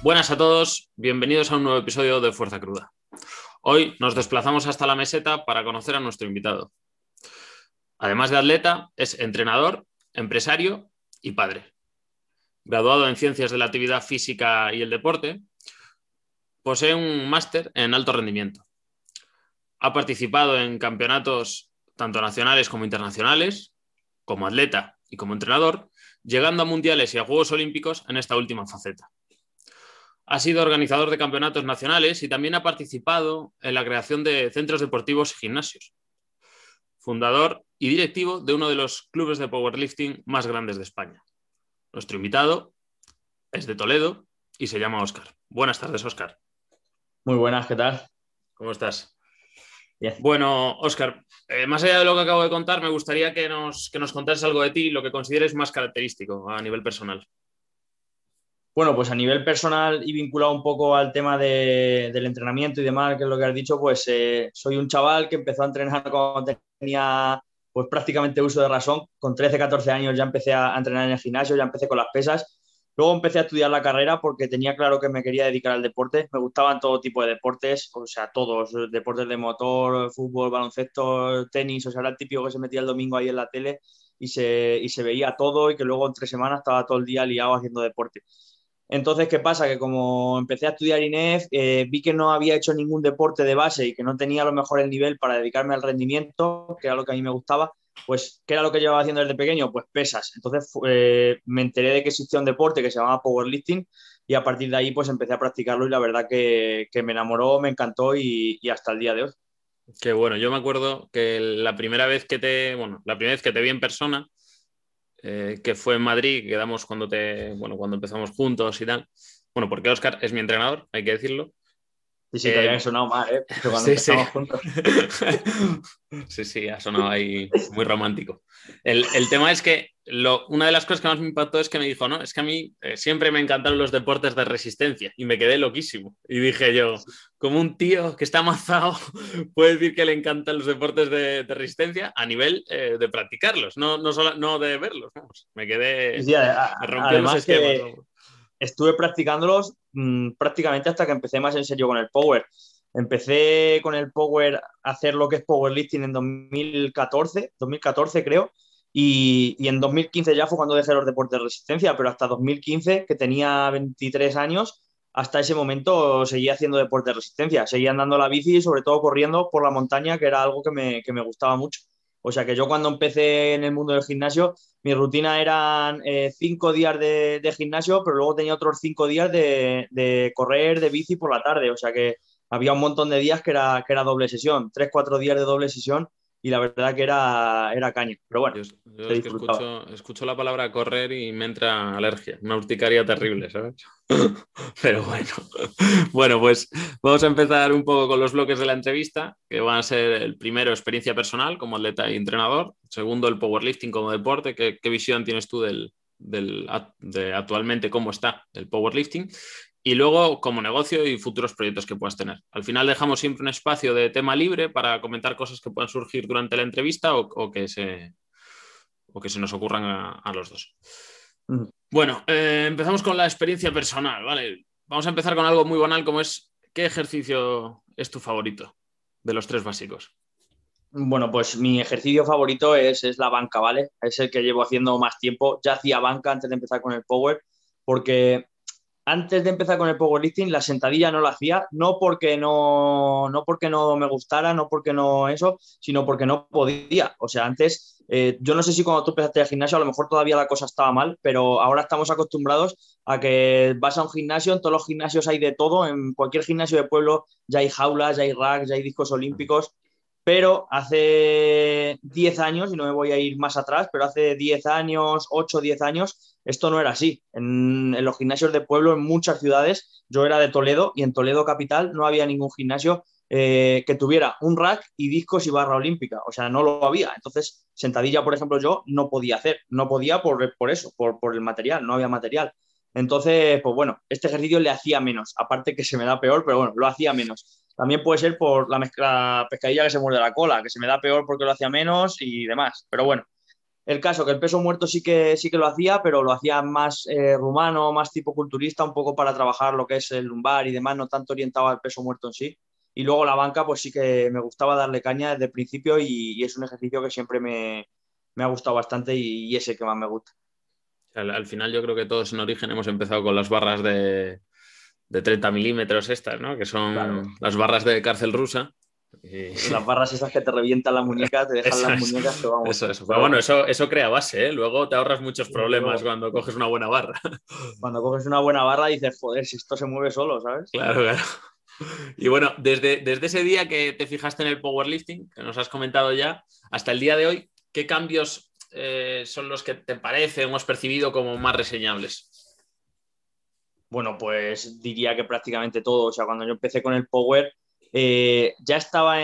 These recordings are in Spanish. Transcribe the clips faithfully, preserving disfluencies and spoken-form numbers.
Buenas a todos, bienvenidos a un nuevo episodio de Fuerza Cruda. Hoy nos desplazamos hasta la meseta para conocer a nuestro invitado. Además de atleta, es entrenador, empresario y padre. Graduado en Ciencias de la Actividad Física y el Deporte, posee un máster en alto rendimiento. Ha participado en campeonatos tanto nacionales como internacionales, como atleta y como entrenador, llegando a mundiales y a Juegos Olímpicos en esta última faceta. Ha sido organizador de campeonatos nacionales y también ha participado en la creación de centros deportivos y gimnasios. Fundador y directivo de uno de los clubes de powerlifting más grandes de España. Nuestro invitado es de Toledo y se llama Óscar. Buenas tardes, Óscar. Muy buenas, ¿qué tal? ¿Cómo estás? Bien. Bueno, Óscar, eh, más allá de lo que acabo de contar, me gustaría que nos, que nos contases algo de ti, lo que consideres más característico a nivel personal. Bueno, pues a nivel personal y vinculado un poco al tema de, del entrenamiento y demás, que es lo que has dicho, pues eh, soy un chaval que empezó a entrenar cuando tenía pues prácticamente uso de razón. Con trece, catorce años ya empecé a entrenar en el gimnasio, ya empecé con las pesas. Luego empecé a estudiar la carrera porque tenía claro que me quería dedicar al deporte. Me gustaban todo tipo de deportes, o sea, todos, deportes de motor, fútbol, baloncesto, tenis, o sea, era el típico que se metía el domingo ahí en la tele y se, y se veía todo y que luego en tres semanas estaba todo el día liado haciendo deporte. Entonces, ¿qué pasa? Que como empecé a estudiar I N E F, eh, vi que no había hecho ningún deporte de base y que no tenía a lo mejor el nivel para dedicarme al rendimiento, que era lo que a mí me gustaba, pues, ¿qué era lo que llevaba haciendo desde pequeño? Pues pesas. Entonces, eh, me enteré de que existía un deporte que se llamaba powerlifting y a partir de ahí, pues, empecé a practicarlo y la verdad que, que me enamoró, me encantó y, y hasta el día de hoy. Qué bueno, yo me acuerdo que la primera vez que te, bueno, la primera vez que te vi en persona, eh, que fue en Madrid, quedamos cuando te, bueno, cuando empezamos juntos y tal. Bueno, porque Óscar es mi entrenador, hay que decirlo. Sí, sí, todavía Eh, he sonado mal, ¿eh? Pero cuando sí, sí. empezamos juntos. Sí, sí, ha sonado ahí muy romántico. El, el tema es que lo, una de las cosas que más me impactó es que me dijo, no, es que a mí eh, siempre me encantaron los deportes de resistencia y me quedé loquísimo. Y dije yo, como un tío que está amazado puede decir que le encantan los deportes de, de resistencia a nivel eh, de practicarlos, no, no, solo, no de verlos. Vamos. Me quedé, Sí, sí, a- me rompió los además esquemas. que Vamos. estuve practicándolos mmm, prácticamente hasta que empecé más en serio con el power. Empecé con el power a hacer lo que es powerlifting en dos mil catorce, dos mil catorce creo, y, y en dos mil quince ya fue cuando dejé los deportes de resistencia, pero hasta dos mil quince, que tenía veintitrés años, hasta ese momento seguía haciendo deportes de resistencia, seguía andando la bici y sobre todo corriendo por la montaña, que era algo que me, que me gustaba mucho. O sea que yo cuando empecé en el mundo del gimnasio, mi rutina eran eh, cinco días de, de, gimnasio, pero luego tenía otros cinco días de, de, correr de bici por la tarde. O sea que había un montón de días que era, que era doble sesión, tres, cuatro días de doble sesión y la verdad que era, era caña. Pero bueno, Yo, yo se es que disfrutaba. escucho, escucho la palabra correr y me entra alergia, una urticaria terrible, ¿sabes? Pero bueno, bueno, pues vamos a empezar un poco con los bloques de la entrevista, que van a ser el primero, experiencia personal como atleta y entrenador, segundo, el powerlifting como deporte, ¿qué, qué visión tienes tú del, del, de actualmente cómo está el powerlifting? Y luego como negocio y futuros proyectos que puedas tener. Al final dejamos siempre un espacio de tema libre para comentar cosas que puedan surgir durante la entrevista o, o, que, se, o que se nos ocurran a, a los dos. Mm. Bueno, eh, empezamos con la experiencia personal, ¿vale? Vamos a empezar con algo muy banal como es, ¿qué ejercicio es tu favorito de los tres básicos? Bueno, pues mi ejercicio favorito es, es la banca, ¿vale? Es el que llevo haciendo más tiempo. Ya hacía banca antes de empezar con el power, porque antes de empezar con el powerlifting, la sentadilla no la hacía, no porque no, no porque no me gustara, no porque no eso, sino porque no podía. O sea, antes, eh, yo no sé si cuando tú empezaste al gimnasio, a lo mejor todavía la cosa estaba mal, pero ahora estamos acostumbrados a que vas a un gimnasio, en todos los gimnasios hay de todo, en cualquier gimnasio de pueblo ya hay jaulas, ya hay racks, ya hay discos olímpicos. Pero hace diez años, y no me voy a ir más atrás, pero hace diez años, ocho o diez años, esto no era así. En, en los gimnasios de pueblo, en muchas ciudades, yo era de Toledo y en Toledo capital no había ningún gimnasio eh, que tuviera un rack y discos y barra olímpica. O sea, no lo había. Entonces, sentadilla, por ejemplo, yo no podía hacer. No podía por, por eso, por, por el material, no había material. Entonces, pues bueno, este ejercicio le hacía menos. Aparte que se me da peor, pero bueno, lo hacía menos. También puede ser por la, mezcla, pescadilla que se muerde la cola, que se me da peor porque lo hacía menos y demás. Pero bueno, El caso que el peso muerto sí que, sí que lo hacía, pero lo hacía más eh, rumano, más tipo culturista, un poco para trabajar lo que es el lumbar y demás, no tanto orientado al peso muerto en sí. Y luego la banca, pues sí que me gustaba darle caña desde el principio y, y es un ejercicio que siempre me, me ha gustado bastante y, y es el que más me gusta. Al, al final yo creo que todos en origen hemos empezado con las barras de, de treinta milímetros estas, ¿no? Que Claro, son las barras de cárcel rusa. Y... las barras esas que te revientan la muñeca, te dejan Eso las es, muñecas, pero vamos. eso es. Pero Pero bueno, bueno, eso, eso crea base, ¿eh? Luego te ahorras muchos desde problemas luego, cuando coges una buena barra. cuando coges una buena barra dices, joder, si esto se mueve solo, ¿sabes? Claro, claro. Y bueno, desde, desde ese día que te fijaste en el powerlifting, que nos has comentado ya, hasta el día de hoy, ¿qué cambios eh, son los que te parecen o has percibido como más reseñables? Bueno, pues diría que prácticamente todo. O sea, cuando yo empecé con el Power, eh, ya estaba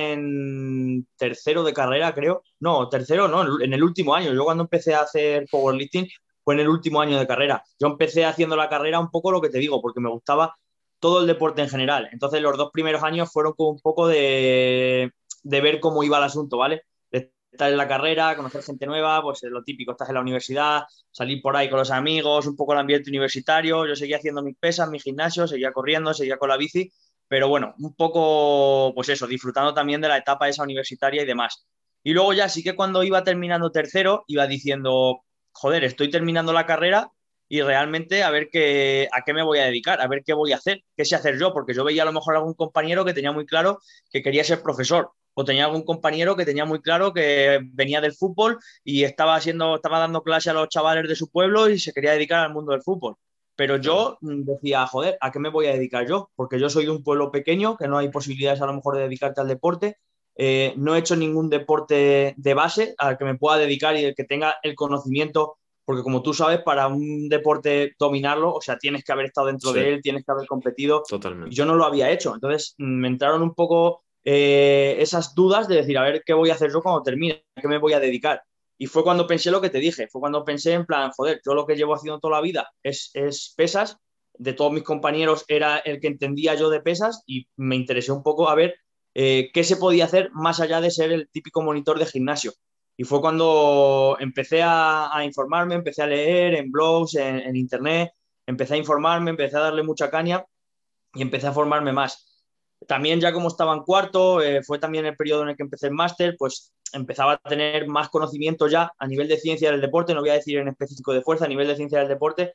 en tercero de carrera, creo. No, tercero no, en el último año. Yo cuando empecé a hacer powerlifting fue en el último año de carrera. Yo empecé haciendo la carrera un poco lo que te digo, porque me gustaba todo el deporte en general. Entonces los dos primeros años fueron como un poco de, de ver cómo iba el asunto, ¿vale? De estar en la carrera, conocer gente nueva, pues lo típico, estás en la universidad, salir por ahí con los amigos, un poco el ambiente universitario. Yo seguía haciendo mis pesas, mi gimnasio, seguía corriendo, seguía con la bici, pero bueno, un poco, pues eso, disfrutando también de la etapa esa universitaria y demás. Y luego ya sí que cuando iba terminando tercero, iba diciendo, joder, estoy terminando la carrera y realmente a ver qué, a qué me voy a dedicar, a ver qué voy a hacer, qué sé hacer yo, porque yo veía a lo mejor algún compañero que tenía muy claro que quería ser profesor, o tenía algún compañero que tenía muy claro que venía del fútbol y estaba, haciendo, estaba dando clase a los chavales de su pueblo y se quería dedicar al mundo del fútbol. Pero Claro. yo decía, joder, ¿a qué me voy a dedicar yo? Porque yo soy de un pueblo pequeño, que no hay posibilidades a lo mejor de dedicarte al deporte. Eh, no he hecho ningún deporte de base al que me pueda dedicar y el que tenga el conocimiento, porque como tú sabes, para un deporte dominarlo, o sea, tienes que haber estado dentro Sí, de él, tienes que haber competido, y totalmente. yo no lo había hecho. Entonces me entraron un poco eh, esas dudas de decir, a ver, ¿qué voy a hacer yo cuando termine? ¿A qué me voy a dedicar? Y fue cuando pensé lo que te dije, fue cuando pensé en plan, joder, yo lo que llevo haciendo toda la vida es, es pesas, de todos mis compañeros era el que entendía yo de pesas y me interesé un poco a ver eh, qué se podía hacer más allá de ser el típico monitor de gimnasio. Y fue cuando empecé a, a informarme, empecé a leer en blogs, en, en internet, empecé a informarme, empecé a darle mucha caña y empecé a formarme más. También ya como estaba en cuarto, eh, fue también el periodo en el que empecé el máster, pues empezaba a tener más conocimiento ya a nivel de ciencia del deporte, no voy a decir en específico de fuerza, a nivel de ciencia del deporte,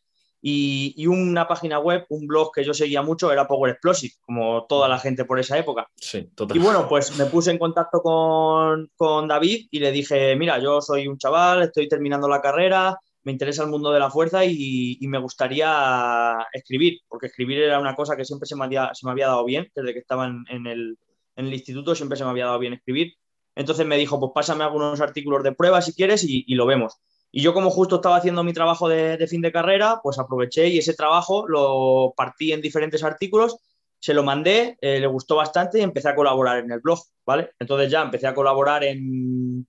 y, y una página web, un blog que yo seguía mucho era Power Explosive, como toda la gente por esa época. Sí, Y total. bueno, pues me puse en contacto con, con David y le dije, mira, yo soy un chaval, estoy terminando la carrera, me interesa el mundo de la fuerza y, y me gustaría escribir, porque escribir era una cosa que siempre se me había, se me había dado bien, desde que estaba en, en, el, en el instituto siempre se me había dado bien escribir. Entonces me dijo, pues pásame algunos artículos de prueba si quieres y, y lo vemos. Y yo como justo estaba haciendo mi trabajo de, de fin de carrera, pues aproveché y ese trabajo lo partí en diferentes artículos, se lo mandé, eh, le gustó bastante y empecé a colaborar en el blog, ¿vale? Entonces ya empecé a colaborar en,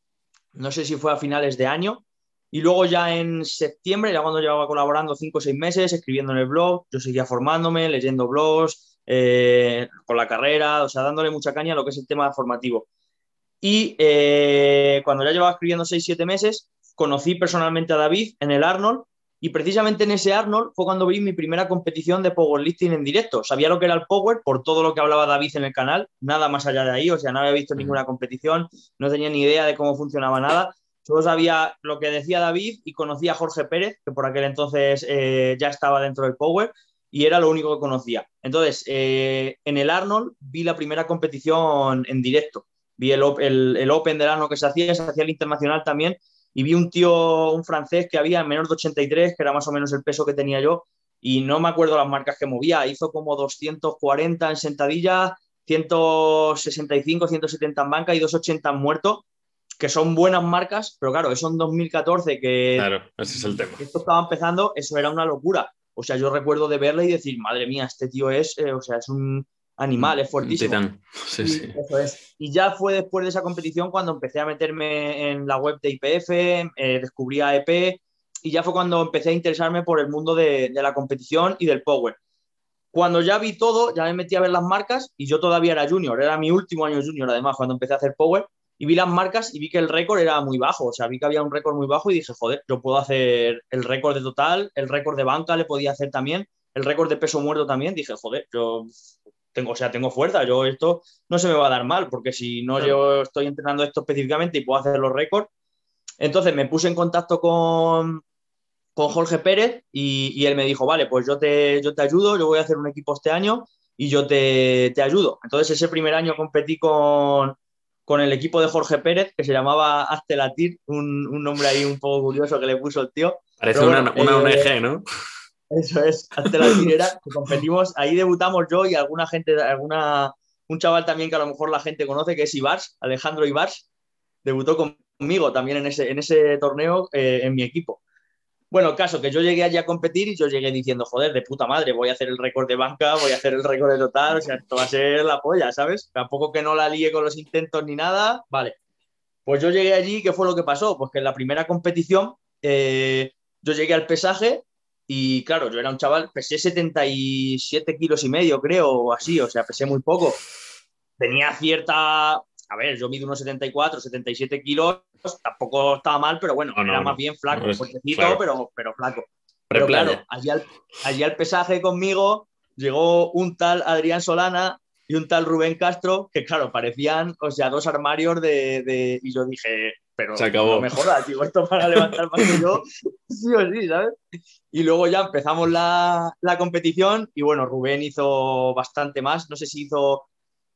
no sé si fue a finales de año, y luego ya en septiembre, ya cuando llevaba colaborando cinco o seis meses, escribiendo en el blog, yo seguía formándome, leyendo blogs, eh, con la carrera, o sea, dándole mucha caña a lo que es el tema formativo. Y eh, cuando ya llevaba escribiendo seis siete meses, conocí personalmente a David en el Arnold y precisamente en ese Arnold fue cuando vi mi primera competición de powerlifting en directo. Sabía lo que era el power por todo lo que hablaba David en el canal, nada más allá de ahí, o sea, no había visto Ujú. ninguna competición, no tenía ni idea de cómo funcionaba nada. Solo sabía lo que decía David y conocía a Jorge Pérez, que por aquel entonces eh, ya estaba dentro del power y era lo único que conocía. Entonces, eh, en el Arnold vi la primera competición en directo. Vi el, el, el Open del Arnold que se hacía, se hacía el internacional también, y vi un tío, un francés que había en menos de ochenta y tres, que era más o menos el peso que tenía yo, y no me acuerdo las marcas que movía, hizo como doscientos cuarenta en sentadilla, ciento sesenta y cinco, ciento setenta en banca y doscientos ochenta en muerto, que son buenas marcas, pero claro, eso en dos mil catorce, que Claro, ese es el tema. esto estaba empezando, eso era una locura. O sea, yo recuerdo de verle y decir, madre mía, este tío es, eh, o sea, es un animal, es Un fuertísimo. titán. Sí, Y sí. eso es. Y ya fue después de esa competición cuando empecé a meterme en la web de I P F, eh, descubrí a E P y ya fue cuando empecé a interesarme por el mundo de, de la competición y del power. Cuando ya vi todo, ya me metí a ver las marcas y yo todavía era junior, era mi último año junior además cuando empecé a hacer power y vi las marcas y vi que el récord era muy bajo, o sea, vi que había un récord muy bajo y dije, joder, yo puedo hacer el récord de total, el récord de banca le podía hacer también, el récord de peso muerto también, dije, joder, yo tengo, o sea, tengo fuerza, yo esto no se me va a dar mal, porque si no yo estoy entrenando esto específicamente y puedo hacer los récords. Entonces me puse en contacto con, con Jorge Pérez y, y él me dijo, vale, pues yo te, yo te ayudo, yo voy a hacer un equipo este año y yo te, te ayudo. Entonces ese primer año competí con, con el equipo de Jorge Pérez, que se llamaba Hazte Latir, un, un nombre ahí un poco curioso que le puso el tío. Parece Pero una, bueno, una eh, O N G, ¿no? Eso es, Hazte Latir era que competimos, ahí debutamos yo y alguna gente, alguna, un chaval también que a lo mejor la gente conoce, que es Ibars, Alejandro Ibars, debutó conmigo también en ese, en ese torneo eh, en mi equipo. Bueno, caso que yo llegué allí a competir y yo llegué diciendo, joder, de puta madre, voy a hacer el récord de banca, voy a hacer el récord de total, o sea, esto va a ser la polla, ¿sabes? Tampoco que no la lié con los intentos ni nada, vale. Pues yo llegué allí, ¿qué fue lo que pasó? Pues que en la primera competición eh, yo llegué al pesaje y claro, yo era un chaval, pesé setenta y siete kilos y medio, creo, o así, o sea, pesé muy poco. Tenía cierta, a ver, yo mido unos setenta y cuatro, setenta y siete kilos, tampoco estaba mal, pero bueno, no, no, era no. más bien flaco, no es, fuertecito, claro. pero, pero flaco. Pre-playa. Pero claro, allí al, allí al pesaje conmigo llegó un tal Adrián Solana y un tal Rubén Castro, que claro, parecían, o sea, dos armarios de... de... Y yo dije, pero Se acabó. no me jodas, digo, esto para levantar más que yo, sí o sí, ¿sabes? Y luego ya empezamos la, la competición y bueno, Rubén hizo bastante más, no sé si hizo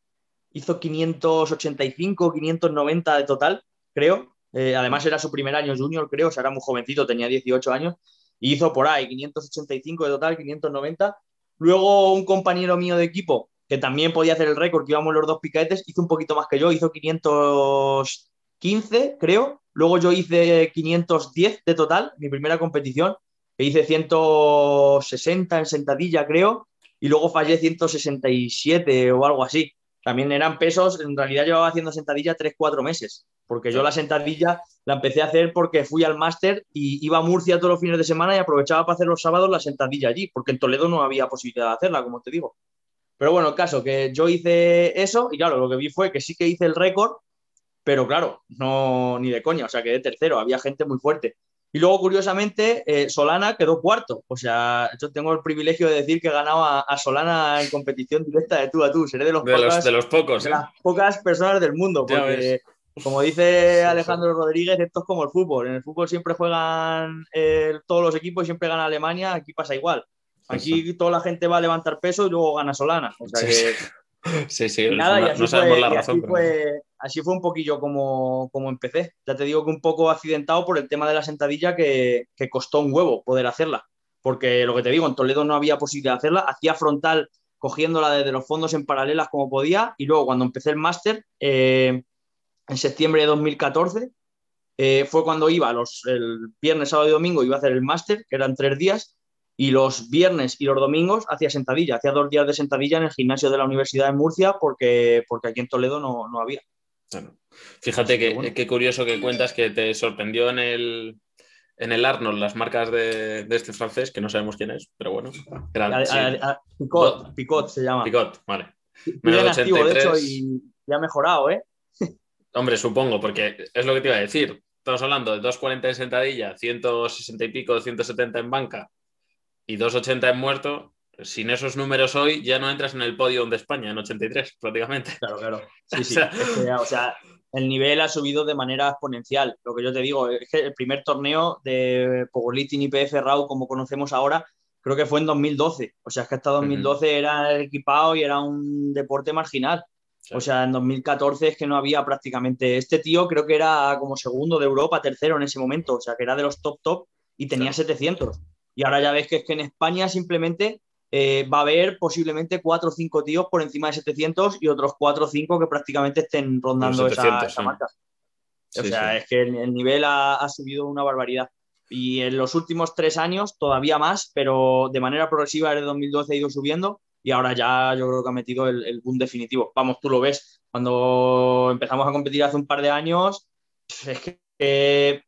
hizo quinientos ochenta y cinco, quinientos noventa de total, creo. Eh, además era su primer año junior, creo, o sea, era muy jovencito, tenía dieciocho años, y hizo por ahí quinientos ochenta y cinco de total, quinientos noventa. Luego un compañero mío de equipo, que también podía hacer el récord, que íbamos los dos picaetes, hizo un poquito más que yo, hizo quinientos quince, creo. Luego yo hice quinientos diez de total, mi primera competición, que hice ciento sesenta en sentadilla, creo, y luego fallé ciento sesenta y siete o algo así. También eran pesos, en realidad llevaba haciendo sentadilla tres cuatro meses, porque yo la sentadilla la empecé a hacer porque fui al máster y iba a Murcia todos los fines de semana y aprovechaba para hacer los sábados la sentadilla allí, porque en Toledo no había posibilidad de hacerla, como te digo. Pero bueno, el caso que yo hice eso y claro, lo que vi fue que sí que hice el récord, pero claro, no ni de coña, o sea, quedé tercero, había gente muy fuerte. Y luego, curiosamente, eh, Solana quedó cuarto. O sea, yo tengo el privilegio de decir que he ganado a, a Solana en competición directa de tú a tú. Seré de los, de pocas, los, de los pocos, de ¿eh? las pocas personas del mundo, Ya porque, ves. como dice Sí, Alejandro sí. Rodríguez, esto es como el fútbol. En el fútbol siempre juegan eh, todos los equipos, siempre gana Alemania, aquí pasa igual. Aquí toda la gente va a levantar peso y luego gana Solana. O sea Sí, que... sí, sí. Y nada, y No, así no sabemos fue, la y razón, así pero... fue, así fue un poquillo como, como empecé. Ya te digo que un poco accidentado por el tema de la sentadilla que, que costó un huevo poder hacerla. Porque lo que te digo, en Toledo no había posibilidad de hacerla. Hacía frontal cogiéndola desde los fondos en paralelas como podía. Y luego cuando empecé el máster, eh, en septiembre de dos mil catorce, eh, fue cuando iba los, el viernes, sábado y domingo, iba a hacer el máster, que eran tres días, y los viernes y los domingos hacía sentadilla, hacía dos días de sentadilla en el gimnasio de la Universidad de Murcia porque, porque aquí en Toledo no, no había. Bueno, fíjate que, bueno. qué curioso que cuentas que te sorprendió en el, en el Arnold las marcas de, de este francés, que no sabemos quién es, pero bueno. Era, A, sí, a, a Picot, do, Picot se llama. Picot, vale. Sigue Menos en de activo, de hecho, ochenta y tres. y, y ha mejorado, ¿eh? Hombre, supongo, porque es lo que te iba a decir. Estamos hablando de dos cuarenta en sentadilla, ciento sesenta y pico, ciento setenta en banca y dos ochenta en muerto. Sin esos números hoy ya no entras en el podio de España en ochenta y tres, prácticamente. Claro, claro. Sí, O sí. sea... Es que, o sea, el nivel ha subido de manera exponencial. Lo que yo te digo es que el primer torneo de Powerlifting I P F RAW, como conocemos ahora, creo que fue en dos mil doce. O sea, es que hasta dos mil doce uh-huh. era equipado y era un deporte marginal. Sí. O sea, en dos mil catorce es que no había prácticamente... Este tío creo que era como segundo de Europa, tercero en ese momento. O sea, que era de los top top y tenía sí. setecientos. Y ahora ya ves que es que en España simplemente... Eh, va a haber posiblemente cuatro o cinco tíos por encima de setecientos y otros cuatro o cinco que prácticamente estén rondando esa, esa marca. Sí, o sea, sí. es que el, el nivel ha, ha subido una barbaridad. Y en los últimos tres años todavía más, pero de manera progresiva desde dos mil doce ha ido subiendo y ahora ya yo creo que ha metido el, el boom definitivo. Vamos, tú lo ves. Cuando empezamos a competir hace un par de años, es que, eh,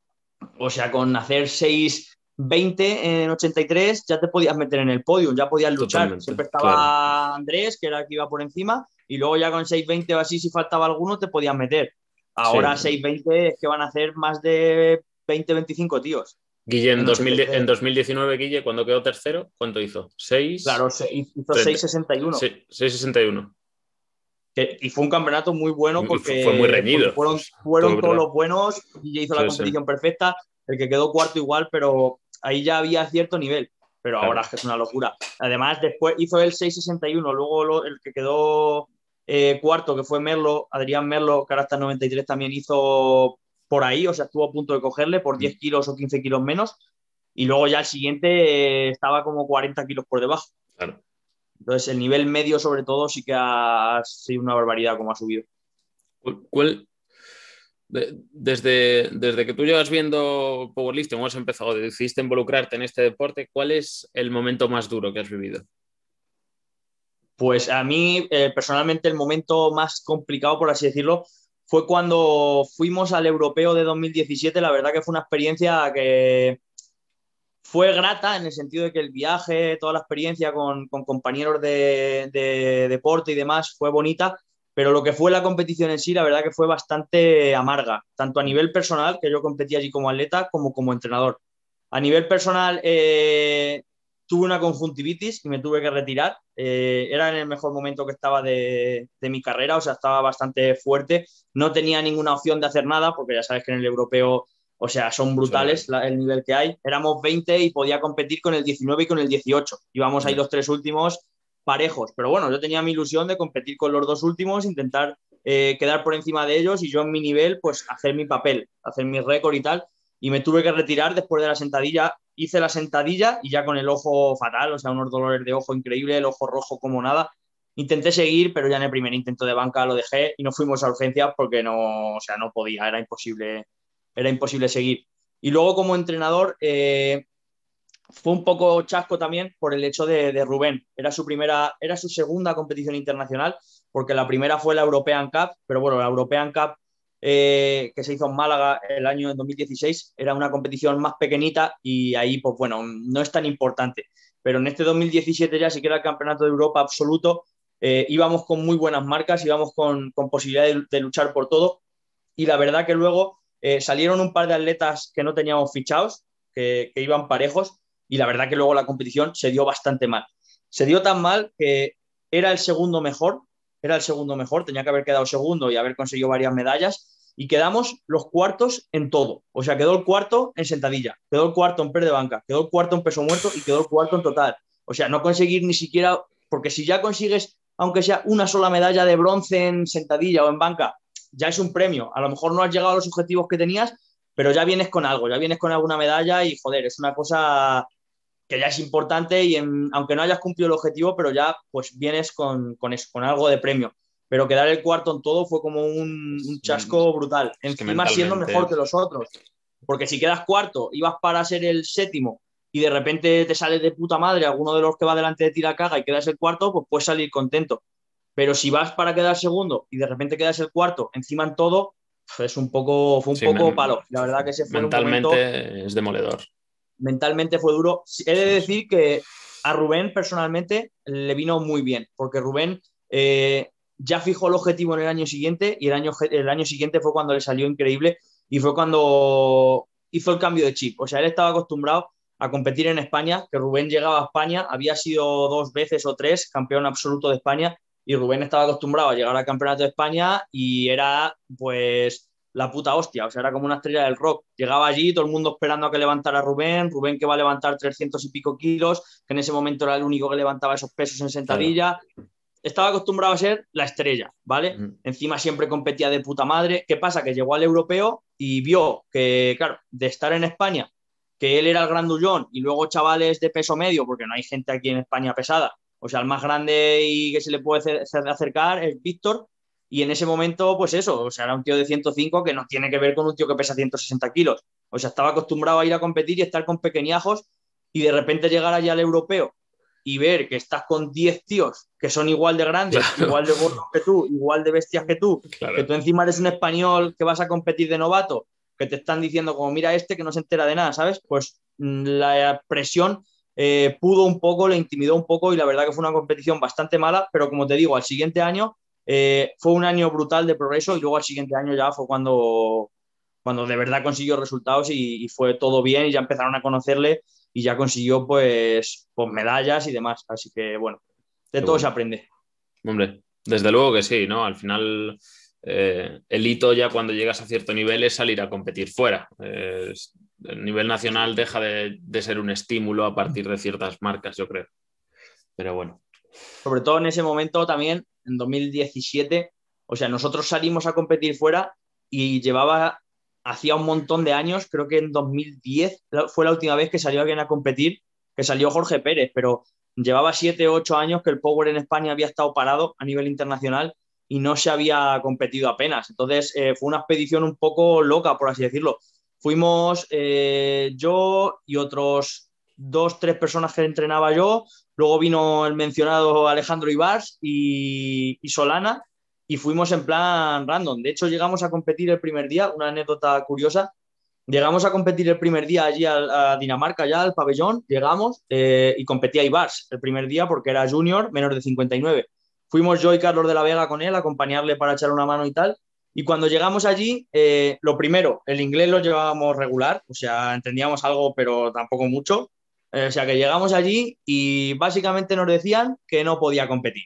o sea, con hacer seis... veinte en ochenta y tres ya te podías meter en el podio, ya podías luchar. Totalmente, siempre estaba claro. Andrés, que era el que iba por encima, y luego ya con seis veinte o así, si faltaba alguno, te podías meter. Ahora Sí. seis veinte es que van a hacer más de veinte veinticinco tíos. Guille, en, En dos mil, en ochenta y tres. dos mil diecinueve, Guille, cuando quedó tercero, ¿cuánto hizo? Claro, seis se- hizo treinta, seis sesenta y uno. seis sesenta y uno. Que- y fue un campeonato muy bueno Y fue, fue muy porque, porque reñido, fueron, pues, todo fueron todos verdad. los buenos y hizo la Sí, sí, competición perfecta. El que quedó cuarto igual, pero ahí ya había cierto nivel. Pero ahora claro. es que es una locura. Además, después hizo el seis sesenta y uno, luego lo- el que quedó eh, cuarto, que fue Merlo, Adrián Merlo, que ahora está en noventa y tres, también hizo por ahí, o sea, estuvo a punto de cogerle por diez kilos o quince kilos menos. Y luego ya el siguiente eh, estaba como cuarenta kilos por debajo. Claro. Entonces, el nivel medio, sobre todo, sí que ha sido una barbaridad como ha subido. ¿Cuál, cuál- de- desde, desde que tú llevas viendo powerlifting o has empezado, decidiste involucrarte en este deporte, ¿cuál es el momento más duro que has vivido? Pues a mí, eh, personalmente, el momento más complicado, por así decirlo, fue cuando fuimos al Europeo de dos mil diecisiete. La verdad que fue una experiencia que fue grata en el sentido de que el viaje, toda la experiencia con, con compañeros de, de, deporte y demás fue bonita, pero lo que fue la competición en sí, la verdad que fue bastante amarga, tanto a nivel personal, que yo competí allí como atleta, como como entrenador. A nivel personal, eh, tuve una conjuntivitis y me tuve que retirar. Eh, era en el mejor momento que estaba de, de, mi carrera, o sea, estaba bastante fuerte. No tenía ninguna opción de hacer nada, porque ya sabes que en el europeo, o sea, son Sí. brutales la, el nivel que hay. Éramos veinte y podía competir con el diecinueve y con el dieciocho. Íbamos ahí los tres últimos parejos. Pero bueno, yo tenía mi ilusión de competir con los dos últimos, intentar eh, quedar por encima de ellos y yo en mi nivel, pues hacer mi papel, hacer mi récord y tal. Y me tuve que retirar después de la sentadilla. Hice la sentadilla y ya con el ojo fatal, o sea, unos dolores de ojo increíble, el ojo rojo como nada. Intenté seguir, pero ya en el primer intento de banca lo dejé y no fuimos a urgencias porque no, o sea, no podía, era imposible, era imposible seguir. Y luego como entrenador eh, fue un poco chasco también por el hecho de, de Rubén. Era su primera, era su segunda competición internacional, porque la primera fue la European Cup, pero bueno, la European Cup eh, que se hizo en Málaga el año dos mil dieciséis era una competición más pequeñita y ahí, pues bueno, no es tan importante. Pero en este dos mil diecisiete ya sí que era el Campeonato de Europa absoluto, eh, íbamos con muy buenas marcas, íbamos con, con posibilidad de, de luchar por todo y la verdad que luego eh, salieron un par de atletas que no teníamos fichados, que, que iban parejos y la verdad que luego la competición se dio bastante mal. Se dio tan mal que era el segundo mejor, era el segundo mejor, tenía que haber quedado segundo y haber conseguido varias medallas y quedamos los cuartos en todo. O sea, quedó el cuarto en sentadilla, quedó el cuarto en per de banca, quedó el cuarto en peso muerto y quedó el cuarto en total. O sea, no conseguir ni siquiera, porque si ya consigues, aunque sea una sola medalla de bronce en sentadilla o en banca, ya es un premio. A lo mejor no has llegado a los objetivos que tenías, pero ya vienes con algo, ya vienes con alguna medalla y joder, es una cosa que ya es importante y en, aunque no hayas cumplido el objetivo, pero ya pues vienes con, con eso, con algo de premio. Pero quedar el cuarto en todo fue como un, un chasco brutal. Es que Encima siendo mentalmente, mejor que los otros. Porque si quedas cuarto, ibas para ser el séptimo y de repente te sales de puta madre, alguno de los que va delante de ti la caga y quedas el cuarto, pues puedes salir contento. Pero si vas para quedar segundo y de repente quedas el cuarto, encima en todo, es un poco, fue un sí, poco men- palo. La verdad que ese fue un momento, mentalmente es demoledor. mentalmente fue duro. He de Sí, sí. decir que a Rubén personalmente le vino muy bien, porque Rubén eh, ya fijó el objetivo en el año siguiente y el año, el año siguiente fue cuando le salió increíble y fue cuando hizo el cambio de chip. O sea, él estaba acostumbrado a competir en España, que Rubén llegaba a España, había sido dos veces o tres campeón absoluto de España y Rubén estaba acostumbrado a llegar al campeonato de España y era pues la puta hostia, o sea, era como una estrella del rock. Llegaba allí, todo el mundo esperando a que levantara a Rubén, Rubén que va a levantar trescientos y pico kilos, que en ese momento era el único que levantaba esos pesos en Claro. sentadilla. Estaba acostumbrado a ser la estrella, ¿vale? Mm. Encima siempre competía de puta madre. ¿Qué pasa? Que llegó al europeo y vio que, claro, de estar en España, que él era el grandullón y luego chavales de peso medio, porque no hay gente aquí en España pesada. O sea, el más grande y que se le puede acercar es Víctor, y en ese momento, pues eso, o sea, era un tío de ciento cinco que no tiene que ver con un tío que pesa ciento sesenta kilos. O sea, estaba acostumbrado a ir a competir y estar con pequeñajos y de repente llegar allá al europeo y ver que estás con diez tíos que son igual de grandes, Claro, igual de gordos que tú, igual de bestias que tú, que claro. tú encima eres un español que vas a competir de novato, que te están diciendo como mira este que no se entera de nada, ¿sabes? Pues la presión eh, pudo un poco, le intimidó un poco y la verdad que fue una competición bastante mala, pero como te digo, al siguiente año eh, fue un año brutal de progreso y luego al siguiente año ya fue cuando, cuando de verdad consiguió resultados y, y fue todo bien y ya empezaron a conocerle y ya consiguió pues, pues medallas y demás. Así que bueno, de Qué todo bueno. se aprende. Hombre, desde luego que sí, ¿no? Al final, eh, el hito ya cuando llegas a cierto nivel es salir a competir fuera. Eh, es- el nivel nacional deja de, de ser un estímulo a partir de ciertas marcas, yo creo. Pero bueno, Sobre todo en ese momento también, en dos mil diecisiete, o sea, nosotros salimos a competir fuera y llevaba, hacía un montón de años, creo que en dos mil diez fue la última vez que salió alguien a competir, que salió Jorge Pérez, pero llevaba siete o ocho años que el Power en España había estado parado a nivel internacional y no se había competido apenas. Entonces, eh, fue una expedición un poco loca, por así decirlo. Fuimos eh, yo y otros dos, tres personas que entrenaba yo. Luego vino el mencionado Alejandro Ibars y, y Solana y fuimos en plan random. De hecho, llegamos a competir el primer día, una anécdota curiosa. Llegamos a competir el primer día allí a, a Dinamarca, ya al pabellón, llegamos eh, y competía Ibars el primer día porque era junior, menor de cincuenta y nueve. Fuimos yo y Carlos de la Vega con él a acompañarle para echar una mano y tal. Y cuando llegamos allí, eh, lo primero, el inglés lo llevábamos regular, o sea, entendíamos algo, pero tampoco mucho. Eh, o sea, que llegamos allí y básicamente nos decían que no podía competir.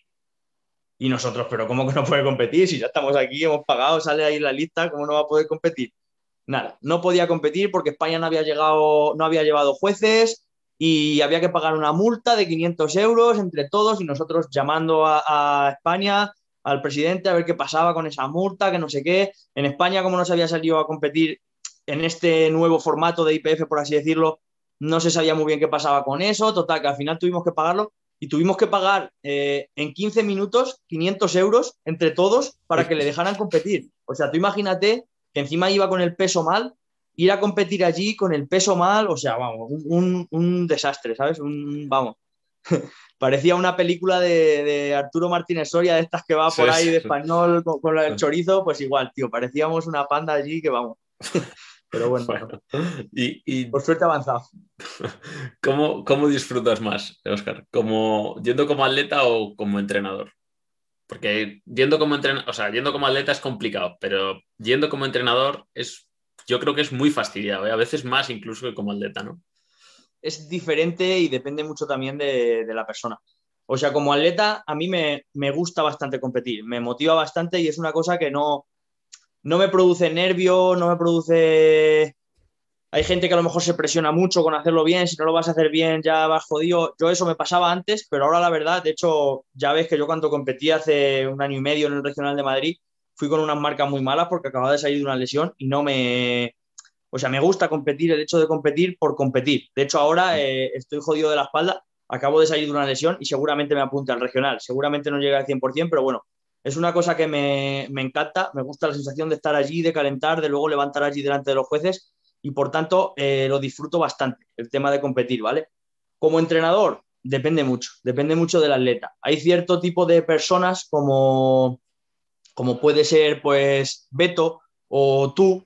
Y nosotros, pero ¿cómo que no puede competir? Si ya estamos aquí, hemos pagado, sale ahí la lista, ¿cómo no va a poder competir? Nada, no podía competir porque España no había llegado, no había llevado jueces y había que pagar una multa de quinientos euros entre todos y nosotros llamando a, a España, al presidente, a ver qué pasaba con esa multa, que no sé qué. En España, como no se había salido a competir en este nuevo formato de I P F, por así decirlo, no se sabía muy bien qué pasaba con eso. Total, que al final tuvimos que pagarlo y tuvimos que pagar eh, en quince minutos quinientos euros entre todos para que le dejaran competir. O sea, tú imagínate que encima iba con el peso mal, ir a competir allí con el peso mal, o sea, vamos, un, un, un desastre, ¿sabes? Un, vamos, parecía una película de, de, Arturo Martínez Soria, de estas que va por sí, ahí sí. de español con, con el chorizo, pues igual, tío, parecíamos una panda allí que vamos. Pero bueno, bueno. Y, y por suerte avanzado. ¿cómo, ¿Cómo disfrutas más, Óscar? ¿Como, ¿Yendo como atleta o como entrenador? Porque yendo como entrenador, o sea, yendo como atleta es complicado, pero yendo como entrenador es, yo creo que es muy fastidiado, ¿eh? A veces más incluso que como atleta, ¿no? Es diferente y depende mucho también de, de la persona. O sea, como atleta, a mí me, me gusta bastante competir, me motiva bastante y es una cosa que no, no me produce nervio, no me produce... Hay gente que a lo mejor se presiona mucho con hacerlo bien, si no lo vas a hacer bien ya vas jodido. Yo eso me pasaba antes, pero ahora la verdad, de hecho, ya ves que yo cuando competí hace un año y medio en el Regional de Madrid, fui con unas marcas muy malas porque acababa de salir de una lesión y no me... O sea, me gusta competir, el hecho de competir por competir. De hecho, ahora eh, estoy jodido de la espalda, acabo de salir de una lesión y seguramente me apunte al Regional. Seguramente no llegue al cien por ciento, pero bueno, es una cosa que me, me encanta, me gusta la sensación de estar allí, de calentar, de luego levantar allí delante de los jueces y por tanto eh, lo disfruto bastante, el tema de competir, ¿vale? Como entrenador, depende mucho, depende mucho del atleta. Hay cierto tipo de personas como, como puede ser pues Beto o tú,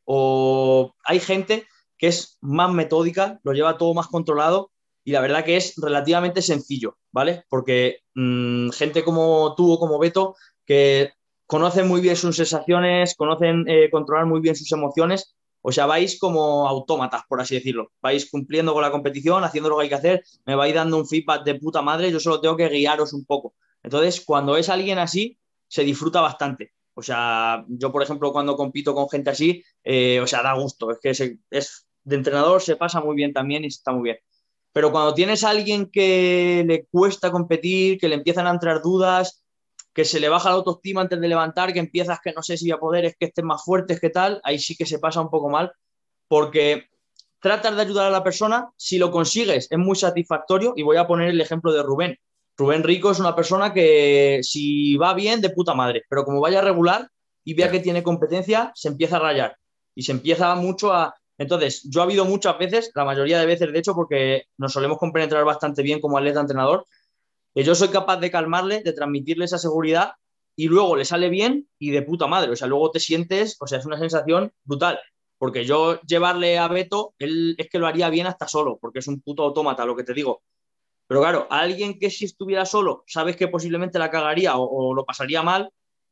o hay gente que es más metódica, lo lleva todo más controlado y la verdad que es relativamente sencillo, ¿vale? Porque mmm, gente como tú o como Beto que conocen muy bien sus sensaciones, conocen eh, controlar muy bien sus emociones. O sea, vais como autómatas, por así decirlo. Vais cumpliendo con la competición, haciendo lo que hay que hacer, me vais dando un feedback de puta madre, yo solo tengo que guiaros un poco. Entonces, cuando es alguien así, se disfruta bastante. O sea, yo, por ejemplo, cuando compito con gente así, eh, o sea, da gusto. Es que se, es, de entrenador se pasa muy bien también y está muy bien. Pero cuando tienes a alguien que le cuesta competir, que le empiezan a entrar dudas, que se le baja la autoestima antes de levantar, que empiezas que no sé si voy a poder, es que estés más fuerte, es que tal, ahí sí que se pasa un poco mal, porque tratas de ayudar a la persona, si lo consigues es muy satisfactorio y voy a poner el ejemplo de Rubén. Rubén Rico es una persona que si va bien, de puta madre, pero como vaya regular y vea que tiene competencia, se empieza a rayar y se empieza mucho a... Entonces, yo ha habido muchas veces, la mayoría de veces, de hecho, porque nos solemos compenetrar bastante bien como atleta-entrenador, que yo soy capaz de calmarle, de transmitirle esa seguridad y luego le sale bien y de puta madre. O sea, luego te sientes, o sea, es una sensación brutal. Porque yo llevarle a Beto, él es que lo haría bien hasta solo, porque es un puto autómata, lo que te digo. Pero claro, a alguien que si estuviera solo, sabes que posiblemente la cagaría o, o lo pasaría mal,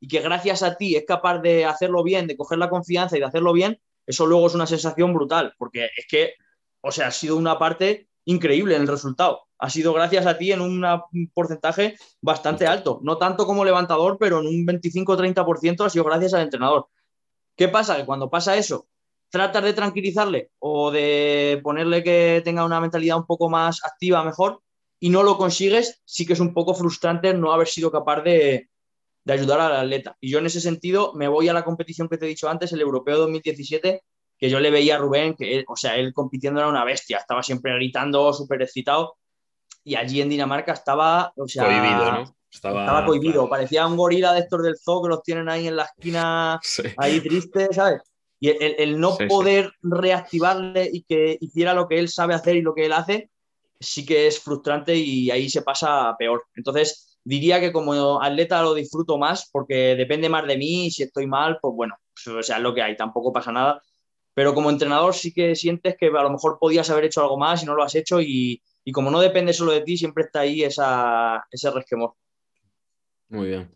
y que gracias a ti es capaz de hacerlo bien, de coger la confianza y de hacerlo bien, eso luego es una sensación brutal, porque es que, o sea, ha sido una parte increíble en el resultado. Ha sido gracias a ti en una, un porcentaje bastante alto. No tanto como levantador, pero en un veinticinco o treinta por ciento ha sido gracias al entrenador. ¿Qué pasa? Que cuando pasa eso, tratas de tranquilizarle o de ponerle que tenga una mentalidad un poco más activa, mejor, y no lo consigues, sí que es un poco frustrante no haber sido capaz de, de ayudar al atleta. Y yo en ese sentido me voy a la competición que te he dicho antes, el Europeo dos mil diecisiete, que yo le veía a Rubén, que él, o sea, él compitiendo era una bestia, estaba siempre gritando, súper excitado, y allí en Dinamarca estaba, o Cohibido, sea, ¿no? estaba Estaba, cohibido, claro. parecía un gorila de estos del zoo que los tienen ahí en la esquina, Sí, ahí triste, ¿sabes? Y el, el no sí, sí. poder reactivarle y que hiciera lo que él sabe hacer y lo que él hace, sí que es frustrante y ahí se pasa peor. Entonces, diría que como atleta lo disfruto más porque depende más de mí y si estoy mal, pues bueno, pues, o sea, es lo que hay, tampoco pasa nada. Pero como entrenador sí que sientes que a lo mejor podías haber hecho algo más y no lo has hecho y, y como no depende solo de ti, siempre está ahí esa, ese resquemor. Muy bien.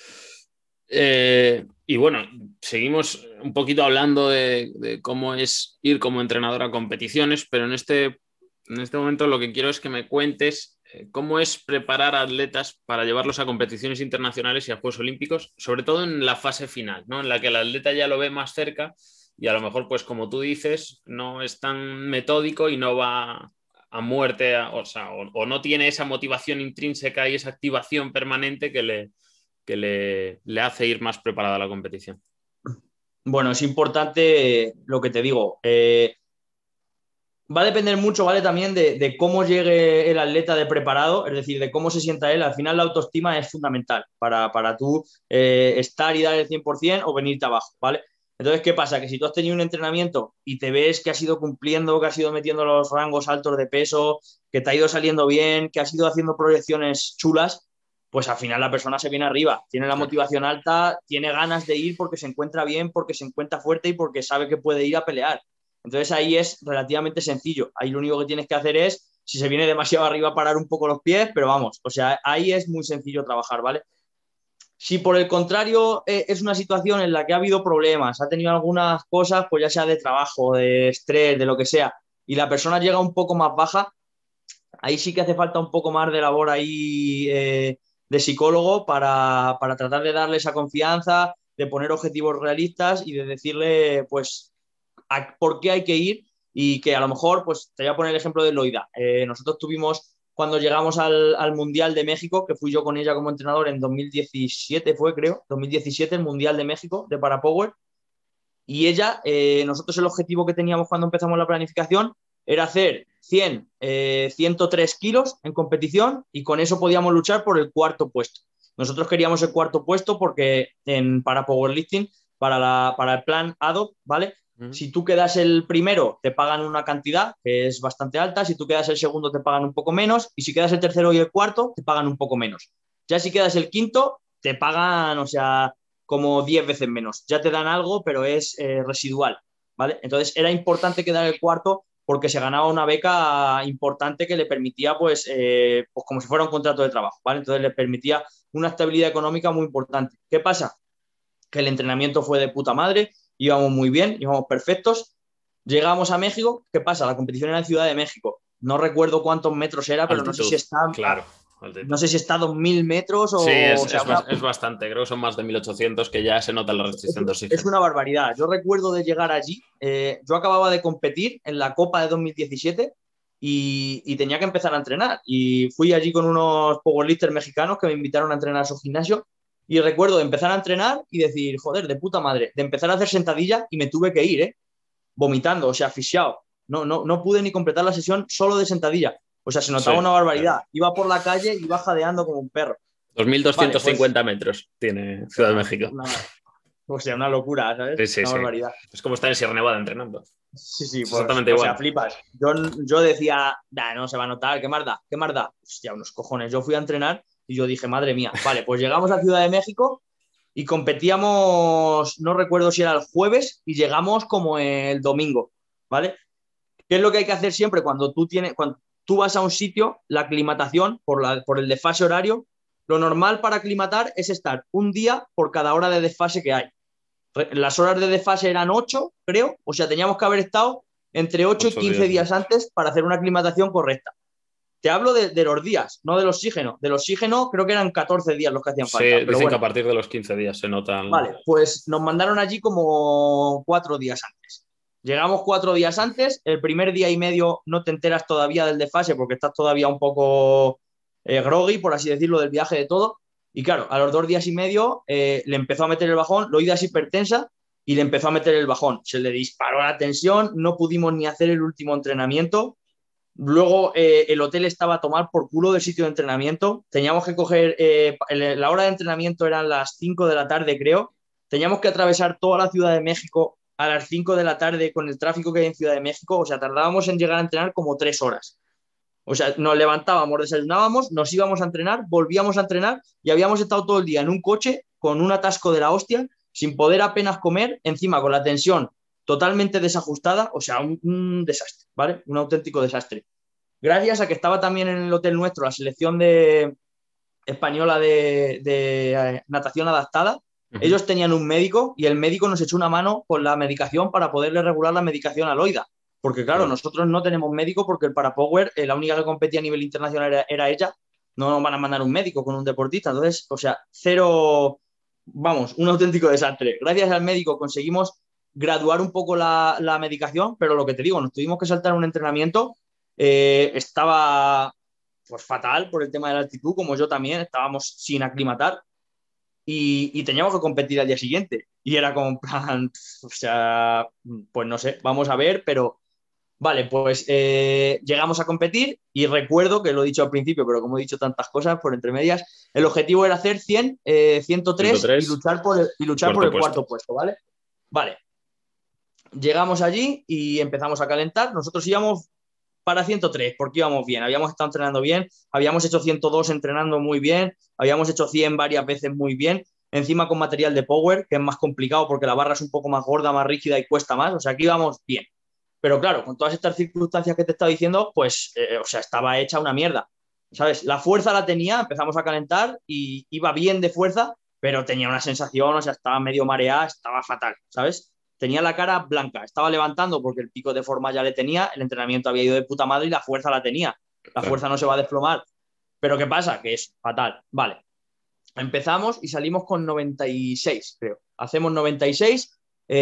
Eh, y bueno, seguimos un poquito hablando de, de cómo es ir como entrenador a competiciones, pero en este, en este momento lo que quiero es que me cuentes eh, cómo es preparar a atletas para llevarlos a competiciones internacionales y a Juegos Olímpicos, sobre todo en la fase final, ¿no? En la que el atleta ya lo ve más cerca y a lo mejor, pues como tú dices, no es tan metódico y no va a muerte, a, o sea, o, o no tiene esa motivación intrínseca y esa activación permanente que le que le, le hace ir más preparada a la competición. Bueno, es importante lo que te digo. Eh, va a depender mucho, ¿vale? También de, de, cómo llegue el atleta de preparado, es decir, de cómo se sienta él. Al final la autoestima es fundamental para, para tú eh, estar y dar el cien por ciento o venirte abajo, ¿vale? Entonces, ¿qué pasa? Que si tú has tenido un entrenamiento y te ves que has ido cumpliendo, que has ido metiendo los rangos altos de peso, que te ha ido saliendo bien, que has ido haciendo proyecciones chulas, pues al final la persona se viene arriba, tiene la Claro. motivación alta, tiene ganas de ir porque se encuentra bien, porque se encuentra fuerte y porque sabe que puede ir a pelear. Entonces ahí es relativamente sencillo. Ahí lo único que tienes que hacer es, si se viene demasiado arriba, parar un poco los pies, pero vamos, o sea, ahí es muy sencillo trabajar, ¿vale? Si por el contrario eh, es una situación en la que ha habido problemas, ha tenido algunas cosas, pues ya sea de trabajo, de estrés, de lo que sea, y la persona llega un poco más baja, ahí sí que hace falta un poco más de labor ahí eh, de psicólogo para, para tratar de darle esa confianza, de poner objetivos realistas y de decirle, pues, a por qué hay que ir y que a lo mejor, pues te voy a poner el ejemplo de Loida. Eh, nosotros tuvimos, cuando llegamos al, al Mundial de México, que fui yo con ella como entrenador en dos mil diecisiete, fue creo, dos mil diecisiete, el Mundial de México de Parapower, y ella, eh, nosotros el objetivo que teníamos cuando empezamos la planificación era hacer cien, eh, ciento tres kilos en competición y con eso podíamos luchar por el cuarto puesto. Nosotros queríamos el cuarto puesto porque en, para powerlifting, para, la, para el plan A D O P, ¿vale? Mm. Si tú quedas el primero, te pagan una cantidad que es bastante alta. Si tú quedas el segundo, te pagan un poco menos. Y si quedas el tercero y el cuarto, te pagan un poco menos. Ya si quedas el quinto, te pagan, o sea, como diez veces menos. Ya te dan algo, pero es eh, residual, ¿vale? Entonces era importante quedar el cuarto porque se ganaba una beca importante que le permitía, pues, eh, pues como si fuera un contrato de trabajo, ¿vale? Entonces le permitía una estabilidad económica muy importante. ¿Qué pasa? Que el entrenamiento fue de puta madre, íbamos muy bien, íbamos perfectos. Llegamos a México, ¿qué pasa? La competición era en Ciudad de México. No recuerdo cuántos metros era, pero no sé si Altitud, está a, claro. no Altitud. sé si está a dos mil metros Sí, o, es, o sea, es, una, es, bastante, creo que son más de mil ochocientos que ya se nota la es, restricción de es oxígeno. una barbaridad. Yo recuerdo de llegar allí, eh, yo acababa de competir en la Copa de dos mil diecisiete y, y, tenía que empezar a entrenar. Y fui allí con unos powerlifters mexicanos que me invitaron a entrenar a su gimnasio. Y recuerdo de empezar a entrenar y decir, joder, de puta madre, de empezar a hacer sentadilla y me tuve que ir, ¿eh? Vomitando, o sea, asfixiado. No, no, no pude ni completar la sesión solo de sentadilla. O sea, se Sí, notaba una barbaridad. claro. Iba por la calle y iba jadeando como un perro. dos mil Vale, doscientos pues cincuenta metros tiene Ciudad de México. una, o sea, una locura, ¿sabes? Sí, sí, Una sí. barbaridad. Es como estar en Sierra Nevada entrenando. Sí, sí, Es pues, exactamente o sea, igual. flipas. Yo, yo decía, nah, no se va a notar, ¿qué más da? ¿Qué más da? Hostia, unos cojones. Yo fui a entrenar y yo dije, madre mía, vale, pues llegamos a Ciudad de México y competíamos, no recuerdo si era el jueves y llegamos como el domingo, ¿vale? ¿Qué es lo que hay que hacer siempre cuando tú tienes, cuando tú vas a un sitio, la aclimatación por, la, por el desfase horario Lo normal para aclimatar es estar un día por cada hora de desfase que hay. Las horas de desfase eran ocho, creo, o sea, teníamos que haber estado entre ocho y quince días antes para hacer una aclimatación correcta. Te hablo de, de los días, no del oxígeno. Del oxígeno creo que eran catorce días los que hacían sí, falta. Pero dicen bueno, que a partir de los quince días se notan. Vale, pues nos mandaron allí como cuatro días antes. Llegamos cuatro días antes, el primer día y medio no te enteras todavía del desfase porque estás todavía un poco eh, groggy, por así decirlo, del viaje de todo. Y claro, a los dos días y medio eh, le empezó a meter el bajón, Loida es hipertensa y le empezó a meter el bajón. Se le disparó la tensión, no pudimos ni hacer el último entrenamiento. Luego eh, el hotel estaba a tomar por culo del sitio de entrenamiento. Teníamos que coger, eh, la hora de entrenamiento eran las cinco de la tarde, creo. Teníamos que atravesar toda la Ciudad de México a las cinco de la tarde con el tráfico que hay en Ciudad de México. O sea, tardábamos en llegar a entrenar como tres horas. O sea, nos levantábamos, desayunábamos, nos íbamos a entrenar, volvíamos a entrenar y habíamos estado todo el día en un coche con un atasco de la hostia, sin poder apenas comer, encima con la tensión totalmente desajustada, o sea, un, un desastre, ¿vale? Un auténtico desastre. Gracias a que estaba también en el hotel nuestro la selección de, española de, de eh, natación adaptada, uh-huh. Ellos tenían un médico y el médico nos echó una mano con la medicación para poderle regular la medicación a Loida. Porque claro, uh-huh. nosotros no tenemos médico porque el Parapower, eh, la única que competía a nivel internacional era, era ella, no nos van a mandar un médico con un deportista. Entonces, o sea, cero, vamos, un auténtico desastre. Gracias al médico conseguimos graduar un poco la, la medicación, pero lo que te digo, nos tuvimos que saltar un entrenamiento, eh, estaba pues fatal por el tema de la altitud, como yo también, estábamos sin aclimatar y, y teníamos que competir al día siguiente. Y era como, plan, o sea, pues no sé, vamos a ver, pero vale, pues eh, llegamos a competir y recuerdo que lo he dicho al principio, pero como he dicho tantas cosas por entre medias, el objetivo era hacer cien, eh, ciento tres, ciento tres y luchar por el, y luchar por el puesto. cuarto puesto, ¿vale? Vale. Llegamos allí y empezamos a calentar. Nosotros íbamos para ciento tres porque íbamos bien, habíamos estado entrenando bien, habíamos hecho ciento dos entrenando muy bien, habíamos hecho cien varias veces muy bien, encima con material de power, que es más complicado porque la barra es un poco más gorda, más rígida y cuesta más, o sea, aquí íbamos bien. Pero claro, con todas estas circunstancias que te estaba diciendo, pues, eh, o sea, estaba hecha una mierda, ¿sabes? La fuerza la tenía, empezamos a calentar y iba bien de fuerza, pero tenía una sensación, o sea, estaba medio mareada, estaba fatal, ¿sabes? Tenía la cara blanca, estaba levantando porque el pico de forma ya le tenía, el entrenamiento había ido de puta madre y la fuerza la tenía. La claro. fuerza no se va a desplomar. Pero ¿qué pasa? Que es fatal. Vale. Empezamos y salimos con noventa y seis, creo. Hacemos noventa y seis,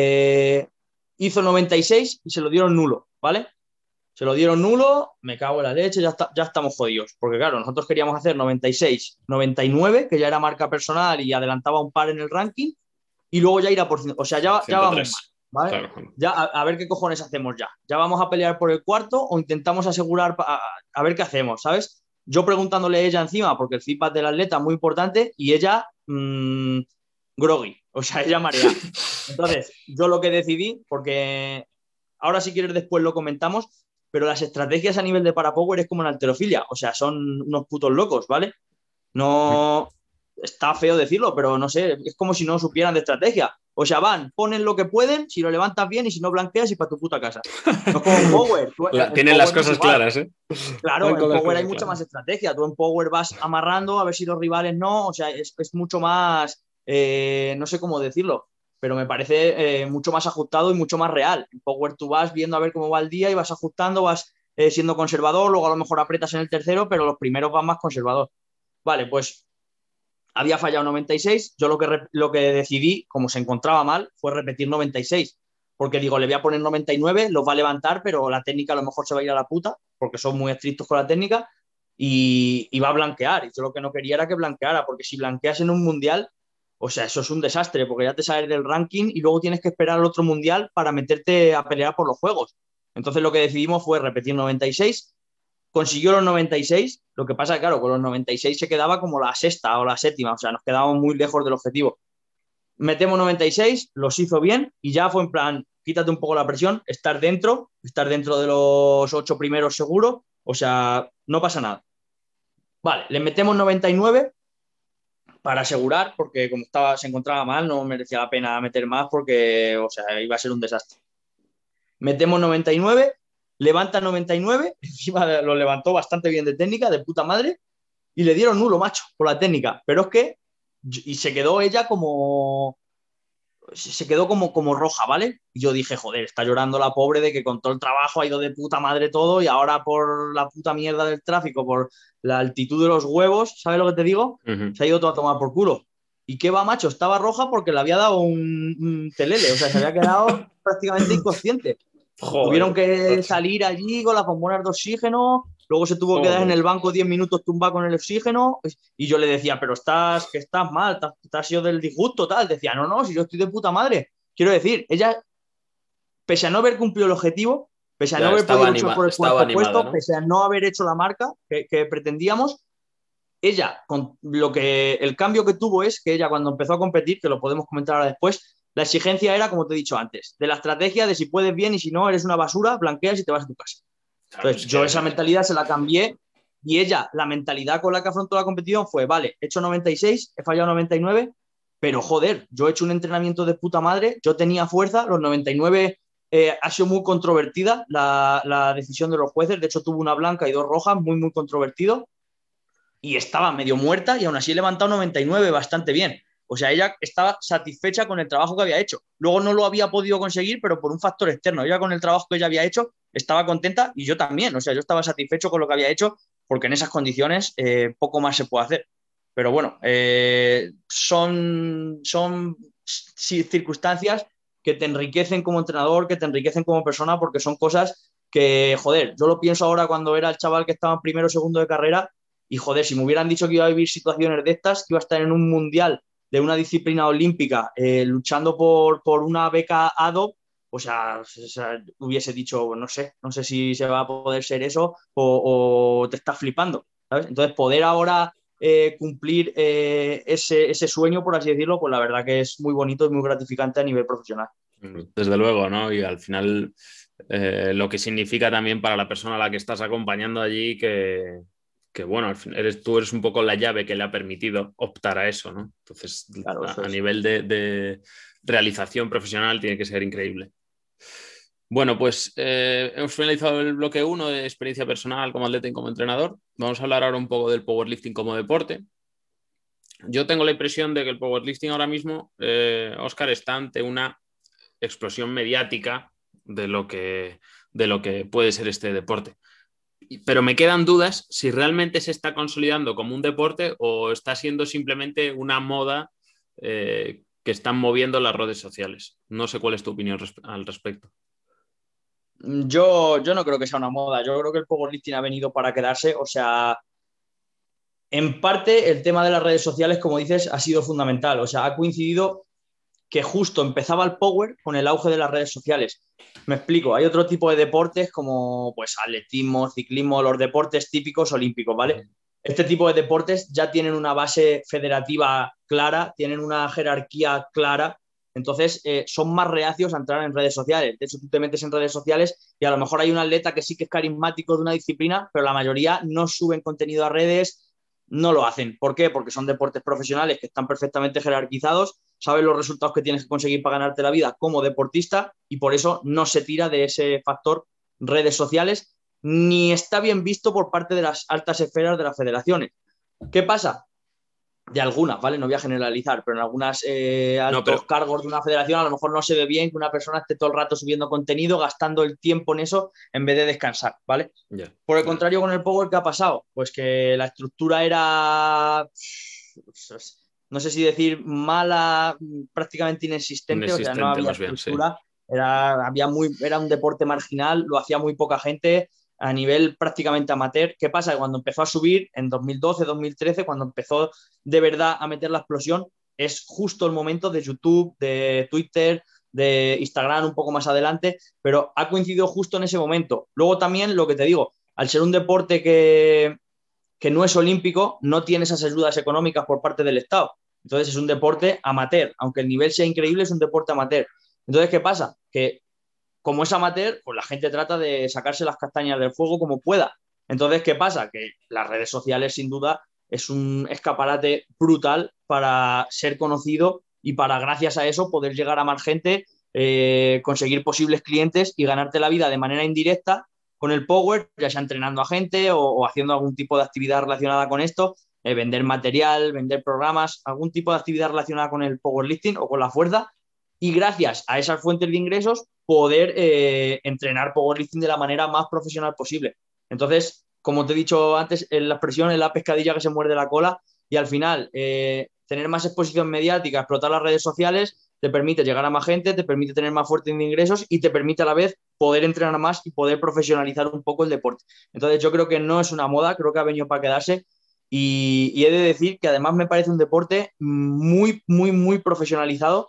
eh, hizo noventa y seis y se lo dieron nulo, ¿vale? Se lo dieron nulo, me cago en la leche, ya, está, ya estamos jodidos. Porque claro, nosotros queríamos hacer noventa y seis, noventa y nueve, que ya era marca personal y adelantaba un par en el ranking, y luego ya ir a por... O sea, ya, ya vamos mal. ¿Vale? Claro. Ya, a, a ver qué cojones hacemos ya. Ya vamos a pelear por el cuarto o intentamos asegurar a, a ver qué hacemos, ¿sabes? Yo preguntándole a ella encima, porque el feedback del atleta es muy importante y ella mmm, groggy, o sea, ella mareada. Entonces, yo lo que decidí, porque ahora si quieres después lo comentamos, pero las estrategias a nivel de parapower es como en halterofilia, o sea, son unos putos locos, ¿vale? No... Está feo decirlo, pero no sé, es como si no supieran de estrategia. O sea, van, ponen lo que pueden, si lo levantas bien y si no blanqueas y para tu puta casa. No es como en Power. Tú, La, en tienen Power las cosas claras, ¿eh? Claro, en Power hay mucha claras. Más estrategia. Tú en Power vas amarrando a ver si los rivales no, o sea, es, es mucho más, eh, no sé cómo decirlo, pero me parece eh, mucho más ajustado y mucho más real. En Power tú vas viendo a ver cómo va el día y vas ajustando, vas eh, siendo conservador, luego a lo mejor apretas en el tercero, pero los primeros van más conservador. Vale, pues había fallado noventa y seis, yo lo que, lo que decidí, como se encontraba mal, fue repetir noventa y seis, porque digo, le voy a poner noventa y nueve, los va a levantar, pero la técnica a lo mejor se va a ir a la puta, porque son muy estrictos con la técnica, y, y va a blanquear, y yo lo que no quería era que blanqueara, porque si blanqueas en un mundial, o sea, eso es un desastre, porque ya te sales del ranking y luego tienes que esperar al otro mundial para meterte a pelear por los juegos. Entonces lo que decidimos fue repetir noventa y seis, consiguió los noventa y seis, lo que pasa, claro, con los noventa y seis se quedaba como la sexta o la séptima, o sea, nos quedábamos muy lejos del objetivo. Metemos noventa y seis, los hizo bien y ya fue en plan, quítate un poco la presión, estar dentro, estar dentro de los ocho primeros seguro, o sea, no pasa nada. Vale, le metemos noventa y nueve para asegurar, porque como estaba, se encontraba mal, no merecía la pena meter más porque, o sea, iba a ser un desastre. Metemos noventa y nueve, levanta noventa y nueve, encima lo levantó bastante bien de técnica, de puta madre, y le dieron nulo, macho, por la técnica. Pero es que, y se quedó ella como, se quedó como, como roja, ¿vale? Y yo dije, joder, está llorando la pobre de que con todo el trabajo ha ido de puta madre todo y ahora por la puta mierda del tráfico, por la altitud de los huevos, ¿sabes lo que te digo? Uh-huh. Se ha ido todo a tomar por culo. ¿Y qué va, macho? Estaba roja porque le había dado un, un telele, o sea, se había quedado prácticamente inconsciente. Joder. Tuvieron que salir allí con las bombonas de oxígeno, luego se tuvo que quedar en el banco diez minutos tumbado con el oxígeno, y yo le decía, pero estás, que estás mal, estás, estás sido del disgusto, tal. Decía, no, no, si yo estoy de puta madre. Quiero decir, ella, pese a no haber cumplido el objetivo, pese a ya, no haber podido luchar anima, por el puesto, animada, ¿no? pese a no haber hecho la marca que, que pretendíamos, ella, con lo que el cambio que tuvo es que ella cuando empezó a competir, que lo podemos comentar ahora después, la exigencia era, como te he dicho antes, de la estrategia de si puedes bien y si no, eres una basura, blanqueas y te vas a tu casa. Entonces, yo esa mentalidad se la cambié y ella, la mentalidad con la que afrontó la competición fue, vale, he hecho noventa y seis, he fallado noventa y nueve, pero joder, yo he hecho un entrenamiento de puta madre, yo tenía fuerza, los noventa y nueve eh, ha sido muy controvertida la, la decisión de los jueces, de hecho tuvo una blanca y dos rojas, muy, muy controvertido, y estaba medio muerta y aún así he levantado noventa y nueve bastante bien. O sea, ella estaba satisfecha con el trabajo que había hecho. Luego no lo había podido conseguir, pero por un factor externo. Ella con el trabajo que ella había hecho estaba contenta y yo también. O sea, yo estaba satisfecho con lo que había hecho porque en esas condiciones eh, poco más se puede hacer. Pero bueno, eh, son, son circunstancias que te enriquecen como entrenador, que te enriquecen como persona, porque son cosas que, joder, yo lo pienso ahora cuando era el chaval que estaba en primero o segundo de carrera y, joder, si me hubieran dicho que iba a vivir situaciones de estas, que iba a estar en un mundial de una disciplina olímpica, eh, luchando por, por una beca A D O, o sea, o sea, hubiese dicho, no sé, no sé si se va a poder ser eso o, o te estás flipando, ¿sabes? Entonces, poder ahora eh, cumplir eh, ese, ese sueño, por así decirlo, pues la verdad que es muy bonito y muy gratificante a nivel profesional. Desde luego, ¿no? Y al final eh, lo que significa también para la persona a la que estás acompañando allí que, que bueno, al fin, eres, tú eres un poco la llave que le ha permitido optar a eso, ¿no? Entonces, claro, a, eso a es. nivel de, de realización profesional tiene que ser increíble. Bueno, pues eh, hemos finalizado el bloque uno de experiencia personal como atleta y como entrenador. Vamos a hablar ahora un poco del powerlifting como deporte. Yo tengo la impresión de que el powerlifting ahora mismo, eh, Óscar, está ante una explosión mediática de lo que, de lo que puede ser este deporte. Pero me quedan dudas si realmente se está consolidando como un deporte o está siendo simplemente una moda eh, que están moviendo las redes sociales. No sé cuál es tu opinión resp- al respecto. Yo, yo no creo que sea una moda, yo creo que el powerlifting ha venido para quedarse, o sea, en parte el tema de las redes sociales, como dices, ha sido fundamental, o sea, ha coincidido que justo empezaba el power con el auge de las redes sociales. Me explico, hay otro tipo de deportes como pues atletismo, ciclismo, los deportes típicos olímpicos, ¿vale? Este tipo de deportes ya tienen una base federativa clara, tienen una jerarquía clara, entonces eh, son más reacios a entrar en redes sociales. De hecho, tú te metes en redes sociales y a lo mejor hay un atleta que sí que es carismático de una disciplina, pero la mayoría no suben contenido a redes, no lo hacen. ¿Por qué? Porque son deportes profesionales que están perfectamente jerarquizados, sabes los resultados que tienes que conseguir para ganarte la vida como deportista y por eso no se tira de ese factor redes sociales ni está bien visto por parte de las altas esferas de las federaciones. ¿Qué pasa? De algunas, ¿vale? No voy a generalizar, pero en algunas eh, altos no, pero... cargos de una federación a lo mejor no se ve bien que una persona esté todo el rato subiendo contenido, gastando el tiempo en eso en vez de descansar, ¿vale? Yeah. Por el contrario, con el Power, ¿qué ha pasado? Pues que la estructura era, no sé si decir mala, prácticamente inexistente, inexistente o sea, no había estructura, bien, sí. era, había muy, era un deporte marginal, lo hacía muy poca gente, a nivel prácticamente amateur. ¿Qué pasa? Cuando empezó a subir en dos mil doce, dos mil trece, cuando empezó de verdad a meter la explosión, es justo el momento de YouTube, de Twitter, de Instagram un poco más adelante, pero ha coincidido justo en ese momento. Luego también lo que te digo, al ser un deporte que, que no es olímpico, no tiene esas ayudas económicas por parte del Estado. Entonces es un deporte amateur, aunque el nivel sea increíble, es un deporte amateur. Entonces, ¿qué pasa? Que como es amateur, pues la gente trata de sacarse las castañas del fuego como pueda. Entonces, ¿qué pasa? Que las redes sociales, sin duda, es un escaparate brutal para ser conocido y para, gracias a eso, poder llegar a más gente, eh, conseguir posibles clientes y ganarte la vida de manera indirecta con el Power, ya sea entrenando a gente o, o haciendo algún tipo de actividad relacionada con esto, eh, vender material, vender programas, algún tipo de actividad relacionada con el powerlifting o con la fuerza, y gracias a esas fuentes de ingresos poder eh, entrenar powerlifting de la manera más profesional posible. Entonces, como te he dicho antes, la expresión es la pescadilla que se muerde la cola, y al final eh, tener más exposición mediática, explotar las redes sociales, te permite llegar a más gente, te permite tener más fuentes de ingresos y te permite a la vez poder entrenar más y poder profesionalizar un poco el deporte. Entonces yo creo que no es una moda, creo que ha venido para quedarse, y, y he de decir que además me parece un deporte muy, muy, muy profesionalizado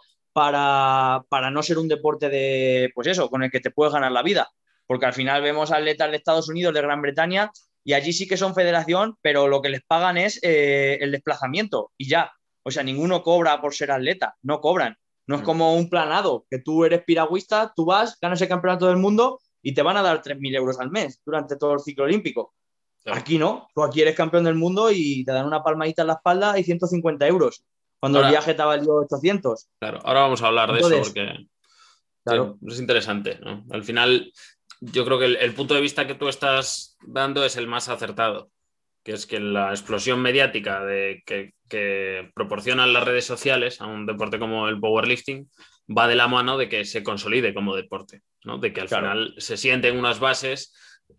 para, para no ser un deporte de, pues eso, con el que te puedes ganar la vida. Porque al final vemos atletas de Estados Unidos, de Gran Bretaña, y allí sí que son federación, pero lo que les pagan es eh, el desplazamiento y ya. O sea, ninguno cobra por ser atleta, no cobran. No es como un planado, que tú eres piragüista, tú vas, ganas el campeonato del mundo y te van a dar tres mil euros al mes durante todo el ciclo olímpico. Claro. Aquí no, tú aquí eres campeón del mundo y te dan una palmadita en la espalda y ciento cincuenta euros, cuando ahora, el viaje te valió ochocientos. Claro, ahora vamos a hablar Entonces, de eso porque claro. es interesante, ¿no? Al final, yo creo que el, el punto de vista que tú estás dando es el más acertado, que es que la explosión mediática de, que, que proporcionan las redes sociales a un deporte como el powerlifting va de la mano de que se consolide como deporte, ¿no? De que al claro. final se sienten unas bases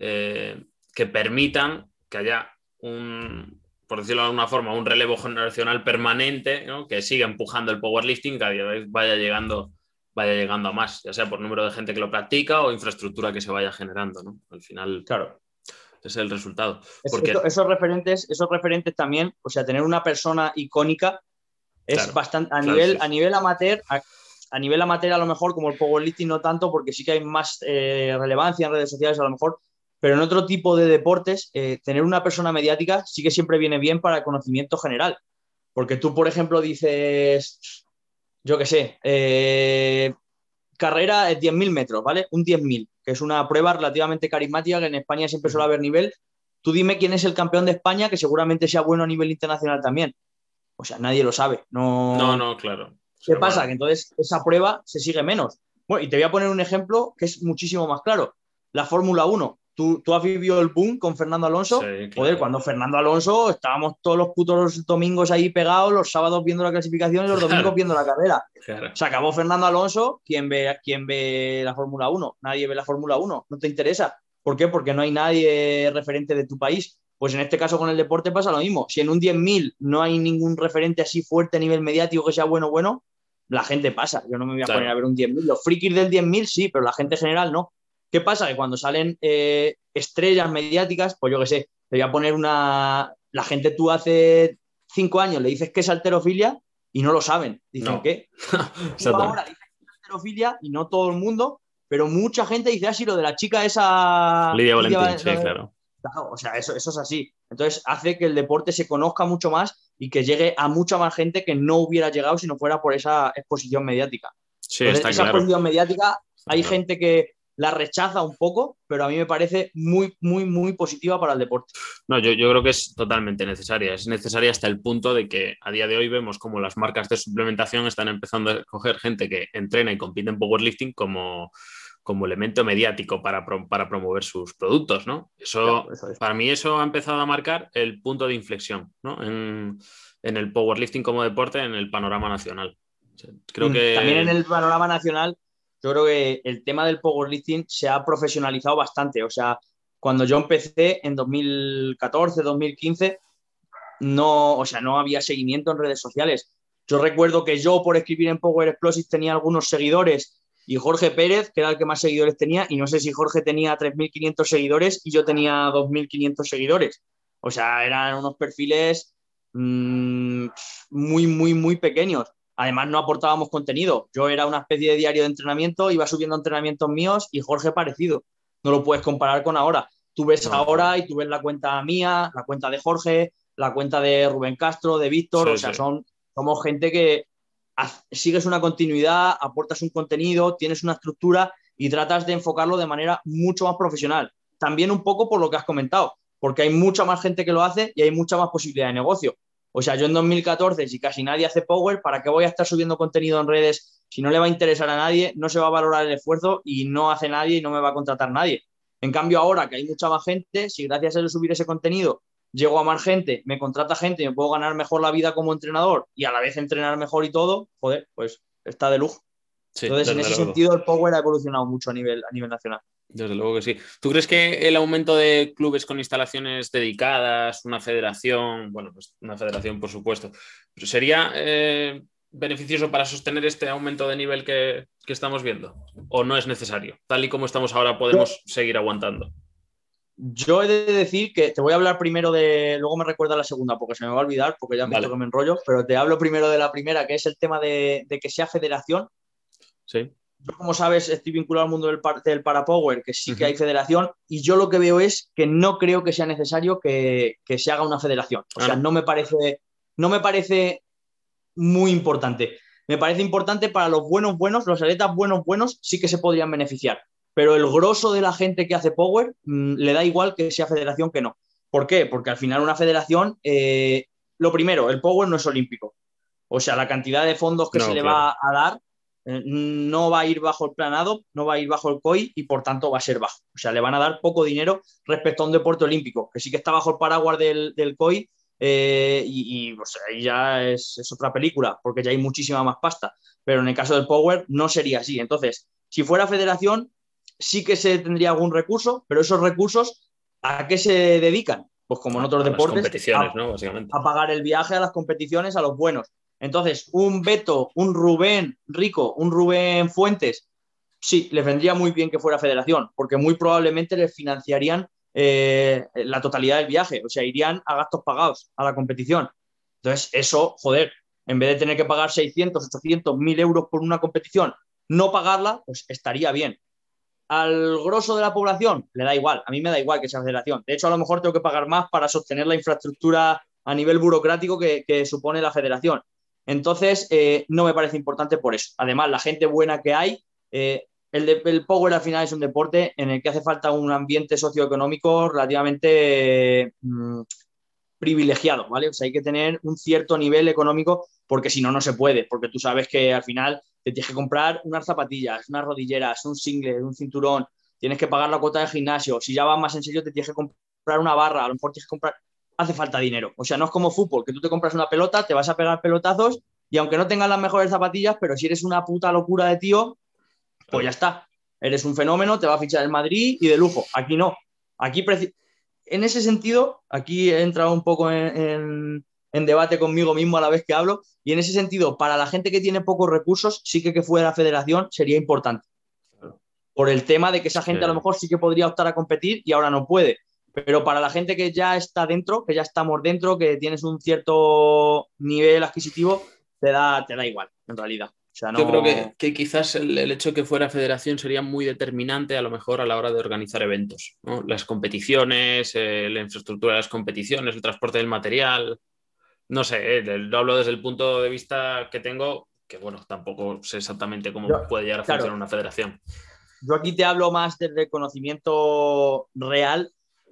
eh, que permitan que haya un, por decirlo de alguna forma, un relevo generacional permanente, ¿no? Que siga empujando el powerlifting, que cada vez vaya llegando, vaya llegando a más, ya sea por número de gente que lo practica o infraestructura que se vaya generando, ¿no? Al final, claro. Ese es el resultado. Porque... Eso, esos, referentes, esos referentes también, o sea, tener una persona icónica es claro, bastante, a, claro, nivel, sí. a nivel amateur, a, a nivel amateur a lo mejor, como el powerlifting no tanto, porque sí que hay más eh, relevancia en redes sociales a lo mejor, pero en otro tipo de deportes, eh, tener una persona mediática sí que siempre viene bien para el conocimiento general. Porque tú, por ejemplo, dices, yo qué sé, eh, carrera es diez mil metros, ¿vale? Un diez mil, que es una prueba relativamente carismática, que en España siempre suele haber nivel. Tú dime quién es el campeón de España, que seguramente sea bueno a nivel internacional también. O sea, nadie lo sabe. No, no, no claro. ¿Qué Pero pasa? Bueno. Que entonces esa prueba se sigue menos. Bueno, y te voy a poner un ejemplo que es muchísimo más claro. La Fórmula uno. ¿Tú, tú has vivido el boom con Fernando Alonso? Sí, claro. Joder, cuando Fernando Alonso estábamos todos los putos domingos ahí pegados, los sábados viendo la clasificación y los domingos claro. viendo la carrera. Claro. Se acabó Fernando Alonso, ¿quién ve, quién ve la Fórmula uno? Nadie ve la Fórmula uno, no te interesa. ¿Por qué? Porque no hay nadie referente de tu país. Pues en este caso con el deporte pasa lo mismo. Si en un diez mil no hay ningún referente así fuerte a nivel mediático que sea bueno, bueno, la gente pasa. Yo no me voy a claro. poner a ver un diez mil. Los frikis del diez mil sí, pero la gente general no. ¿Qué pasa? Que cuando salen eh, estrellas mediáticas, pues yo qué sé, te voy a poner una... La gente tú hace cinco años le dices que es halterofilia y no lo saben. Dicen, no. ¿qué? Tú ahora dices que es halterofilia y no todo el mundo, pero mucha gente dice así, lo de la chica esa... Lidia Valentín, Lidia, sí, de... claro. Claro, o sea, eso, eso es así. Entonces hace que el deporte se conozca mucho más y que llegue a mucha más gente que no hubiera llegado si no fuera por esa exposición mediática. Sí, Entonces, está esa claro. exposición mediática, está hay claro. gente que la rechaza un poco, pero a mí me parece muy, muy, muy positiva para el deporte. No, yo, yo creo que es totalmente necesaria. Es necesaria hasta el punto de que a día de hoy vemos como las marcas de suplementación están empezando a coger gente que entrena y compite en powerlifting como, como elemento mediático para, para promover sus productos, ¿no? Eso, Claro, eso es. Para mí eso ha empezado a marcar el punto de inflexión, ¿no? En, en el powerlifting como deporte en el panorama nacional. Creo que... También en el panorama nacional, yo creo que el tema del powerlifting se ha profesionalizado bastante. O sea, cuando yo empecé en dos mil catorce, dos mil quince, no, o sea, no había seguimiento en redes sociales. Yo recuerdo que yo, por escribir en Power Explosive, tenía algunos seguidores y Jorge Pérez, que era el que más seguidores tenía, y no sé si Jorge tenía tres mil quinientos seguidores y yo tenía dos mil quinientos seguidores. O sea, eran unos perfiles mmm, muy, muy, muy pequeños. Además, no aportábamos contenido. Yo era una especie de diario de entrenamiento, iba subiendo entrenamientos míos y Jorge parecido. No lo puedes comparar con ahora. Tú ves no. ahora y tú ves la cuenta mía, la cuenta de Jorge, la cuenta de Rubén Castro, de Víctor. Sí, o sea, sí. son, somos gente que sigues una continuidad, aportas un contenido, tienes una estructura y tratas de enfocarlo de manera mucho más profesional. También un poco por lo que has comentado, porque hay mucha más gente que lo hace y hay mucha más posibilidad de negocio. O sea, yo en dos mil catorce, si casi nadie hace Power, ¿para qué voy a estar subiendo contenido en redes? Si no le va a interesar a nadie, no se va a valorar el esfuerzo y no hace nadie y no me va a contratar nadie. En cambio, ahora que hay mucha más gente, si gracias a él subir ese contenido llego a más gente, me contrata gente y me puedo ganar mejor la vida como entrenador y a la vez entrenar mejor y todo, joder, pues está de lujo. Sí, Entonces, en ese luego. sentido, el Power ha evolucionado mucho a nivel, a nivel nacional. Desde luego que sí. ¿Tú crees que el aumento de clubes con instalaciones dedicadas, una federación, bueno, pues una federación por supuesto, pero sería eh, beneficioso para sostener este aumento de nivel que, que estamos viendo? ¿O no es necesario? Tal y como estamos ahora podemos Yo, seguir aguantando. yo he de decir que te voy a hablar primero de, luego me recuerda la segunda porque se me va a olvidar porque ya has visto Vale. que me enrollo, pero te hablo primero de la primera, que es el tema de, de que sea federación. Sí. Yo, como sabes, estoy vinculado al mundo del, par, del Parapower, que sí que Uh-huh. hay federación, y yo lo que veo es que no creo que sea necesario que, que se haga una federación. O Ah, sea, ¿no? no me parece, no me parece muy importante. Me parece importante para los buenos buenos, los atletas buenos buenos sí que se podrían beneficiar. Pero el grosso de la gente que hace Power mmm, le da igual que sea federación que no. ¿Por qué? Porque al final una federación, eh, lo primero, el Power no es olímpico. O sea, la cantidad de fondos que se No, le claro. va a dar eh, no va a ir bajo el planado, no va a ir bajo el C O I y por tanto va a ser bajo. O sea, le van a dar poco dinero respecto a un deporte olímpico, que sí que está bajo el paraguas del, del C O I eh, y, y pues, ahí ya es, es otra película, porque ya hay muchísima más pasta. Pero en el caso del Power no sería así. Entonces, si fuera federación, sí que se tendría algún recurso, pero esos recursos, ¿a qué se dedican? Pues como en A, otros a las deportes, competiciones, a, ¿no? Básicamente. a pagar el viaje a las competiciones a los buenos. Entonces, un Beto, un Rubén Rico, un Rubén Fuentes, sí, les vendría muy bien que fuera federación, porque muy probablemente les financiarían eh, la totalidad del viaje, o sea, irían a gastos pagados a la competición. Entonces, eso, joder, en vez de tener que pagar seiscientos, ochocientos, mil euros por una competición, no pagarla, pues estaría bien. Al grosso de la población le da igual, a mí me da igual que sea federación. De hecho, a lo mejor tengo que pagar más para sostener la infraestructura a nivel burocrático que, que supone la federación. Entonces, eh, no me parece importante por eso. Además, la gente buena que hay, eh, el, de, el Power al final es un deporte en el que hace falta un ambiente socioeconómico relativamente eh, privilegiado, ¿vale? O sea, hay que tener un cierto nivel económico porque si no, no se puede, porque tú sabes que al final te tienes que comprar unas zapatillas, unas rodilleras, un single, un cinturón, tienes que pagar la cuota de gimnasio, si ya vas más en serio te tienes que comprar una barra, a lo mejor tienes que comprar, hace falta dinero, o sea, no es como fútbol, que tú te compras una pelota, te vas a pegar pelotazos y aunque no tengas las mejores zapatillas, pero si eres una puta locura de tío, pues ya está, eres un fenómeno, te va a fichar el Madrid y de lujo, aquí no, aquí en ese sentido, aquí he entrado un poco en, en, en, debate conmigo mismo a la vez que hablo, y en ese sentido, para la gente que tiene pocos recursos, sí que que fuera federación sería importante. Por el tema de que esa Es gente a lo que... mejor sí que podría optar a competir y ahora no puede. Pero para la gente que ya está dentro, que ya estamos dentro, que tienes un cierto nivel adquisitivo, te da, te da igual, en realidad. O sea, Yo creo no... que, que quizás el, el, hecho de que fuera federación sería muy determinante a lo mejor a la hora de organizar eventos, ¿no? Las competiciones, eh, la infraestructura de las competiciones, el transporte del material, no sé, eh, lo hablo desde el punto de vista que tengo, que bueno, tampoco sé exactamente cómo Yo, puede llegar a claro, funcionar una federación. yo aquí te hablo más desde conocimiento real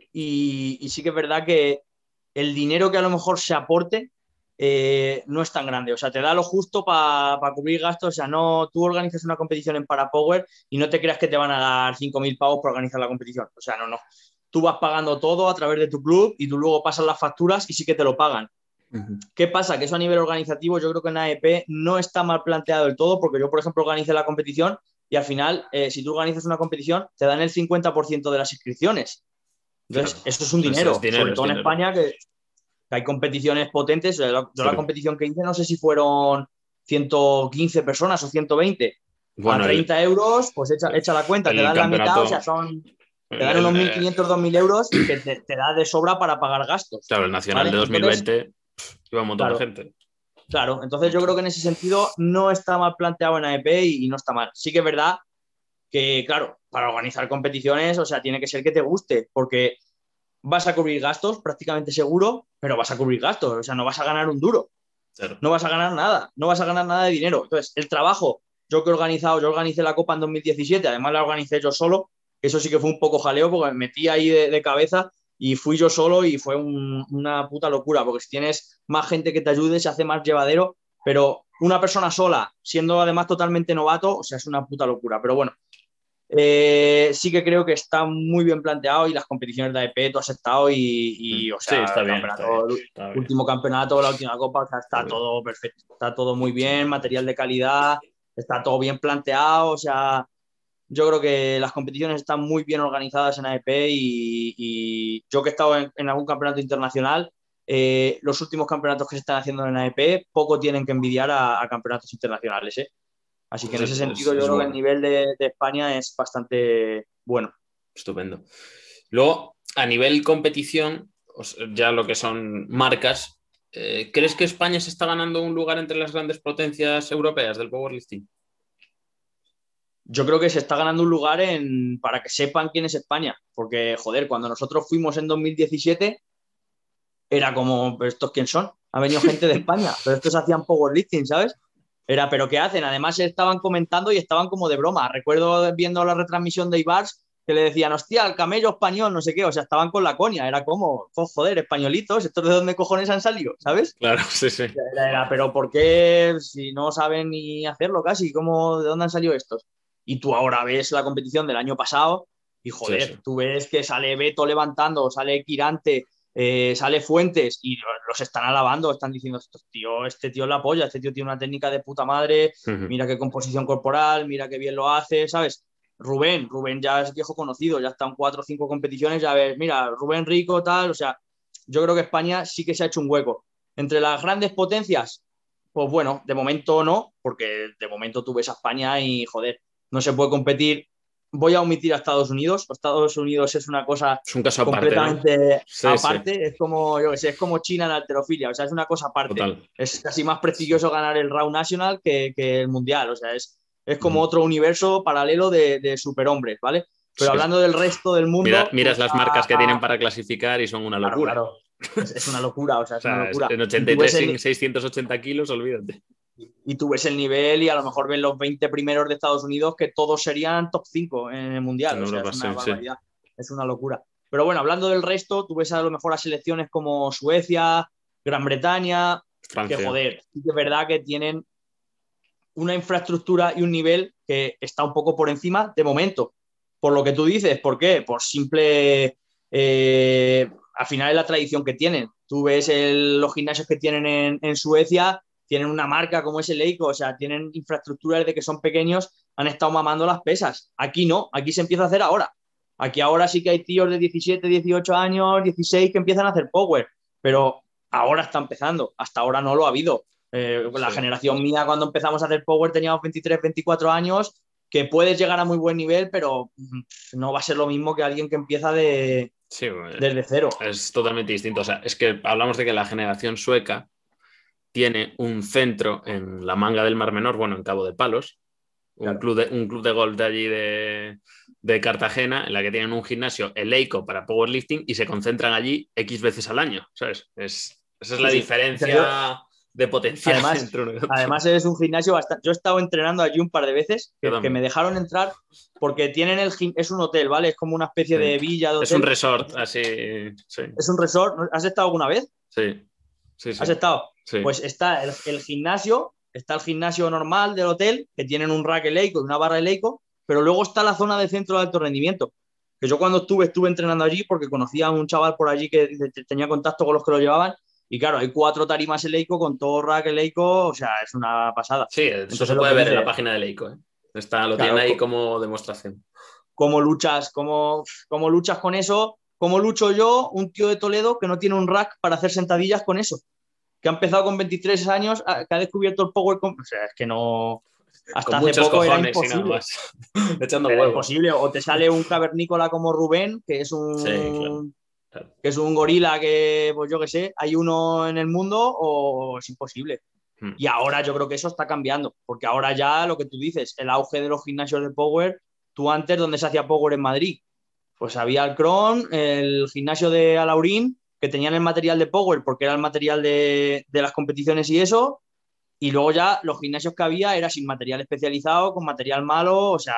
y, y sí que es verdad que el dinero que a lo mejor se aporte eh, no es tan grande. O sea, te da lo justo para pa cubrir gastos. O sea, no, tú organizas una competición en Parapower y no te creas que te van a dar cinco mil pavos por organizar la competición. O sea, no, no. Tú vas pagando todo a través de tu club y tú luego pasas las facturas y sí que te lo pagan. Uh-huh. ¿Qué pasa? Que eso a nivel organizativo yo creo que en A E P no está mal planteado del todo, porque yo, por ejemplo, organicé la competición y al final, eh, si tú organizas una competición, te dan el cincuenta por ciento de las inscripciones. Entonces, Claro. eso es un Es, es dinero, dinero, sobre es todo en dinero. España, que, que hay competiciones potentes. Yo, la, yo Sí. la competición que hice, no sé si fueron ciento quince personas o ciento veinte. Bueno, a el, treinta euros, pues echa, echa la cuenta, te el dan la mitad, o campeonato, sea, son, te el, dan el, unos mil eh, quinientos, dos mil euros que te, te da de sobra para pagar gastos. claro, el Nacional ¿Vale? de Entonces, dos mil veinte pff, iba un montón de claro, gente. claro, entonces yo Mucho. creo que en ese sentido no está mal planteado en A E P y, y no está mal. Sí que es verdad que, claro, para organizar competiciones, o sea, tiene que ser que te guste, porque vas a cubrir gastos prácticamente seguro, pero vas a cubrir gastos, o sea, no vas a ganar un duro, Cero. no vas a ganar nada, no vas a ganar nada de dinero. Entonces, el trabajo, yo que he organizado, yo organicé la Copa en dos mil diecisiete, además la organicé yo solo, eso sí que fue un poco jaleo porque me metí ahí de, de cabeza y fui yo solo y fue un, una puta locura, porque si tienes más gente que te ayude se hace más llevadero, pero una persona sola, siendo además totalmente novato, o sea, es una puta locura. Pero bueno, Eh, sí que creo que está muy bien planteado y las competiciones de A E P tú has estado y, y o sea, sí, está el bien, campeonato, está bien, está bien. último campeonato, la última copa, o sea, está, está todo perfecto, está todo muy bien, material de calidad, está todo bien planteado, o sea, yo creo que las competiciones están muy bien organizadas en A E P y, y yo que he estado en, en algún campeonato internacional, eh, los últimos campeonatos que se están haciendo en A E P poco tienen que envidiar a, a campeonatos internacionales, ¿eh? Así que en ese Es, sentido es, yo es creo que el bueno. nivel de, de España es bastante bueno. Estupendo. Luego, a nivel competición, ya lo que son marcas, eh, ¿crees que España se está ganando un lugar entre las grandes potencias europeas del powerlifting? Yo creo que se está ganando un lugar en, para que sepan quién es España, porque, joder, cuando nosotros fuimos en dos mil diecisiete, era como, ¿pero estos quién son? Ha venido gente de España, pero estos hacían powerlifting, ¿sabes? Era, ¿pero qué hacen? Además estaban comentando y estaban como de broma. Recuerdo viendo la retransmisión de Ibars que le decían, hostia, el camello español, no sé qué, o sea, estaban con la coña, era como, oh, joder, españolitos, ¿estos de dónde cojones han salido? ¿Sabes? Claro, sí, sí. Era, era, pero ¿por qué si no saben ni hacerlo casi? ¿Cómo, de dónde han salido estos? Y tú ahora ves la competición del año pasado y joder, Sí, sí. tú ves que sale Beto levantando, sale Quirante, eh, sale Fuentes y los están alabando, están diciendo, tío, este tío es la polla, este tío tiene una técnica de puta madre, Uh-huh. mira qué composición corporal, mira qué bien lo hace, ¿sabes? Rubén, Rubén ya es viejo conocido, ya está en cuatro o cinco competiciones, ya ves, mira, Rubén Rico, tal, o sea, yo creo que España sí que se ha hecho un hueco. Entre las grandes potencias, pues bueno, de momento no, porque de momento tú ves a España y, joder, no se puede competir. Voy a omitir a Estados Unidos. Estados Unidos es una cosa Es un caso aparte, ¿no? completamente Sí, sí. aparte. Es como, yo que sé, es como China en halterofilia. O sea, es una cosa aparte. Total. Es casi más prestigioso Sí. ganar el Raw National que, que el Mundial. O sea, es, es como Uh-huh. otro universo paralelo de, de superhombres, ¿vale? Pero Sí, sí. hablando del resto del Mira, mundo, tú miras ves las marcas que a, tienen a... para clasificar y son una Claro, locura. claro. Es, es, una locura, o sea, O es una sea, locura. en Y tú ves ochenta y tres el, sin seiscientos ochenta kilos, olvídate. y tú ves el nivel y a lo mejor ves los veinte primeros de Estados Unidos que todos serían top cinco en el Mundial. En O sea, Europa, es una sí, sí. barbaridad, es una locura. Pero bueno, hablando del resto, tú ves a lo mejor a selecciones como Suecia, Gran Bretaña, que Francia. joder, sí que es verdad que tienen una infraestructura y un nivel que está un poco por encima de momento. Por lo que tú dices, ¿por qué? Por simple... Eh, al final es la tradición que tienen. Tú ves el, los gimnasios que tienen en, en Suecia, tienen una marca como es el Leico, o sea, tienen infraestructuras de que son pequeños, han estado mamando las pesas. Aquí no, aquí se empieza a hacer ahora. Aquí ahora sí que hay tíos de diecisiete, dieciocho años, dieciséis que empiezan a hacer power, pero ahora está empezando, hasta ahora no lo ha habido. Eh, la Sí. generación mía cuando empezamos a hacer power teníamos veintitrés, veinticuatro años, que puedes llegar a muy buen nivel, pero no va a ser lo mismo que alguien que empieza de, Sí, desde cero. es totalmente distinto. O sea, es que hablamos de que la generación sueca tiene un centro en la Manga del Mar Menor, bueno, en Cabo de Palos, un Claro. club de, un club de golf de allí de, de Cartagena, en la que tienen un gimnasio eleico para powerlifting y se concentran allí X veces al año, ¿sabes? Es, esa es Sí, la sí. O sea, yo, diferencia de potencial además, entre uno y otro. además es un gimnasio bastante... Yo he estado entrenando allí un par de veces, Yo que, que me también. dejaron entrar porque tienen el... Es un hotel, ¿vale? Es como una especie Sí. de villa de Es un hotel. resort, así, sí. Es un resort. ¿Has estado alguna vez? Sí, sí, ¿Has sí. estado? Sí. Pues está el, el gimnasio, está el gimnasio normal del hotel, que tienen un rack eleico y una barra eleico, pero luego está la zona de centro de alto rendimiento. Que yo cuando estuve, estuve entrenando allí porque conocía a un chaval por allí que tenía contacto con los que lo llevaban. Y claro, hay cuatro tarimas eleico con todo rack eleico, o sea, es una pasada. Sí, eso se Entonces lo puede que ver en la dice, página de Leico, ¿eh? Está, lo tienen claro, ahí como demostración. cómo luchas, cómo, cómo luchas con eso, cómo lucho yo, un tío de Toledo que no tiene un rack para hacer sentadillas con eso, que ha empezado con veintitrés años, que ha descubierto el power, con... o sea, es que no, Con hasta hace muchos poco era cojones y nada imposible, más. Echando era huevos. imposible, o te sale un cavernícola como Rubén, que es Sí, claro. un, claro. que es un gorila que, pues yo qué sé, hay uno en el mundo o es imposible. Hmm. Y ahora yo creo que eso está cambiando, porque ahora ya lo que tú dices, el auge de los gimnasios de power, tú antes, donde se hacía power en Madrid, pues había el Cron, el gimnasio de Alaurín, que tenían el material de Power porque era el material de, de las competiciones y eso, y luego ya los gimnasios que había era sin material especializado, con material malo, o sea,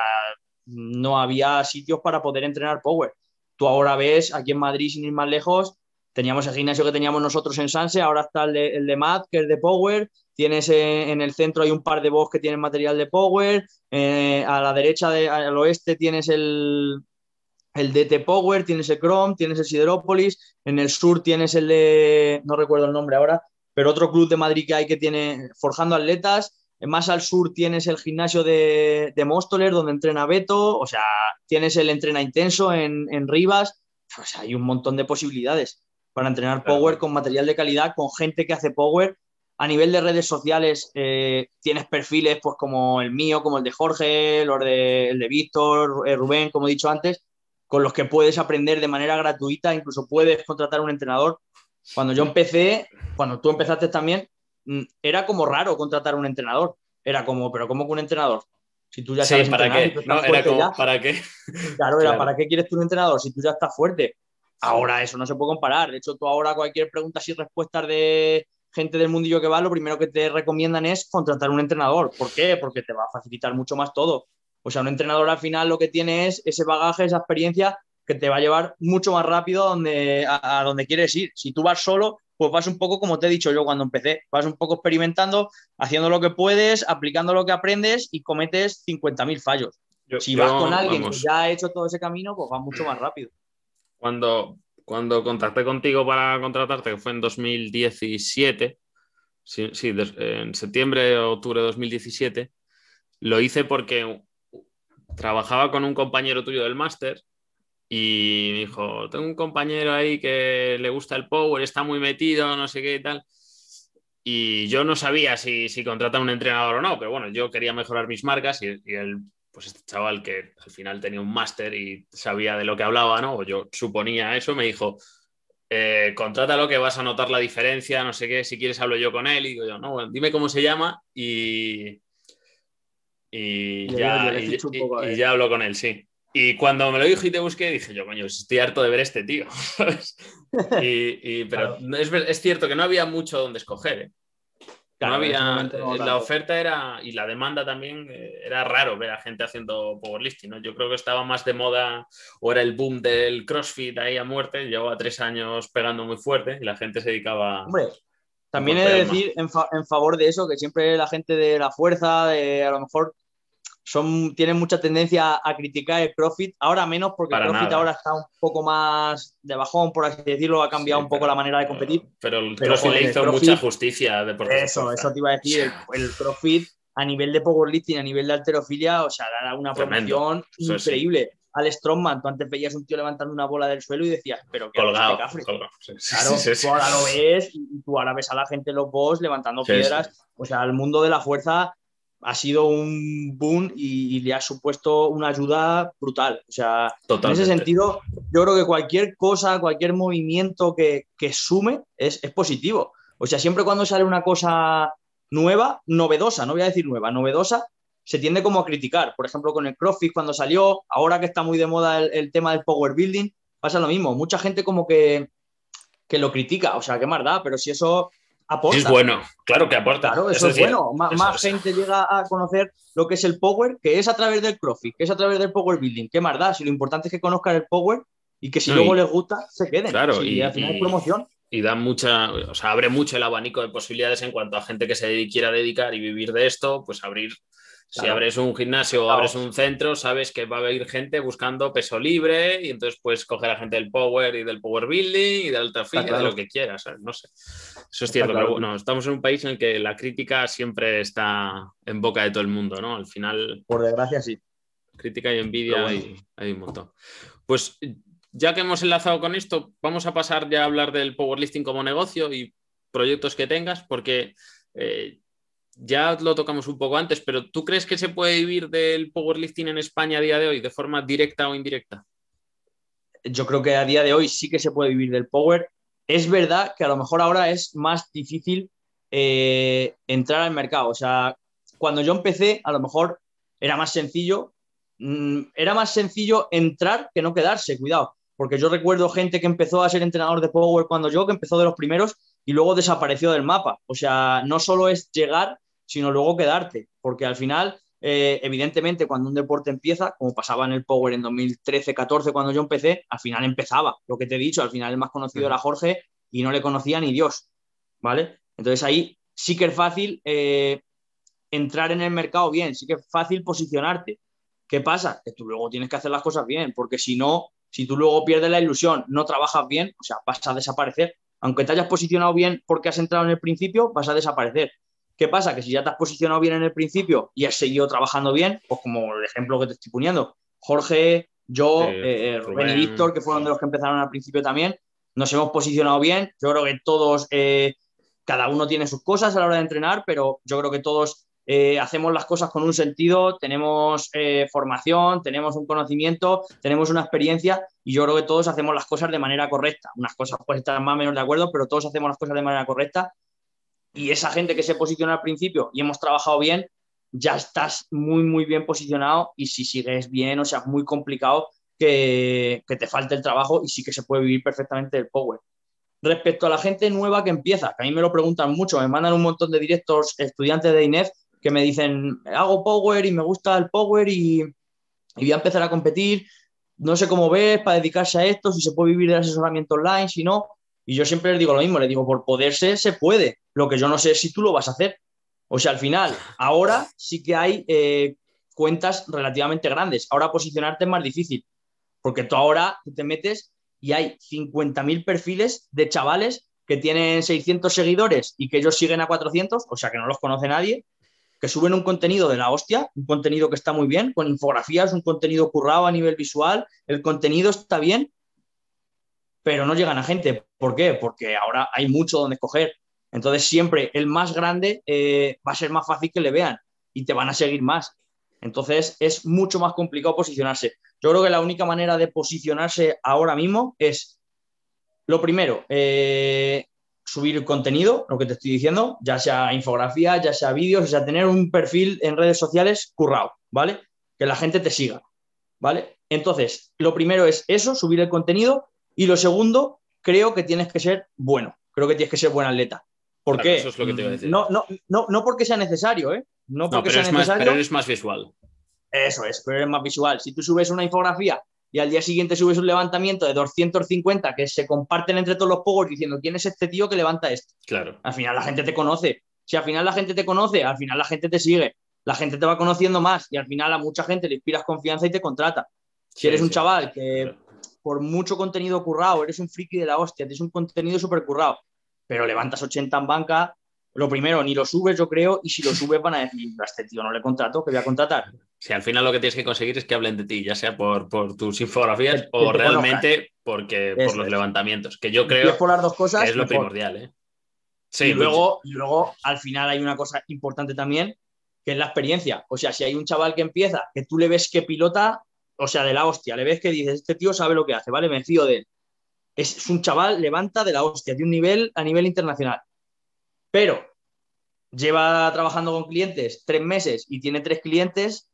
no había sitios para poder entrenar Power. Tú ahora ves, aquí en Madrid, sin ir más lejos, teníamos el gimnasio que teníamos nosotros en Sanse, ahora está el de, el de Matt, que es de Power, tienes eh, en el centro hay un par de boss que tienen material de Power, eh, a la derecha, de, al oeste tienes el, el D T Power, tienes el Chrome, tienes el Siderópolis, en el sur tienes el de, no recuerdo el nombre ahora, pero otro club de Madrid que hay que tiene Forjando Atletas. Más al sur tienes el gimnasio de, de Móstoles, donde entrena Beto, o sea, tienes el Entrena Intenso en, en Rivas, o sea, hay un montón de posibilidades para entrenar Claro. Power con material de calidad, con gente que hace Power. A nivel de redes sociales eh, tienes perfiles pues como el mío, como el de Jorge, los de, el de Víctor, eh, Rubén, como he dicho antes, con los que puedes aprender de manera gratuita, incluso puedes contratar un entrenador. Cuando yo empecé, cuando tú empezaste también, era como raro contratar un entrenador. Era como, pero ¿cómo que un entrenador? Si tú ya sabes sí, ¿para entrenar, qué? si No, era como, ya. ¿Para qué? Claro, era, claro. ¿Para qué quieres tú un entrenador si tú ya estás fuerte? Ahora eso no se puede comparar. De hecho, tú ahora cualquier pregunta y respuestas de gente del mundillo que va, lo primero que te recomiendan es contratar un entrenador. ¿Por qué? Porque te va a facilitar mucho más todo. O sea, un entrenador al final lo que tiene es ese bagaje, esa experiencia que te va a llevar mucho más rápido a donde, a, a donde quieres ir. Si tú vas solo, pues vas un poco como te he dicho yo cuando empecé, vas un poco experimentando, haciendo lo que puedes, aplicando lo que aprendes y cometes cincuenta mil fallos. Yo, si vas yo, con alguien vamos, que ya ha hecho todo ese camino, pues va mucho más rápido. Cuando, cuando contacté contigo para contratarte, que fue en dos mil diecisiete, sí, sí, en septiembre o octubre de dos mil diecisiete, lo hice porque trabajaba con un compañero tuyo del máster y me dijo, tengo un compañero ahí que le gusta el Power, está muy metido, no sé qué y tal. Y yo no sabía si, si contratar un entrenador o no, pero bueno, yo quería mejorar mis marcas y, y él, pues este chaval que al final tenía un máster y sabía de lo que hablaba, ¿no? O yo suponía eso, me dijo, eh, contrátalo que vas a notar la diferencia, no sé qué, si quieres hablo yo con él. Y digo yo, no, bueno, dime cómo se llama y, y, ya, y, y, y ya hablo con él, sí. Y cuando me lo dijo y te busqué, dije yo, coño, estoy harto de ver este tío, ¿sabes? Y, y, pero claro. es, es cierto que no había mucho donde escoger, ¿eh? Claro, no había, no la oferta era, y la demanda también, era raro ver a gente haciendo powerlifting, ¿no? Yo creo que estaba más de moda, o era el boom del CrossFit ahí a muerte, llevaba tres años pegando muy fuerte y la gente se dedicaba... Hombre, también he de decir en, fa en favor de eso, que siempre la gente de la fuerza, de a lo mejor... Son, tienen mucha tendencia a criticar el CrossFit, ahora menos porque Para el CrossFit nada. ahora está un poco más de bajón, por así decirlo, ha cambiado sí, un poco pero, la manera de competir. Pero el pero, CrossFit joder, le hizo CrossFit, mucha justicia a deportes Eso, de eso te iba a decir, el, el CrossFit a nivel de powerlifting, a nivel de halterofilia, o sea, da una Tremendo. promoción eso increíble. Sí. Al Strongman, tú antes veías un tío levantando una bola del suelo y decías, pero ¿qué colgado, haces este colgado. Sí, claro, sí, sí, tú ahora lo ves y tú ahora ves a la gente en los boss levantando sí, piedras, sí. O sea, el mundo de la fuerza ha sido un boom y, y le ha supuesto una ayuda brutal. O sea, Totalmente. En ese sentido, yo creo que cualquier cosa, cualquier movimiento que, que sume es, es positivo. O sea, siempre cuando sale una cosa nueva, novedosa, no voy a decir nueva, novedosa, se tiende como a criticar. Por ejemplo, con el CrossFit cuando salió, ahora que está muy de moda el, el tema del power building, pasa lo mismo. Mucha gente como que, que lo critica. O sea, qué más da, pero si eso... aporta. Es bueno, claro que aporta. Claro, eso, eso es, es bueno. Más, eso, más eso. gente llega a conocer lo que es el Power, que es a través del CrossFit, que es a través del Power Building. ¿Qué más da? Si lo importante es que conozcan el Power y que si no, luego y, les gusta, se queden. Claro, si y al final y, es promoción. Y da mucha, o sea, abre mucho el abanico de posibilidades en cuanto a gente que se quiera dedicar y vivir de esto, pues abrir. Claro. Si abres un gimnasio o claro. abres un centro, sabes que va a haber gente buscando peso libre y entonces puedes coger a gente del Power y del Power Building y del Ultrafilia, claro. de lo que quieras, ¿sabes? No sé. Eso es cierto, claro. Pero bueno, estamos en un país en el que la crítica siempre está en boca de todo el mundo, ¿no? Al final... Por desgracia, sí. Crítica y envidia bueno. hay, hay un montón. Pues ya que hemos enlazado con esto, vamos a pasar ya a hablar del powerlifting como negocio y proyectos que tengas, porque... Eh, ya lo tocamos un poco antes, pero ¿tú crees que se puede vivir del powerlifting en España a día de hoy de forma directa o indirecta? Yo creo que a día de hoy sí que se puede vivir del power. Es verdad que a lo mejor ahora es más difícil eh, entrar al mercado. O sea, cuando yo empecé, a lo mejor era más sencillo. Mmm, era más sencillo entrar que no quedarse, cuidado. Porque yo recuerdo gente que empezó a ser entrenador de power cuando yo, que empezó de los primeros y luego desapareció del mapa. O sea, no solo es llegar, sino luego quedarte, porque al final, eh, evidentemente, cuando un deporte empieza, como pasaba en el Power en dos mil trece catorce cuando yo empecé, al final empezaba, lo que te he dicho, al final el más conocido uh-huh. era Jorge y no le conocía ni Dios, ¿vale? Entonces ahí sí que es fácil eh, entrar en el mercado bien, sí que es fácil posicionarte. ¿Qué pasa? Que tú luego tienes que hacer las cosas bien, porque si no, si tú luego pierdes la ilusión, no trabajas bien, o sea, vas a desaparecer. Aunque te hayas posicionado bien porque has entrado en el principio, vas a desaparecer. ¿Qué pasa? Que si ya te has posicionado bien en el principio y has seguido trabajando bien, pues como el ejemplo que te estoy poniendo, Jorge, yo, Sí, eh, Rubén y Rubén, Víctor, que fueron de los que empezaron al principio también, nos hemos posicionado bien. Yo creo que todos, eh, cada uno tiene sus cosas a la hora de entrenar, pero yo creo que todos eh, hacemos las cosas con un sentido, tenemos eh, formación, tenemos un conocimiento, tenemos una experiencia y yo creo que todos hacemos las cosas de manera correcta. Unas cosas pueden estar más o menos de acuerdo, pero todos hacemos las cosas de manera correcta y esa gente que se posiciona al principio y hemos trabajado bien, ya estás muy, muy bien posicionado y si sigues bien, o sea, es muy complicado que, que te falte el trabajo y sí que se puede vivir perfectamente del power. Respecto a la gente nueva que empieza, que a mí me lo preguntan mucho, me mandan un montón de directos estudiantes de I N E F que me dicen, hago power y me gusta el power y, y voy a empezar a competir, no sé cómo ves para dedicarse a esto, si se puede vivir del asesoramiento online, si no. Y yo siempre les digo lo mismo, les digo, por poderse se puede, lo que yo no sé es si tú lo vas a hacer. O sea, al final, ahora sí que hay eh, cuentas relativamente grandes, ahora posicionarte es más difícil, porque tú ahora tú te metes y hay cincuenta mil perfiles de chavales que tienen seiscientos seguidores y que ellos siguen a cuatrocientos, o sea que no los conoce nadie, que suben un contenido de la hostia, un contenido que está muy bien, con infografías, un contenido currado a nivel visual, el contenido está bien, pero no llegan a gente. ¿Por qué? Porque ahora hay mucho donde escoger. Entonces siempre el más grande eh, va a ser más fácil que le vean y te van a seguir más. Entonces es mucho más complicado posicionarse. Yo creo que la única manera de posicionarse ahora mismo es, lo primero, eh, subir el contenido, lo que te estoy diciendo, ya sea infografía, ya sea vídeos, o sea, tener un perfil en redes sociales currado, ¿vale? Que la gente te siga, ¿vale? Entonces, lo primero es eso, subir el contenido, y lo segundo, creo que tienes que ser bueno, creo que tienes que ser buen atleta. ¿Por claro, eso qué? es lo que te iba a decir. No, no, no, no porque sea necesario, ¿eh? No No, porque pero sea es más, pero necesario. eres más visual. Eso es, pero eres más visual. Si tú subes una infografía y al día siguiente subes un levantamiento de doscientos cincuenta que se comparten entre todos los pogos diciendo quién es este tío que levanta esto. Claro. Al final la gente te conoce. Si al final la gente te conoce, al final la gente te sigue. La gente te va conociendo más y al final a mucha gente le inspiras confianza y te contrata. Si Sí, eres un sí, chaval que claro. por mucho contenido currado, eres un friki de la hostia, tienes un contenido súper currado, pero levantas ochenta en banca, lo primero, ni lo subes, yo creo, y si lo subes van a decir, a este tío no le contrato, que voy a contratar. Sí, al final lo que tienes que conseguir es que hablen de ti, ya sea por, por tus infografías Que, que o te conozcan. realmente porque, por Eso los es. levantamientos, que yo Si es creo por las dos que cosas, es lo mejor. primordial, ¿eh? Y Sí, luego, y luego, al final hay una cosa importante también, que es la experiencia. O sea, si hay un chaval que empieza, que tú le ves que pilota, o sea, de la hostia, le ves que dices, este tío sabe lo que hace, ¿vale? Me fío de él. Es, es un chaval, levanta de la hostia, de un nivel a nivel internacional. Pero lleva trabajando con clientes tres meses y tiene tres clientes.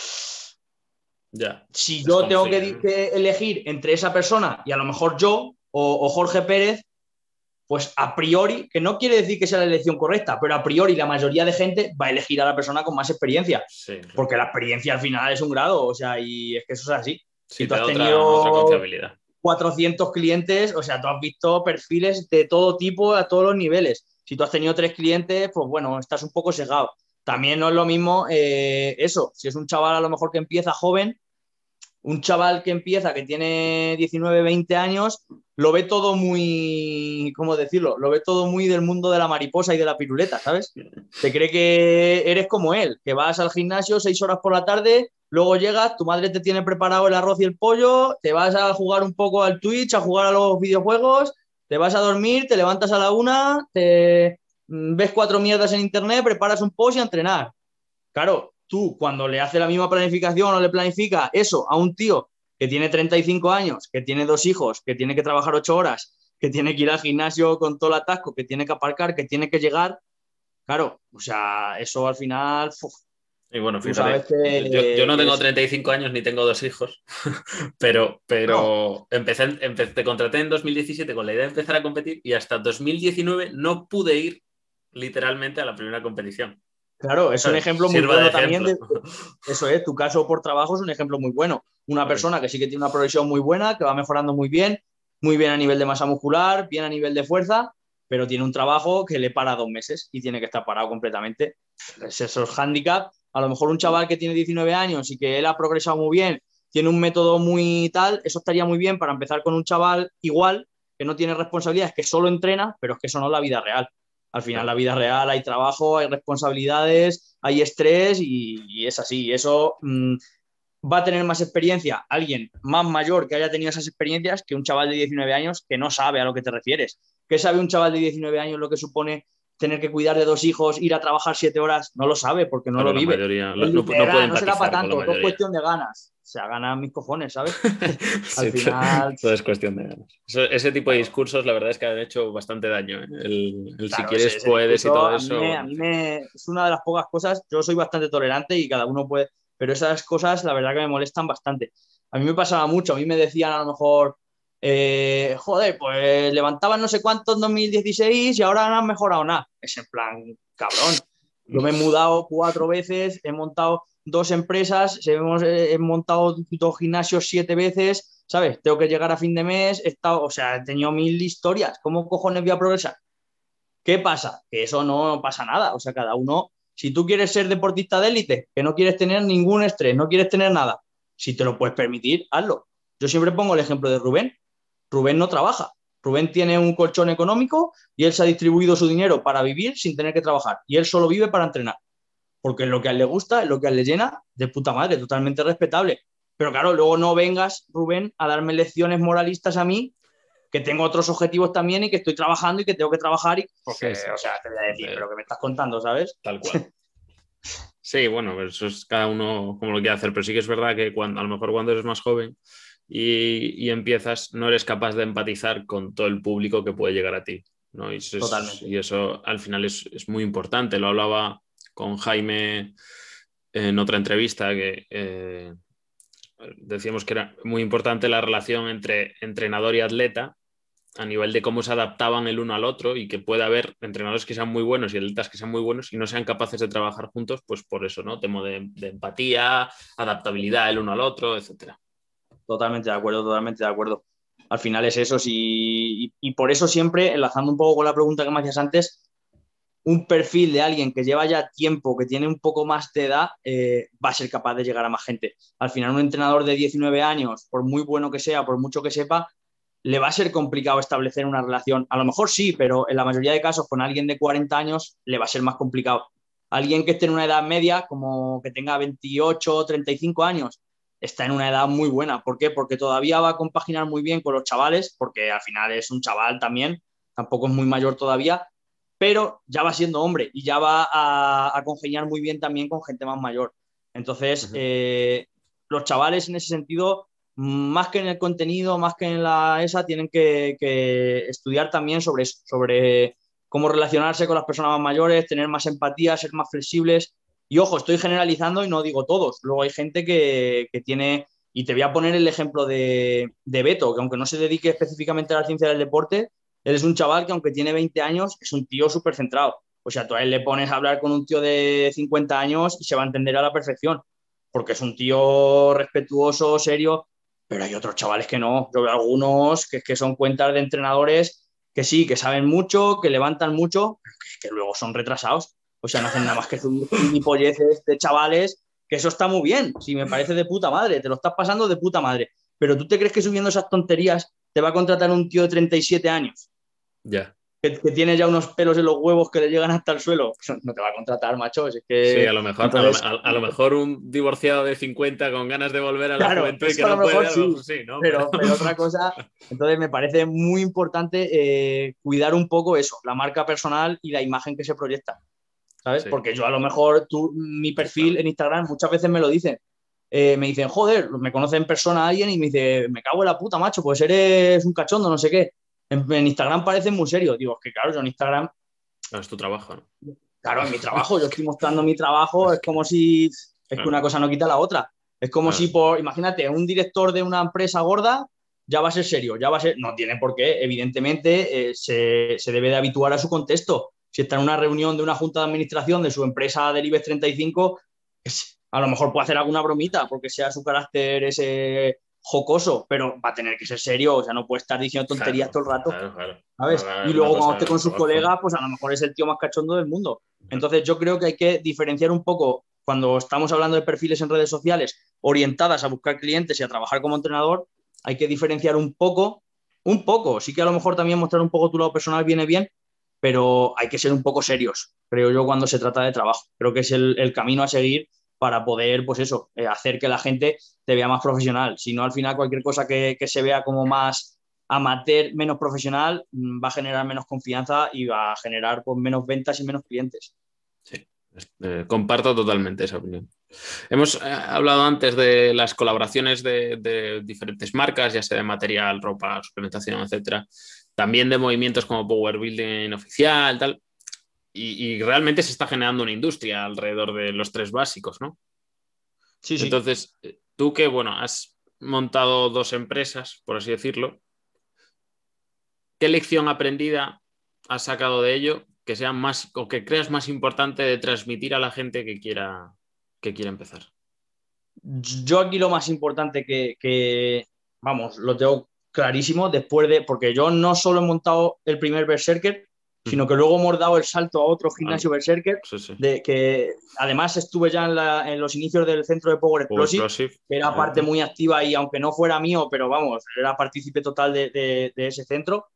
ya. Si yo tengo que, ¿eh? que elegir entre esa persona y a lo mejor yo o, o Jorge Pérez, pues a priori, que no quiere decir que sea la elección correcta, pero a priori la mayoría de gente va a elegir a la persona con más experiencia, Sí, claro. porque la experiencia al final es un grado, o sea, y es que eso es así. Sí, Si tú te has da tenido otra, otra confiabilidad. cuatrocientos clientes, o sea, tú has visto perfiles de todo tipo, a todos los niveles. Si tú has tenido tres clientes, pues bueno, estás un poco sesgado. También no es lo mismo eh, eso, si es un chaval a lo mejor que empieza joven, un chaval que empieza, que tiene diecinueve, veinte años, lo ve todo muy, ¿cómo decirlo? Lo ve todo muy del mundo de la mariposa y de la piruleta, ¿sabes? Se cree que eres como él, que vas al gimnasio seis horas por la tarde, luego llegas, tu madre te tiene preparado el arroz y el pollo, te vas a jugar un poco al Twitch, a jugar a los videojuegos, te vas a dormir, te levantas a la una, te ves cuatro mierdas en internet, preparas un post y a entrenar. Claro, tú cuando le haces la misma planificación o le planifica eso a un tío que tiene treinta y cinco años, que tiene dos hijos, que tiene que trabajar ocho horas, que tiene que ir al gimnasio con todo el atasco, que tiene que aparcar, que tiene que llegar, claro, o sea, eso al final, uf, y bueno, tú fíjate, sabes que, yo, yo no que tengo es... treinta y cinco años ni tengo dos hijos, pero, No, pero empecé, empecé, te contraté en dos mil diecisiete con la idea de empezar a competir y hasta dos mil diecinueve no pude ir literalmente a la primera competición. claro, es un ¿Sabes? ejemplo muy Sirva de bueno también ejemplo. de, eso es, tu caso por trabajo es un ejemplo muy bueno. Una persona que sí que tiene una progresión muy buena, que va mejorando muy bien, muy bien a nivel de masa muscular, bien a nivel de fuerza, pero tiene un trabajo que le para dos meses y tiene que estar parado completamente. Es esos handicaps. A lo mejor un chaval que tiene diecinueve años y que él ha progresado muy bien, tiene un método muy tal, eso estaría muy bien para empezar con un chaval igual, que no tiene responsabilidades, que solo entrena, pero es que eso no es la vida real. Al final, la vida real hay trabajo, hay responsabilidades, hay estrés y, y es así. Y eso mmm, va a tener más experiencia alguien más mayor que haya tenido esas experiencias que un chaval de diecinueve años que no sabe a lo que te refieres. ¿Qué sabe un chaval de diecinueve años lo que supone tener que cuidar de dos hijos, ir a trabajar siete horas? No lo sabe porque no Claro, lo la vive. mayoría no, Él no, dice, no puede no será para empatizar con la tanto, todo es mayoría. cuestión de ganas. O sea, ganan mis cojones, ¿sabes? Sí, Al final... todo es cuestión de ganas. Eso, ese tipo de discursos, la verdad es que han hecho bastante daño. ¿eh? El, el Claro, si ese, quieres, ese puedes y discurso todo a mí, eso, me, a bueno, mí en fin. me, es una de las pocas cosas, yo soy bastante tolerante y cada uno puede, pero esas cosas la verdad que me molestan bastante. A mí me pasaba mucho, a mí me decían a lo mejor, eh, joder, pues levantaban no sé cuánto en dos mil dieciséis y ahora no han mejorado nada. Es en plan, cabrón, yo me he mudado cuatro veces, he montado dos empresas, hemos, he montado dos gimnasios siete veces, ¿sabes? Tengo que llegar a fin de mes, he estado, o sea, he tenido mil historias, ¿cómo cojones voy a progresar? ¿Qué pasa? Que eso no pasa nada. O sea, cada uno, si tú quieres ser deportista de élite, que no quieres tener ningún estrés, no quieres tener nada, si te lo puedes permitir, hazlo. Yo siempre pongo el ejemplo de Rubén. Rubén no trabaja. Rubén tiene un colchón económico y él se ha distribuido su dinero para vivir sin tener que trabajar. Y él solo vive para entrenar. Porque es lo que a él le gusta, es lo que a él le llena, de puta madre, totalmente respetable. Pero claro, luego no vengas, Rubén, a darme lecciones moralistas a mí, que tengo otros objetivos también y que estoy trabajando y que tengo que trabajar y porque, Sí, sí. o sea, te voy a decir, Eh, pero que me estás contando, ¿sabes? Tal cual. Sí, bueno, pues eso es cada uno como lo quiere hacer, pero sí que es verdad que cuando, a lo mejor cuando eres más joven y, y empiezas, no eres capaz de empatizar con todo el público que puede llegar a ti, ¿no? Y eso, es, Totalmente. y eso al final es, es, muy importante. Lo hablaba con Jaime en otra entrevista que eh, decíamos que era muy importante la relación entre entrenador y atleta a nivel de cómo se adaptaban el uno al otro y que puede haber entrenadores que sean muy buenos y atletas que sean muy buenos y no sean capaces de trabajar juntos, pues por eso, ¿no? Tema de, de empatía, adaptabilidad el uno al otro, etcétera. Totalmente de acuerdo, totalmente de acuerdo. Al final es eso, sí, y, y por eso siempre, enlazando un poco con la pregunta que me hacías antes, un perfil de alguien que lleva ya tiempo, que tiene un poco más de edad, eh, va a ser capaz de llegar a más gente. Al final, un entrenador de diecinueve años, por muy bueno que sea, por mucho que sepa, le va a ser complicado establecer una relación. A lo mejor sí, pero en la mayoría de casos con alguien de cuarenta años le va a ser más complicado. Alguien que esté en una edad media, como que tenga veintiocho o treinta y cinco años, está en una edad muy buena. ¿Por qué? Porque todavía va a compaginar muy bien con los chavales, porque al final es un chaval también, tampoco es muy mayor todavía, pero ya va siendo hombre y ya va a, a congeniar muy bien también con gente más mayor. Entonces, Uh-huh. eh, los chavales en ese sentido, más que en el contenido, más que en la esa, tienen que, que estudiar también sobre eso, sobre cómo relacionarse con las personas más mayores, tener más empatía, ser más flexibles. Y ojo, estoy generalizando y no digo todos. Luego hay gente que, que tiene, y te voy a poner el ejemplo de, de Beto, que aunque no se dedique específicamente a la ciencia del deporte, él es un chaval que aunque tiene veinte años, es un tío súper centrado. O sea, tú a él le pones a hablar con un tío de cincuenta años y se va a entender a la perfección, porque es un tío respetuoso, serio, pero hay otros chavales que no. Yo veo algunos que, que son cuentas de entrenadores que sí, que saben mucho, que levantan mucho, pero que, que luego son retrasados. O sea, no hacen nada más que subir gilipolleces de chavales, que eso está muy bien. Sí, me parece de puta madre, te lo estás pasando de puta madre. Pero tú te crees que subiendo esas tonterías te va a contratar un tío de treinta y siete años Ya. que, que tiene ya unos pelos en los huevos que le llegan hasta el suelo. No te va a contratar, macho. Es Sí, a que lo mejor, a lo, entonces, a, a lo mejor un divorciado de cincuenta con ganas de volver a la claro, juventud y que eso a lo no puede, mejor a lo sí, mejor sí, ¿no? Pero... pero, pero otra cosa, entonces me parece muy importante eh, cuidar un poco eso, la marca personal y la imagen que se proyecta, ¿sabes? Sí, Porque yo a lo mejor tú, mi perfil claro. en Instagram muchas veces me lo dicen. Eh, me dicen, joder, me conoce en persona a alguien y me dice, me cago en la puta, macho, pues eres un cachondo, no sé qué. En, en Instagram parece muy serio. Digo, es que claro, yo en Instagram, No, es tu trabajo, ¿no? claro, en mi trabajo, yo Es estoy que, mostrando mi trabajo, es es como que, si, es que una claro, cosa no quita la otra. Es como si claro. por, imagínate, un director de una empresa gorda ya va a ser serio, ya va a ser, no tiene por qué, evidentemente, eh, se, se debe de habituar a su contexto. Si está en una reunión de una junta de administración de su empresa del IBEX treinta y cinco, es, a lo mejor puede hacer alguna bromita porque sea su carácter ese jocoso, pero va a tener que ser serio, o sea, no puede estar diciendo tonterías claro, todo el rato, claro, claro. ¿sabes? Claro, y luego cuando esté con sus trabajo. colegas, pues a lo mejor es el tío más cachondo del mundo. Entonces yo creo que hay que diferenciar un poco, cuando estamos hablando de perfiles en redes sociales orientadas a buscar clientes y a trabajar como entrenador, hay que diferenciar un poco, un poco, sí que a lo mejor también mostrar un poco tu lado personal viene bien, pero hay que ser un poco serios, creo yo, cuando se trata de trabajo. Creo que es el, el camino a seguir para poder, pues eso, eh, hacer que la gente te vea más profesional. Si no, al final cualquier cosa que, que se vea como más amateur, menos profesional, va a generar menos confianza y va a generar pues, menos ventas y menos clientes. Sí, eh, comparto totalmente esa opinión. Hemos eh, hablado antes de las colaboraciones de, de diferentes marcas, ya sea de material, ropa, suplementación, etcétera. También de movimientos como Power Building oficial, tal. Y, y realmente se está generando una industria alrededor de los tres básicos, ¿no? Sí, sí. Entonces, tú que, bueno, has montado dos empresas, por así decirlo, ¿qué lección aprendida has sacado de ello que sea más o que creas más importante de transmitir a la gente que quiera, que quiera empezar? Yo aquí lo más importante que, que, vamos, lo tengo clarísimo después de, porque yo no solo he montado el primer Berserker, sino que luego hemos dado el salto a otro gimnasio Berserker, sí, sí. de que además estuve ya en, la, en los inicios del centro de Power Explosive, Power Explosive que era parte muy activa y aunque no fuera mío, pero vamos, era partícipe total de, de, de ese centro.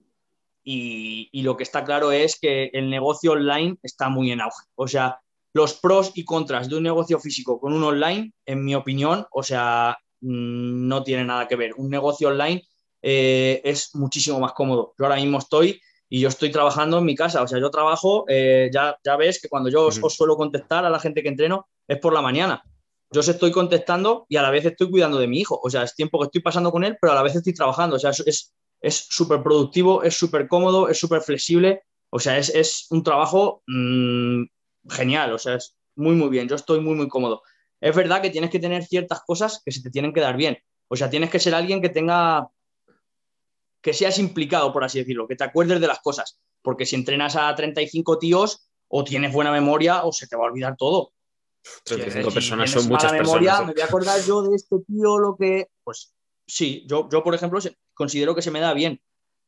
Y, y lo que está claro es que el negocio online está muy en auge. O sea, los pros y contras de un negocio físico con un online, en mi opinión, o sea, no tiene nada que ver. Un negocio online eh, es muchísimo más cómodo. Yo ahora mismo estoy y yo estoy trabajando en mi casa. O sea, yo trabajo, eh, ya, ya ves que cuando yo os, os suelo contestar a la gente que entreno es por la mañana. Yo os estoy contestando y a la vez estoy cuidando de mi hijo. O sea, es tiempo que estoy pasando con él, pero a la vez estoy trabajando. O sea, es, es súper productivo, es súper cómodo, es súper flexible. O sea, es, es un trabajo mmm, genial. O sea, es muy, muy bien. Yo estoy muy, muy cómodo. Es verdad que tienes que tener ciertas cosas que se te tienen que dar bien. O sea, tienes que ser alguien que tenga, que seas implicado, por así decirlo, que te acuerdes de las cosas. Porque si entrenas a treinta y cinco tíos, o tienes buena memoria o se te va a olvidar todo. treinta y cinco si, personas si son muchas memoria, personas. ¿eh? Me voy a acordar yo de este tío, lo que... Pues sí, yo, yo por ejemplo, considero que se me da bien.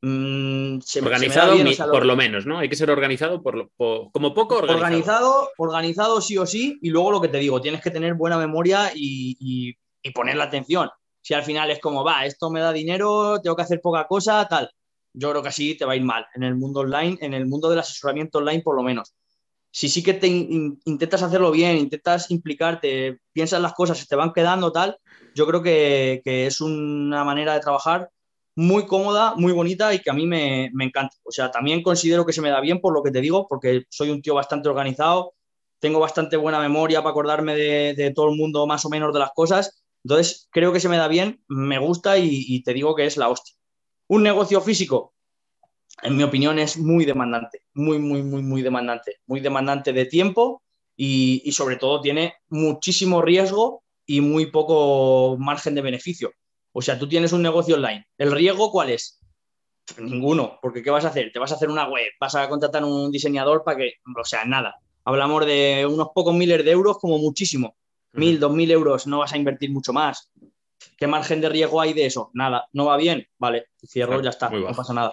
Mm, se, organizado, se bien, o sea, por lo, lo menos, ¿no? Hay que ser organizado, por lo, por, como poco organizado. Organizado, organizado sí o sí, y luego lo que te digo, tienes que tener buena memoria y, y, y poner la atención. Si al final es como, va, esto me da dinero, tengo que hacer poca cosa, tal. Yo creo que así te va a ir mal en el mundo online, en el mundo del asesoramiento online por lo menos. Si sí que te in, intentas hacerlo bien, intentas implicarte, piensas las cosas, se te van quedando tal, yo creo que, que es una manera de trabajar muy cómoda, muy bonita y que a mí me, me encanta. O sea, también considero que se me da bien por lo que te digo, porque soy un tío bastante organizado, tengo bastante buena memoria para acordarme de, de todo el mundo más o menos de las cosas. Entonces, creo que se me da bien, me gusta y, y te digo que es la hostia. Un negocio físico, en mi opinión, es muy demandante, muy, muy, muy, muy demandante, muy demandante de tiempo y, y sobre todo tiene muchísimo riesgo y muy poco margen de beneficio. O sea, tú tienes un negocio online. ¿El riesgo cuál es? Ninguno, porque ¿qué vas a hacer? Te vas a hacer una web, vas a contratar un diseñador para que, o sea, nada. Hablamos de unos pocos miles de euros como muchísimo. Mil, uh-huh. dos mil euros, no vas a invertir mucho más. ¿Qué margen de riesgo hay de eso? Nada, ¿no va bien? Vale, cierro, claro, ya está, no pasa nada.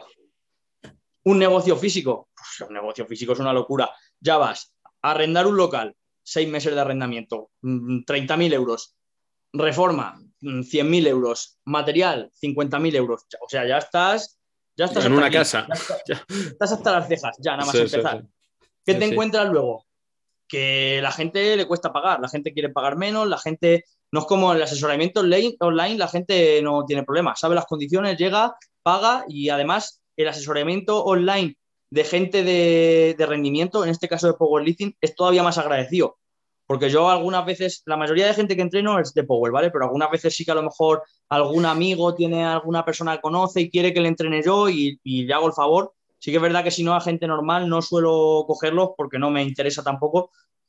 Un negocio físico, pues un negocio físico es una locura. Ya vas a arrendar un local, seis meses de arrendamiento, treinta mil euros. Reforma, cien mil euros. Material, cincuenta mil euros. O sea, ya estás... Ya estás en hasta una aquí. casa. Ya está, ya estás hasta las cejas, ya nada más sí, empezar. Sí, sí. ¿Qué sí, te sí. encuentras luego? Que la gente le cuesta pagar, la gente quiere pagar menos, la gente... No es como el asesoramiento online, online la gente no tiene problemas, sabe las condiciones, llega, paga y además el asesoramiento online de gente de, de rendimiento, en este caso de powerlifting, es todavía más agradecido. Porque yo algunas veces, la mayoría de gente que entreno es de power, ¿vale? Pero algunas veces sí que a lo mejor algún amigo tiene alguna persona que conoce y quiere que le entrene yo y, y le hago el favor. Sí que es verdad que si no a gente normal no suelo cogerlos porque no me interesa tampoco,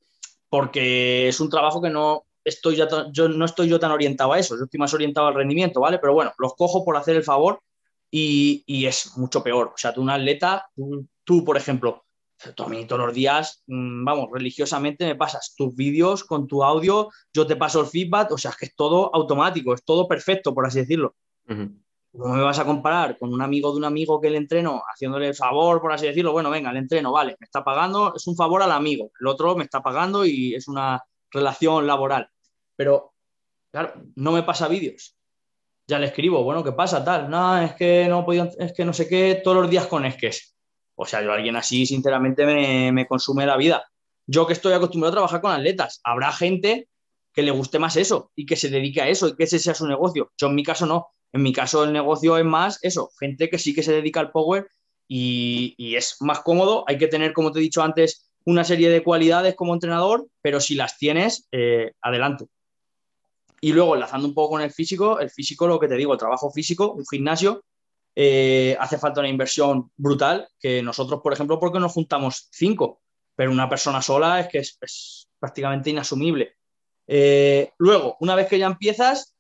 porque es un trabajo que no estoy, ya, yo, no estoy yo tan orientado a eso, yo estoy más orientado al rendimiento, ¿vale? Pero bueno, los cojo por hacer el favor y, y es mucho peor. O sea, tú un atleta, tú, tú por ejemplo, Tú a mí todos los días, vamos, religiosamente me pasas tus vídeos con tu audio, yo te paso el feedback, o sea, es que es todo automático, es todo perfecto, por así decirlo. Uh-huh. ¿Cómo me vas a comparar con un amigo de un amigo que le entreno, haciéndole el favor, por así decirlo? Bueno, venga, le entreno, vale, me está pagando, es un favor al amigo, el otro me está pagando y es una relación laboral. Pero, claro, no me pasa vídeos. Ya le escribo, bueno, ¿qué pasa? Tal, no, es que no he podido, es que no sé qué, todos los días con esques. O sea, yo a alguien así, sinceramente, me, me consume la vida. Yo que estoy acostumbrado a trabajar con atletas, habrá gente que le guste más eso y que se dedique a eso y que ese sea su negocio. Yo en mi caso no. En mi caso el negocio es más eso, gente que sí que se dedica al power y, y es más cómodo. Hay que tener, como te he dicho antes, una serie de cualidades como entrenador, pero si las tienes, eh, adelante. Y luego, enlazando un poco con el físico, el físico, lo que te digo, el trabajo físico, un gimnasio, Eh, hace falta una inversión brutal, que nosotros, por ejemplo, porque nos juntamos cinco, pero una persona sola es que es, es prácticamente inasumible. Eh, luego, una vez que ya empiezas,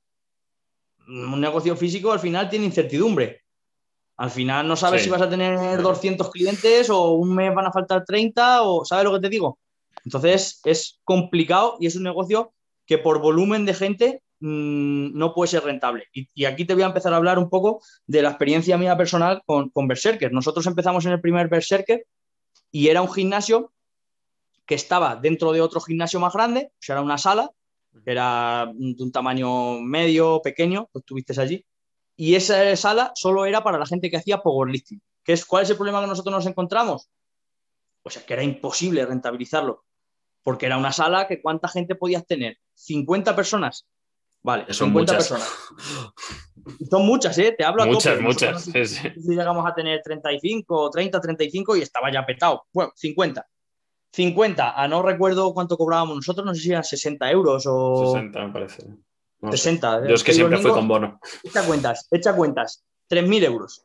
un negocio físico al final tiene incertidumbre. Al final no sabes sí. si vas a tener doscientos clientes o un mes van a faltar treinta o ¿sabes lo que te digo? Entonces es complicado y es un negocio que por volumen de gente no puede ser rentable. Y, y aquí te voy a empezar a hablar un poco de la experiencia mía personal con, con Berserker. Nosotros empezamos en el primer Berserker y era un gimnasio que estaba dentro de otro gimnasio más grande, o sea, era una sala, que era de un tamaño medio, pequeño, pues estuviste allí, y esa sala solo era para la gente que hacía powerlifting. ¿Qué es, ¿Cuál es el problema que nosotros nos encontramos? Pues es que era imposible rentabilizarlo, porque era una sala que ¿cuánta gente podías tener? cincuenta personas. Vale, son cincuenta muchas. personas. Son muchas, ¿eh? Te hablo a muchas, tope. Muchas, sí, sí. Llegamos a tener treinta y cinco, treinta, treinta y cinco y estaba ya petado. Bueno, cincuenta. cincuenta, a no recuerdo cuánto cobrábamos nosotros, no sé si eran sesenta euros o... sesenta, me parece. No sesenta. Sé. Yo es que siempre fui con bono. Echa cuentas, echa cuentas. tres mil euros.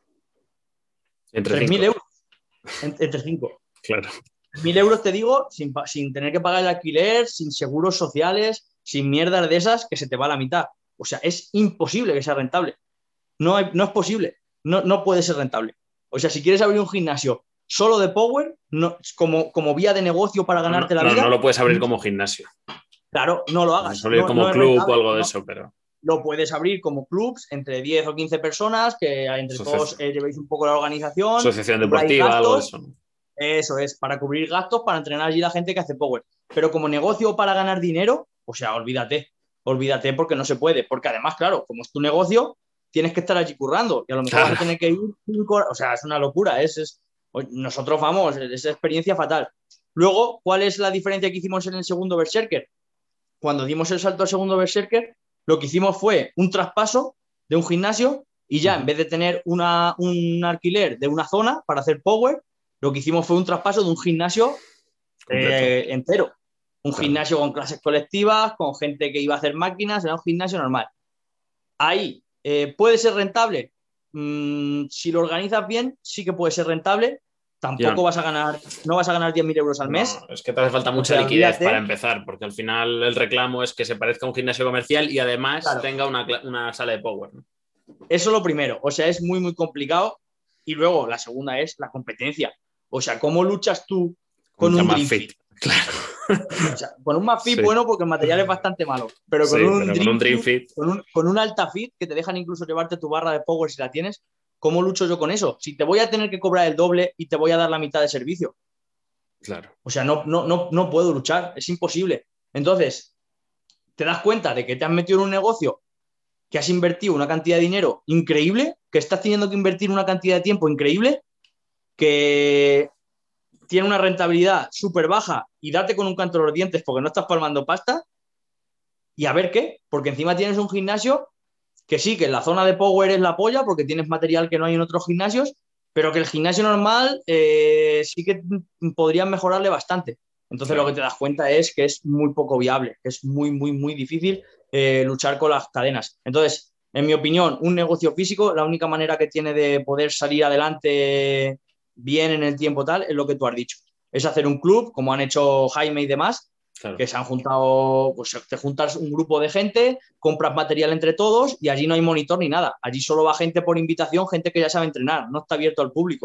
Entre tres mil euros. Entre cinco. Claro. tres mil euros, te digo, sin, sin tener que pagar el alquiler, sin seguros sociales, sin mierdas de esas, que se te va a la mitad. O sea, es imposible que sea rentable. No, hay, no es posible. No, no puede ser rentable. O sea, si quieres abrir un gimnasio solo de power, no, como, como vía de negocio para ganarte no, la no, vida... No lo puedes abrir como gimnasio. Claro, no lo hagas. Abrir no, como no club rentable, o algo de no. eso, pero... Lo puedes abrir como clubs entre diez o quince personas, que entre Asociación. todos eh, llevéis un poco la organización. Asociación deportiva, gastos, algo de eso. Eso es, para cubrir gastos, para entrenar allí la gente que hace power. Pero como negocio para ganar dinero, o sea, olvídate. Olvídate porque no se puede. Porque además, claro, como es tu negocio, tienes que estar allí currando. Y a lo mejor claro. vas a tener que ir cinco horas. O sea, es una locura. Es, es... Nosotros vamos, es experiencia fatal. Luego, ¿cuál es la diferencia que hicimos en el segundo Berserker? Cuando dimos el salto al segundo Berserker, lo que hicimos fue un traspaso de un gimnasio y ya, uh-huh. en vez de tener una, un alquiler de una zona para hacer power, lo que hicimos fue un traspaso de un gimnasio eh, entero. Un claro. gimnasio con clases colectivas, con gente que iba a hacer máquinas, era un gimnasio normal. Ahí, eh, ¿puede ser rentable? Mm, si lo organizas bien, sí que puede ser rentable. Tampoco yeah. vas a ganar, no vas a ganar diez mil euros al mes. No, es que te hace falta mucha o sea, liquidez olvídate. Para empezar, porque al final el reclamo es que se parezca a un gimnasio comercial y además claro. tenga una, una sala de power, ¿no? Eso es lo primero, o sea, es muy, muy complicado. Y luego la segunda es la competencia. O sea, ¿cómo luchas tú con, con un Dream Fit? Claro. O sea, con un Más Fit, sí. bueno, porque el material es bastante malo. Pero con, sí, un, pero dream con un Dream Fit, fit con, un, con un Alta Fit, que te dejan incluso llevarte tu barra de power si la tienes. ¿Cómo lucho yo con eso? Si te voy a tener que cobrar el doble y te voy a dar la mitad de servicio. Claro. O sea, no, no, no, no puedo luchar, es imposible. Entonces, te das cuenta de que te has metido en un negocio, que has invertido una cantidad de dinero increíble, que estás teniendo que invertir una cantidad de tiempo increíble, que tiene una rentabilidad súper baja y date con un canto de los dientes porque no estás palmando pasta. Y a ver qué, porque encima tienes un gimnasio que sí, que en la zona de power es la polla porque tienes material que no hay en otros gimnasios, pero que el gimnasio normal eh, sí que podrían mejorarle bastante. Entonces claro. lo que te das cuenta es que es muy poco viable, que es muy, muy, muy difícil eh, luchar con las cadenas. Entonces, en mi opinión, un negocio físico, la única manera que tiene de poder salir adelante bien en el tiempo tal es lo que tú has dicho. Es hacer un club, como han hecho Jaime y demás, claro. que se han juntado, pues te juntas un grupo de gente, compras material entre todos y allí no hay monitor ni nada. Allí solo va gente por invitación, gente que ya sabe entrenar, no está abierto al público.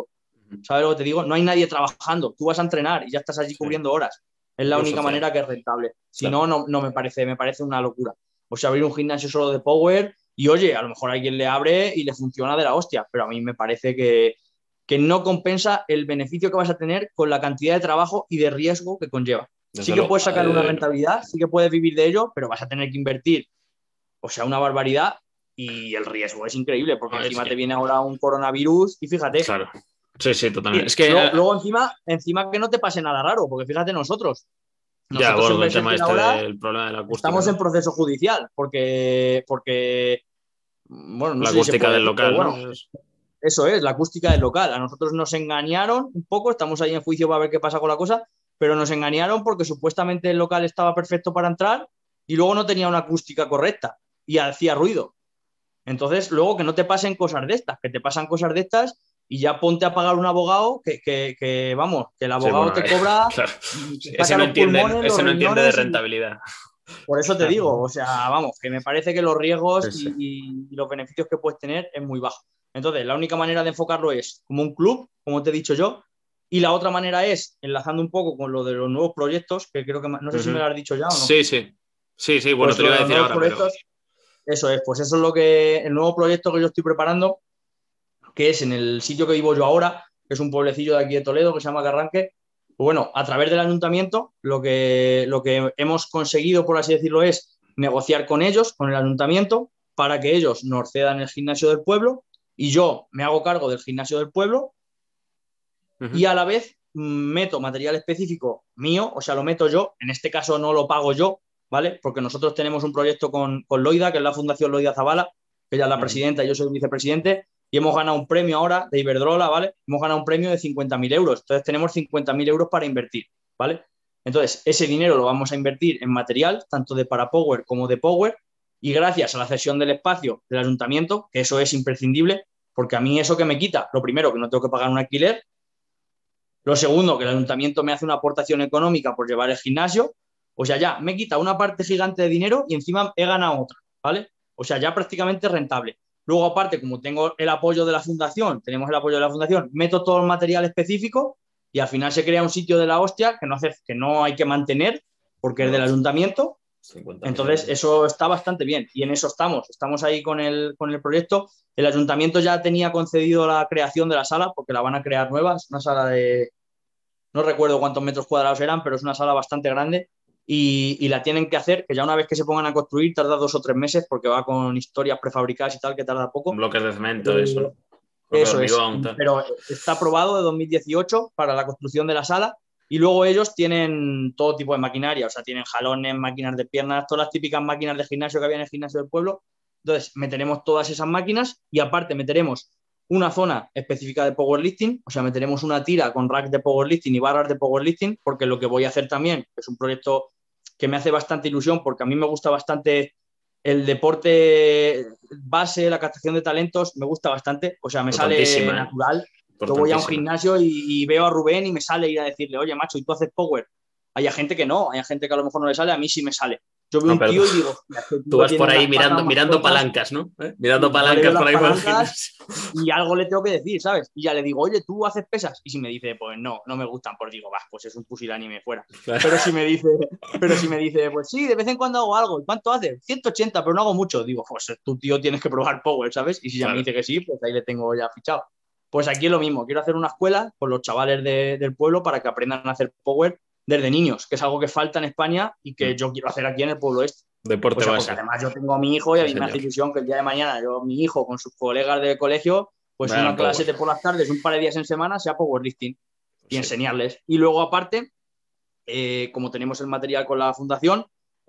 ¿Sabes lo que te digo? No hay nadie trabajando. Tú vas a entrenar y ya estás allí sí. cubriendo horas. Es la única manera que es rentable. Si claro. no, no, no me parece, me parece una locura. O sea, abrir un gimnasio solo de power y, oye, a lo mejor alguien le abre y le funciona de la hostia, pero a mí me parece que, que no compensa el beneficio que vas a tener con la cantidad de trabajo y de riesgo que conlleva. Desde sí que lo, puedes sacar eh, una rentabilidad, sí que puedes vivir de ello, pero vas a tener que invertir, o sea, una barbaridad y el riesgo es increíble porque no, encima es que... te viene ahora un coronavirus y fíjate. Claro. Sí, sí, totalmente. Y es que... luego, luego encima, encima que no te pase nada raro, porque fíjate nosotros. Ya, nosotros bueno, el tema este del problema de la acústica. Estamos ¿no? en proceso judicial, porque, porque bueno, no la sé acústica si del local, decir, ¿no? Bueno, eso es, la acústica del local. A nosotros nos engañaron un poco, estamos ahí en juicio para ver qué pasa con la cosa, pero nos engañaron porque supuestamente el local estaba perfecto para entrar y luego no tenía una acústica correcta y hacía ruido. Entonces, luego que no te pasen cosas de estas, que te pasan cosas de estas y ya ponte a pagar un abogado que, que, que vamos, que el abogado sí, bueno, te cobra... Claro. Ese no entiende, pulmones, ese no entiende de rentabilidad. Por eso te digo, o sea, vamos, que me parece que los riesgos sí, sí. Y, y los beneficios que puedes tener es muy bajo. Entonces, la única manera de enfocarlo es como un club, como te he dicho yo, y la otra manera es, enlazando un poco con lo de los nuevos proyectos, que creo que, no sé uh-huh. si me lo has dicho ya o no. Sí, sí, sí, sí, bueno, pues te lo iba a decir ahora, pero... Eso es, pues eso es lo que, el nuevo proyecto que yo estoy preparando, que es en el sitio que vivo yo ahora, que es un pueblecillo de aquí de Toledo, que se llama Carranque. Pues bueno, a través del ayuntamiento, lo que, lo que hemos conseguido, por así decirlo, es negociar con ellos, con el ayuntamiento, para que ellos nos cedan el gimnasio del pueblo y yo me hago cargo del gimnasio del pueblo uh-huh. y a la vez meto material específico mío, o sea, lo meto yo, en este caso no lo pago yo, ¿vale? Porque nosotros tenemos un proyecto con, con Loida, que es la Fundación Loida Zabala, que ella es la uh-huh. presidenta y yo soy el vicepresidente, y hemos ganado un premio ahora de Iberdrola, ¿vale? Hemos ganado un premio de cincuenta mil euros. Entonces tenemos cincuenta mil euros para invertir, ¿vale? Entonces ese dinero lo vamos a invertir en material, tanto de Parapower como de Power, y gracias a la cesión del espacio del ayuntamiento, que eso es imprescindible, porque a mí eso que me quita, lo primero, que no tengo que pagar un alquiler, lo segundo, que el ayuntamiento me hace una aportación económica por llevar el gimnasio, o sea, ya me quita una parte gigante de dinero y encima he ganado otra, ¿vale? O sea, ya prácticamente rentable. Luego, aparte, como tengo el apoyo de la fundación, tenemos el apoyo de la fundación, meto todo el material específico y al final se crea un sitio de la hostia que no, hace, que no hay que mantener porque es del ayuntamiento. Entonces, eso está bastante bien y en eso estamos. Estamos ahí con el, con el proyecto. El ayuntamiento ya tenía concedido la creación de la sala porque la van a crear nueva. Es una sala de... No recuerdo cuántos metros cuadrados eran, pero es una sala bastante grande. Y, y la tienen que hacer, que ya una vez que se pongan a construir tarda dos o tres meses porque va con historias prefabricadas y tal, que tarda poco. Bloques de cemento, eh, eso. Eso es, pero está aprobado de dos mil dieciocho para la construcción de la sala y luego ellos tienen todo tipo de maquinaria, o sea, tienen jalones, máquinas de piernas, todas las típicas máquinas de gimnasio que había en el gimnasio del pueblo. Entonces, meteremos todas esas máquinas y aparte meteremos una zona específica de powerlifting, o sea, meteremos una tira con rack de powerlifting y barras de powerlifting, porque lo que voy a hacer también es un proyecto que me hace bastante ilusión porque a mí me gusta bastante el deporte base, la captación de talentos, me gusta bastante, o sea, me sale natural. Yo voy a un gimnasio y, y veo a Rubén y me sale ir a decirle, oye, macho, ¿y tú haces power? Hay gente que no, hay gente que a lo mejor no le sale, a mí sí me sale. Yo veo no, un tío y digo... Tú vas por ahí mirando, mirando palancas, ¿no? ¿Eh? Mirando palancas por ahí por el gimnasio. Y algo le tengo que decir, ¿sabes? Y ya le digo, oye, ¿tú haces pesas? Y si me dice, pues no, no me gustan, pues digo, va, pues es un pusilánime fuera. Claro. Pero si me dice, pero si me dice, pues sí, de vez en cuando hago algo. ¿Cuánto haces? ciento ochenta, pero no hago mucho. Digo, pues tú, tío, tienes que probar power, ¿sabes? Y si ya claro. me dice que sí, pues ahí le tengo ya fichado. Pues aquí es lo mismo. Quiero hacer una escuela con los chavales de, del pueblo para que aprendan a hacer power desde niños, que es algo que falta en España y que mm. yo quiero hacer aquí en el pueblo este. Deporte o sea, base. Porque además yo tengo a mi hijo y a mí sí, me hace ilusión que el día de mañana yo, mi hijo con sus colegas de colegio, pues bueno, una clase power. de por las tardes, un par de días en semana, sea powerlifting y sí. enseñarles. Y luego aparte, eh, como tenemos el material con la fundación,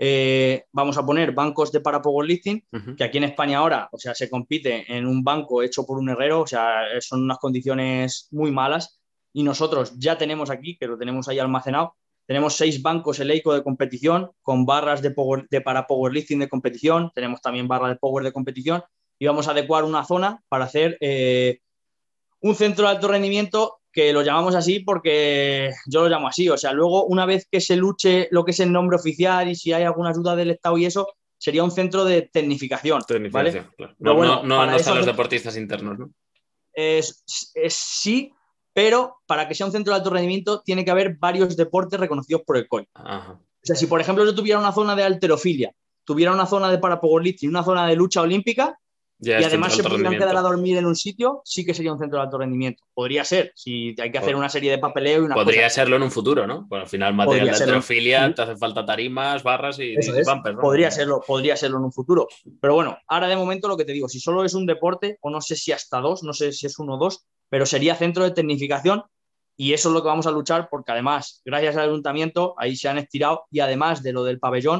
eh, vamos a poner bancos de para powerlifting, uh-huh. que aquí en España ahora, o sea, se compite en un banco hecho por un herrero, o sea, son unas condiciones muy malas y nosotros ya tenemos aquí, que lo tenemos ahí almacenado, tenemos seis bancos Eleiko de competición con barras de, power, de para powerlifting de competición. Tenemos también barras de power de competición y vamos a adecuar una zona para hacer eh, un centro de alto rendimiento que lo llamamos así porque yo lo llamo así. O sea, luego una vez que se luche lo que es el nombre oficial y si hay alguna ayuda del Estado y eso, sería un centro de tecnificación. Tecnificación, ¿vale? Claro. No, bueno, no, no, no están los deportistas internos, ¿no? Es, es, sí, pero para que sea un centro de alto rendimiento tiene que haber varios deportes reconocidos por el C O I. Ajá. O sea, si por ejemplo yo tuviera una zona de halterofilia, tuviera una zona de parapowerlifting, una zona de lucha olímpica, Ya y es además se alto pudieran rendimiento. quedar a dormir en un sitio, sí que sería un centro de alto rendimiento. Podría ser, si hay que hacer Pod- una serie de papeleo y unas Podría cosas. serlo en un futuro, ¿no? Bueno, al final, material Podría de serlo. halterofilia, te hace falta tarimas, barras y, Eso y es, bumpers, ¿no? Al podría final. serlo, podría serlo en un futuro. Pero bueno, ahora de momento lo que te digo, si solo es un deporte, o no sé si hasta dos, no sé si es uno o dos, pero sería centro de tecnificación y eso es lo que vamos a luchar porque además, gracias al ayuntamiento, ahí se han estirado y además de lo del pabellón,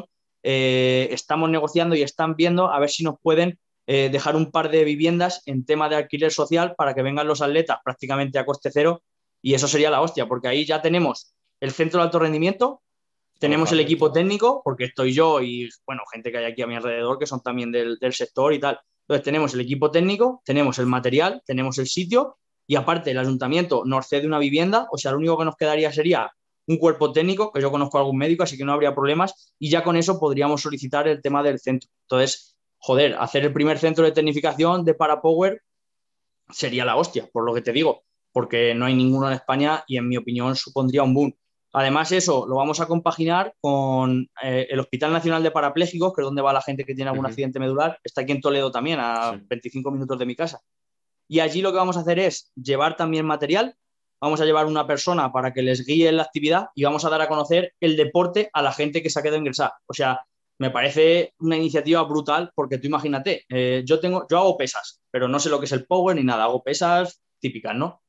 eh, estamos negociando y están viendo a ver si nos pueden eh, dejar un par de viviendas en tema de alquiler social para que vengan los atletas prácticamente a coste cero y eso sería la hostia, porque ahí ya tenemos el centro de alto rendimiento, tenemos el equipo técnico, porque estoy yo y, bueno, gente que hay aquí a mi alrededor que son también del, del sector y tal. Entonces, tenemos el equipo técnico, tenemos el material, tenemos el sitio y aparte el ayuntamiento nos cede una vivienda, o sea, lo único que nos quedaría sería un cuerpo técnico, que yo conozco a algún médico, así que no habría problemas, y ya con eso podríamos solicitar el tema del centro. Entonces, joder, hacer el primer centro de tecnificación de Parapower sería la hostia, por lo que te digo, porque no hay ninguno en España y en mi opinión supondría un boom. Además, eso lo vamos a compaginar con eh, el Hospital Nacional de Parapléjicos, que es donde va la gente que tiene algún Uh-huh. accidente medular. Está aquí en Toledo también, a Sí. veinticinco minutos de mi casa. Y allí lo que vamos a hacer es llevar también material, vamos a llevar una persona para que les guíe en la actividad y vamos a dar a conocer el deporte a la gente que se ha quedado ingresada. O sea, me parece una iniciativa brutal porque tú imagínate, eh, yo, tengo, yo hago pesas, pero no sé lo que es el power ni nada, hago pesas típicas, ¿no?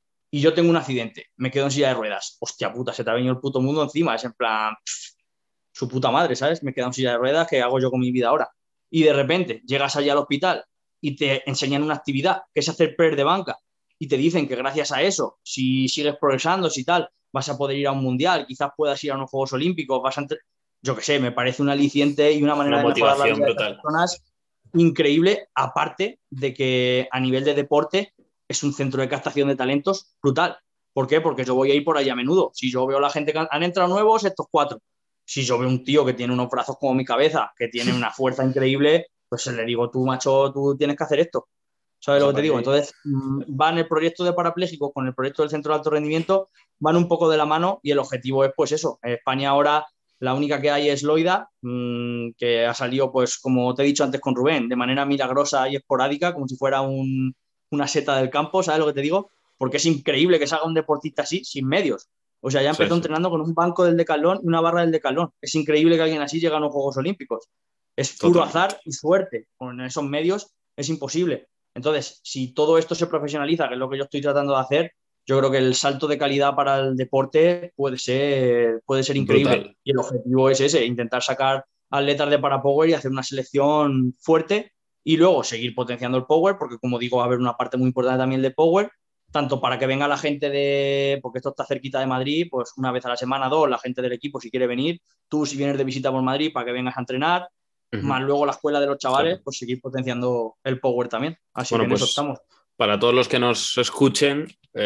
Y yo tengo un accidente, me quedo en silla de ruedas. Hostia puta, se te ha venido el puto mundo encima. Es en plan, pff, su puta madre, ¿sabes? Me quedo en silla de ruedas, ¿qué hago yo con mi vida ahora? Y de repente llegas allá al hospital y te enseñan una actividad que es hacer press de banca y te dicen que gracias a eso, si sigues progresando, si tal, vas a poder ir a un mundial, quizás puedas ir a unos Juegos Olímpicos, vas a entre... yo qué sé, me parece un aliciente y una manera Una de mejorar la motivación vida de estas brutal. personas increíble, aparte de que a nivel de deporte es un centro de captación de talentos brutal. ¿Por qué? Porque yo voy a ir por ahí a menudo. Si yo veo a la gente que han entrado nuevos, estos cuatro. Si yo veo un tío que tiene unos brazos como mi cabeza, que tiene una fuerza increíble, pues le digo, tú, macho, tú tienes que hacer esto. ¿Sabes O lo sea, que te para digo? ti. Entonces, mmm, van el proyecto de parapléjicos con el proyecto del centro de alto rendimiento, van un poco de la mano y el objetivo es, pues eso. En España ahora la única que hay es Loida, mmm, que ha salido, pues como te he dicho antes con Rubén, de manera milagrosa y esporádica, como si fuera un, una seta del campo, ¿sabes lo que te digo? Porque es increíble que salga un deportista así, sin medios. O sea, ya Sí, empezó sí. entrenando con un banco del Decathlon y una barra del Decathlon. Es increíble que alguien así llegue a los Juegos Olímpicos. Es puro Totalmente. azar y suerte. Con esos medios es imposible. Entonces, si todo esto se profesionaliza, que es lo que yo estoy tratando de hacer, yo creo que el salto de calidad para el deporte puede ser, puede ser increíble. Brutal. Y el objetivo es ese, intentar sacar atletas de parapower y hacer una selección fuerte y luego seguir potenciando el power, porque como digo, va a haber una parte muy importante también de power, tanto para que venga la gente de, porque esto está cerquita de Madrid, pues una vez a la semana, dos, la gente del equipo si quiere venir, tú si vienes de visita por Madrid para que vengas a entrenar, Uh-huh. más luego la escuela de los chavales, Claro. pues seguir potenciando el power también. Así que Bueno, en eso pues estamos. para todos los que nos escuchen,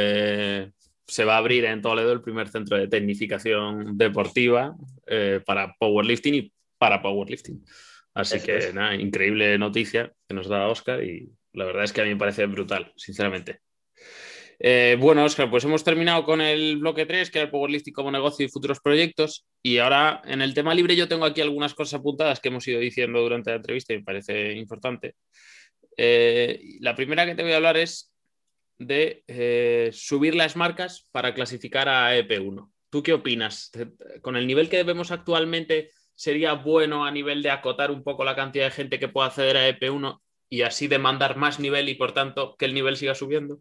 eh, se va a abrir en Toledo el primer centro de tecnificación deportiva eh, para powerlifting y para powerlifting. Así Eso que es. nada, increíble noticia que nos da Óscar y la verdad es que a mí me parece brutal, sinceramente. Eh, bueno, Óscar, pues hemos terminado con el bloque tres, que era el powerlifting como negocio y futuros proyectos. Y ahora en el tema libre yo tengo aquí algunas cosas apuntadas que hemos ido diciendo durante la entrevista y me parece importante. Eh, la primera que te voy a hablar es de eh, subir las marcas para clasificar a E P uno. ¿Tú qué opinas? ¿Con el nivel que vemos actualmente sería bueno a nivel de acotar un poco la cantidad de gente que pueda acceder a E P uno y así demandar más nivel y por tanto que el nivel siga subiendo?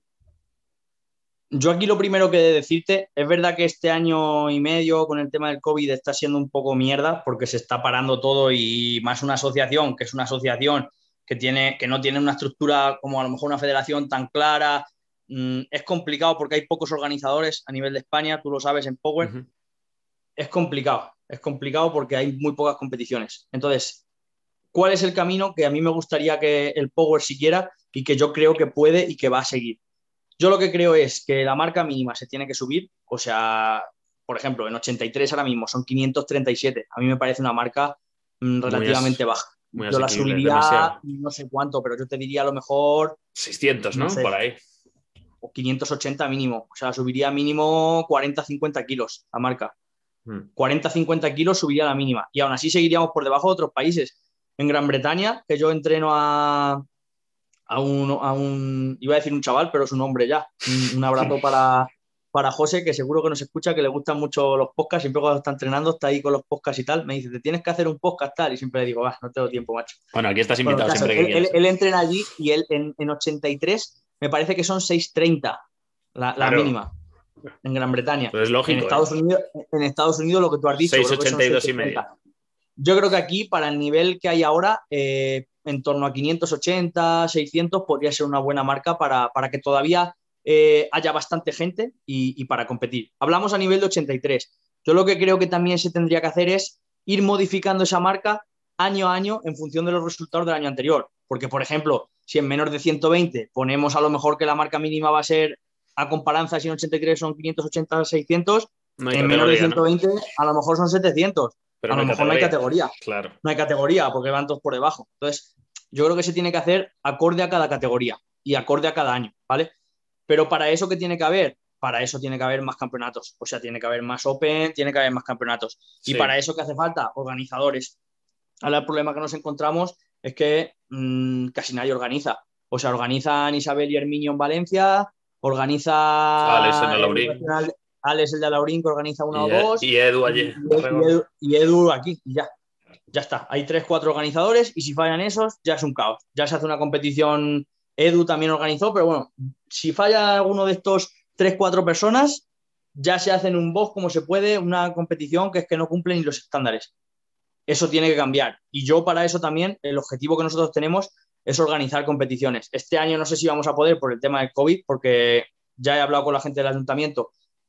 Yo aquí lo primero que he de decirte, es verdad que este año y medio con el tema del COVID está siendo un poco mierda porque se está parando todo y más una asociación, que es una asociación que, tiene, que no tiene una estructura como a lo mejor una federación tan clara. Mm, es complicado porque hay pocos organizadores a nivel de España, tú lo sabes en Power. Uh-huh. Es complicado, es complicado porque hay muy pocas competiciones. Entonces, ¿cuál es el camino que a mí me gustaría que el Power siguiera y que yo creo que puede y que va a seguir? Yo lo que creo es que la marca mínima se tiene que subir, o sea, por ejemplo, en ochenta y tres ahora mismo son quinientos treinta y siete. A mí me parece una marca mm, Muy, relativamente as- baja. muy Yo la asequible, subiría demasiado. no sé cuánto, pero yo te diría a lo mejor, seiscientos, no ¿no? sé, Por ahí. o quinientos ochenta mínimo. O sea, subiría mínimo cuarenta cincuenta kilos la marca. Hmm. cuarenta cincuenta kilos subiría la mínima. Y aún así seguiríamos por debajo de otros países. En Gran Bretaña, que yo entreno a, a, un, a un... Iba a decir un chaval, pero es un hombre ya. Un, un abrazo para, para José, que seguro que nos escucha, que le gustan mucho los podcasts. Siempre cuando está entrenando está ahí con los podcasts y tal. Me dice, te tienes que hacer un podcast tal. Y siempre le digo, va, no tengo tiempo, macho. Bueno, aquí estás invitado bueno, siempre él, que quieras. Él, él entrena allí y él en, en ochenta y tres me parece que son seis treinta la, la claro. mínima en Gran Bretaña. Pues es lógico. En Estados, ¿eh? Unidos, en Estados Unidos lo que tú has dicho. seis ochenta y dos y medio. Yo creo que aquí, para el nivel que hay ahora, eh, en torno a quinientos ochenta, seiscientos, podría ser una buena marca para, para que todavía eh, haya bastante gente y, y para competir. Hablamos a nivel de ochenta y tres. Yo lo que creo que también se tendría que hacer es ir modificando esa marca año a año en función de los resultados del año anterior. Porque, por ejemplo, si en menor de ciento veinte ponemos a lo mejor que la marca mínima va a ser, a comparanza, si en ochenta y tres son quinientos ochenta, seiscientos, no en menor de ciento veinte, ¿no? A lo mejor son setecientos. Pero a no lo mejor categoría. no hay categoría. Claro. No hay categoría porque van todos por debajo. Entonces, yo creo que se tiene que hacer acorde a cada categoría y acorde a cada año, ¿vale? Pero para eso, ¿qué tiene que haber? Para eso tiene que haber más campeonatos. O sea, tiene que haber más Open, tiene que haber más campeonatos. Sí. Y para eso, ¿qué hace falta? Organizadores. Ahora el problema que nos encontramos es que mmm, casi nadie organiza. O sea, organizan Isabel y Herminio en Valencia, organiza Alex en Alaurín. Alex el de Alaurín, que organiza una y, o dos. Y Edu allí. Y, y, Edu, y Edu aquí, y ya. Ya está. Hay tres, cuatro organizadores y si fallan esos, ya es un caos. Ya se hace una competición. Edu también organizó, pero bueno, si falla alguno de estos tres, cuatro personas, ya se hace en un box como se puede, una competición que es que no cumple ni los estándares. Eso tiene que cambiar. Y yo para eso también, el objetivo que nosotros tenemos es organizar competiciones. Este año no sé si vamos a poder por el tema del COVID, porque ya he hablado con la gente del ayuntamiento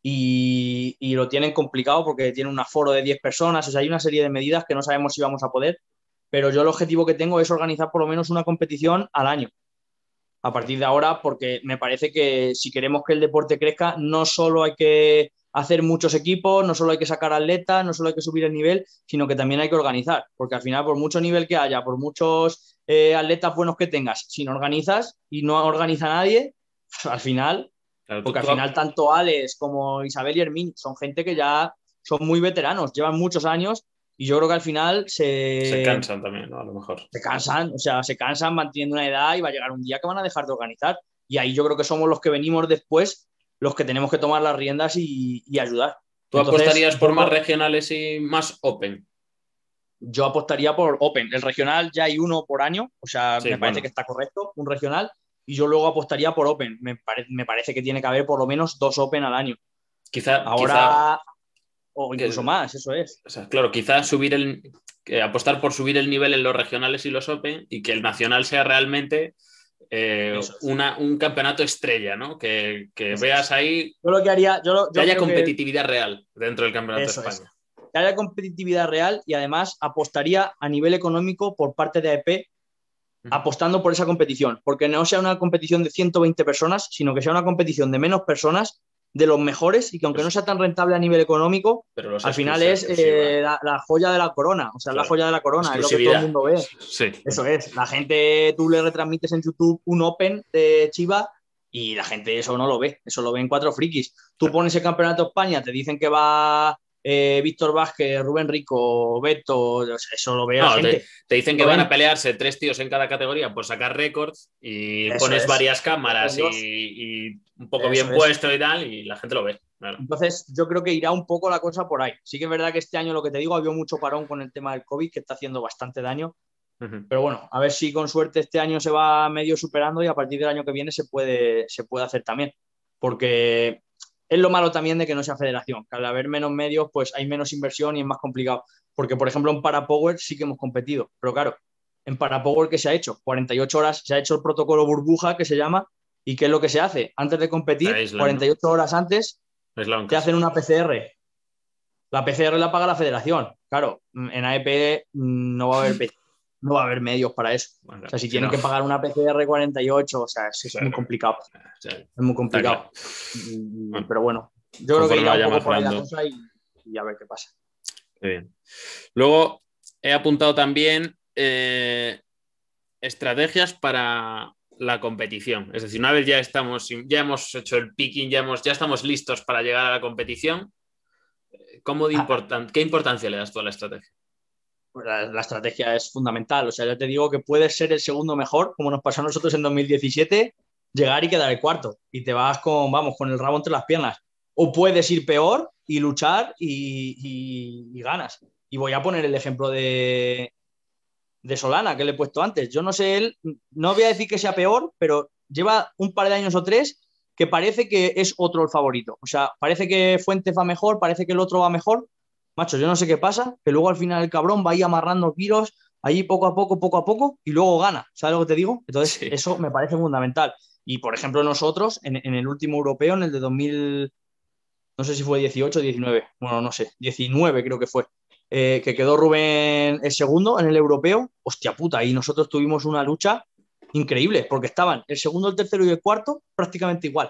y, y lo tienen complicado porque tienen un aforo de diez personas. O sea, hay una serie de medidas que no sabemos si vamos a poder, pero yo el objetivo que tengo es organizar por lo menos una competición al año. A partir de ahora, porque me parece que si queremos que el deporte crezca, no solo hay que hacer muchos equipos, no solo hay que sacar atletas, no solo hay que subir el nivel, sino que también hay que organizar, porque al final, por mucho nivel que haya, por muchos eh, atletas buenos que tengas, si no organizas y no organiza nadie, al final, claro, porque al final tanto Alex como Isabel y Hermín son gente que ya son muy veteranos, llevan muchos años y yo creo que al final se... Se cansan también, ¿no? A lo mejor. Se cansan, o sea, se cansan manteniendo una edad y va a llegar un día que van a dejar de organizar. Y ahí yo creo que somos los que venimos después, los que tenemos que tomar las riendas y, y ayudar. ¿Tú Entonces, apostarías por más regionales y más Open? Yo apostaría por Open. El regional ya hay uno por año, o sea, sí, me parece bueno. que está correcto, un regional. Y yo luego apostaría por Open. Me, pare, me parece que tiene que haber por lo menos dos Open al año. Quizá... Ahora... Quizá... O incluso que, más, eso es. O sea, claro, quizás subir el, eh, apostar por subir el nivel en los regionales y los Open y que el nacional sea realmente eh, es. una, un campeonato estrella, ¿no? Que, que veas ahí yo lo que haría, yo lo, yo que haya competitividad que... real dentro del campeonato eso de España. Es. Que haya competitividad real y además apostaría a nivel económico por parte de A E P uh-huh. apostando por esa competición, porque no sea una competición de ciento veinte personas, sino que sea una competición de menos personas, de los mejores y que aunque pues, no sea tan rentable a nivel económico, pero al final es eh, la, la joya de la corona, o sea, claro. la joya de la corona, es lo que todo el mundo ve. Sí. Eso es, la gente, tú le retransmites en YouTube un Open de Chiva y la gente eso no lo ve, eso lo ven cuatro frikis. Tú pones el campeonato de España, te dicen que va eh, Víctor Vázquez, Rubén Rico, Beto, eso lo ve no, la gente. Te, te dicen que van a pelearse tres tíos en cada categoría por sacar récords y eso pones es. varias cámaras y, y un poco eso bien es. puesto y tal, y la gente lo ve. Claro. Entonces, yo creo que irá un poco la cosa por ahí. Sí que es verdad que este año, lo que te digo, ha habido mucho parón con el tema del COVID, que está haciendo bastante daño. Uh-huh. Pero bueno, a ver si con suerte este año se va medio superando y a partir del año que viene se puede, se puede hacer también. Porque es lo malo también de que no sea federación, que al haber menos medios, pues hay menos inversión y es más complicado. Porque, por ejemplo, en Parapower sí que hemos competido. Pero claro, en Parapower, ¿qué se ha hecho? cuarenta y ocho horas, se ha hecho el protocolo burbuja, que se llama. ¿Y qué es lo que se hace? Antes de competir, isla, cuarenta y ocho ¿no? horas antes, te hacen una P C R. La P C R la paga la federación. Claro, en A E P no va a haber, no va a haber medios para eso. Bueno, o sea, si, si tienen no. que pagar una P C R cuarenta y ocho, o sea, es, es claro. muy complicado. Sí. Es muy complicado. Bueno, pero bueno, yo creo que irá un poco por ahí la cosa y, y a ver qué pasa. Muy bien. Luego he apuntado también eh, estrategias para la competición. Es decir, una vez ya estamos, ya hemos hecho el picking, ya, hemos, ya estamos listos para llegar a la competición, ¿cómo de important- ¿qué importancia le das tú a la estrategia? La, la estrategia es fundamental. O sea, yo te digo que puedes ser el segundo mejor, como nos pasó a nosotros en dos mil diecisiete, llegar y quedar el cuarto. Y te vas con, vamos, con el rabo entre las piernas. O puedes ir peor y luchar y, y, y ganas. Y voy a poner el ejemplo de, de Solana, que le he puesto antes. Yo no sé, él, no voy a decir que sea peor, pero lleva un par de años o tres que parece que es otro el favorito. O sea, parece que Fuentes va mejor, parece que el otro va mejor. Macho, yo no sé qué pasa, que luego al final el cabrón va ahí amarrando kilos, ahí poco a poco, poco a poco, y luego gana. ¿Sabes lo que te digo? Entonces, Sí. eso me parece fundamental. Y, por ejemplo, nosotros, en, en el último europeo, en el de dos mil, no sé si fue dieciocho o diecinueve, bueno, no sé, diecinueve creo que fue, eh, que quedó Rubén el segundo en el europeo, hostia puta, y nosotros tuvimos una lucha increíble, porque estaban el segundo, el tercero y el cuarto prácticamente igual.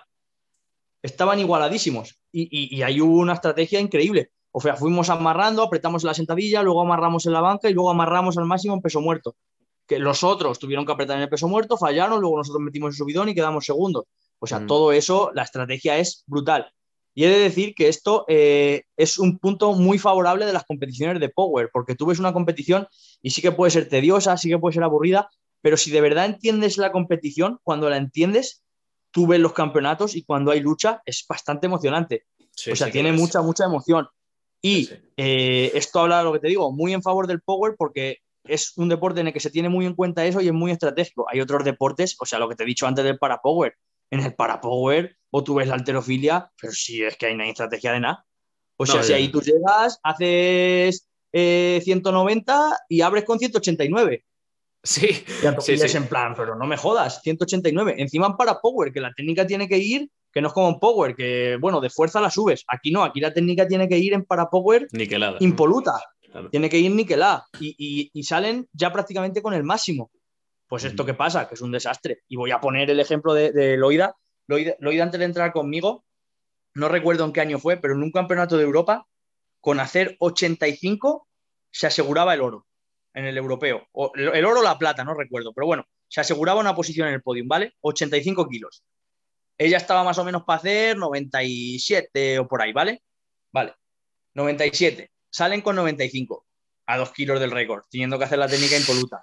Estaban igualadísimos y, y, y ahí hubo una estrategia increíble. O sea, fuimos amarrando, apretamos la sentadilla, luego amarramos en la banca y luego amarramos al máximo en peso muerto. Que los otros tuvieron que apretar en el peso muerto, fallaron, luego nosotros metimos el subidón y quedamos segundos. O sea, Mm. todo eso, la estrategia es brutal. Y he de decir que esto eh, es un punto muy favorable de las competiciones de Power, porque tú ves una competición y sí que puede ser tediosa, sí que puede ser aburrida, pero si de verdad entiendes la competición, cuando la entiendes, tú ves los campeonatos y cuando hay lucha es bastante emocionante. Sí, O sea, sí que tiene lo mucha, es. mucha emoción. Sí, Y sí. eh, esto habla de lo que te digo, muy en favor del Power porque es un deporte en el que se tiene muy en cuenta eso y es muy estratégico. Hay otros deportes, o sea, lo que te he dicho antes del Parapower. En el Parapower o tú ves la halterofilia, pero sí es que hay una estrategia de nada. O sea, No, si ahí ya. tú llegas, haces eh, ciento noventa y abres con ciento ochenta y nueve. Sí, Y, a to- sí, y es sí. en plan, pero no me jodas, ciento ochenta y nueve. Encima en Parapower, que la técnica tiene que ir, que no es como en Power, que bueno, de fuerza la subes. Aquí no, aquí la técnica tiene que ir en Parapower Niquelada, ¿no? impoluta. Claro. Tiene que ir niquelada. Y, y, y salen ya prácticamente con el máximo. Pues esto Mm. que pasa, que es un desastre. Y voy a poner el ejemplo de, de Loida. Loida. Loida antes de entrar conmigo, no recuerdo en qué año fue, pero en un campeonato de Europa, con hacer ochenta y cinco se aseguraba el oro en el europeo. O el oro o la plata, no recuerdo, pero bueno, se aseguraba una posición en el podium, ¿vale? ochenta y cinco kilos. Ella estaba más o menos para hacer noventa y siete o por ahí, ¿vale? Vale, noventa y siete. Salen con noventa y cinco a dos kilos del récord, teniendo que hacer la técnica impoluta.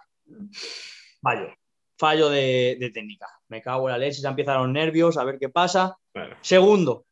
Fallo. Fallo de, de técnica. Me cago en la leche, ya empiezan los nervios, a ver qué pasa. Claro. Segundo,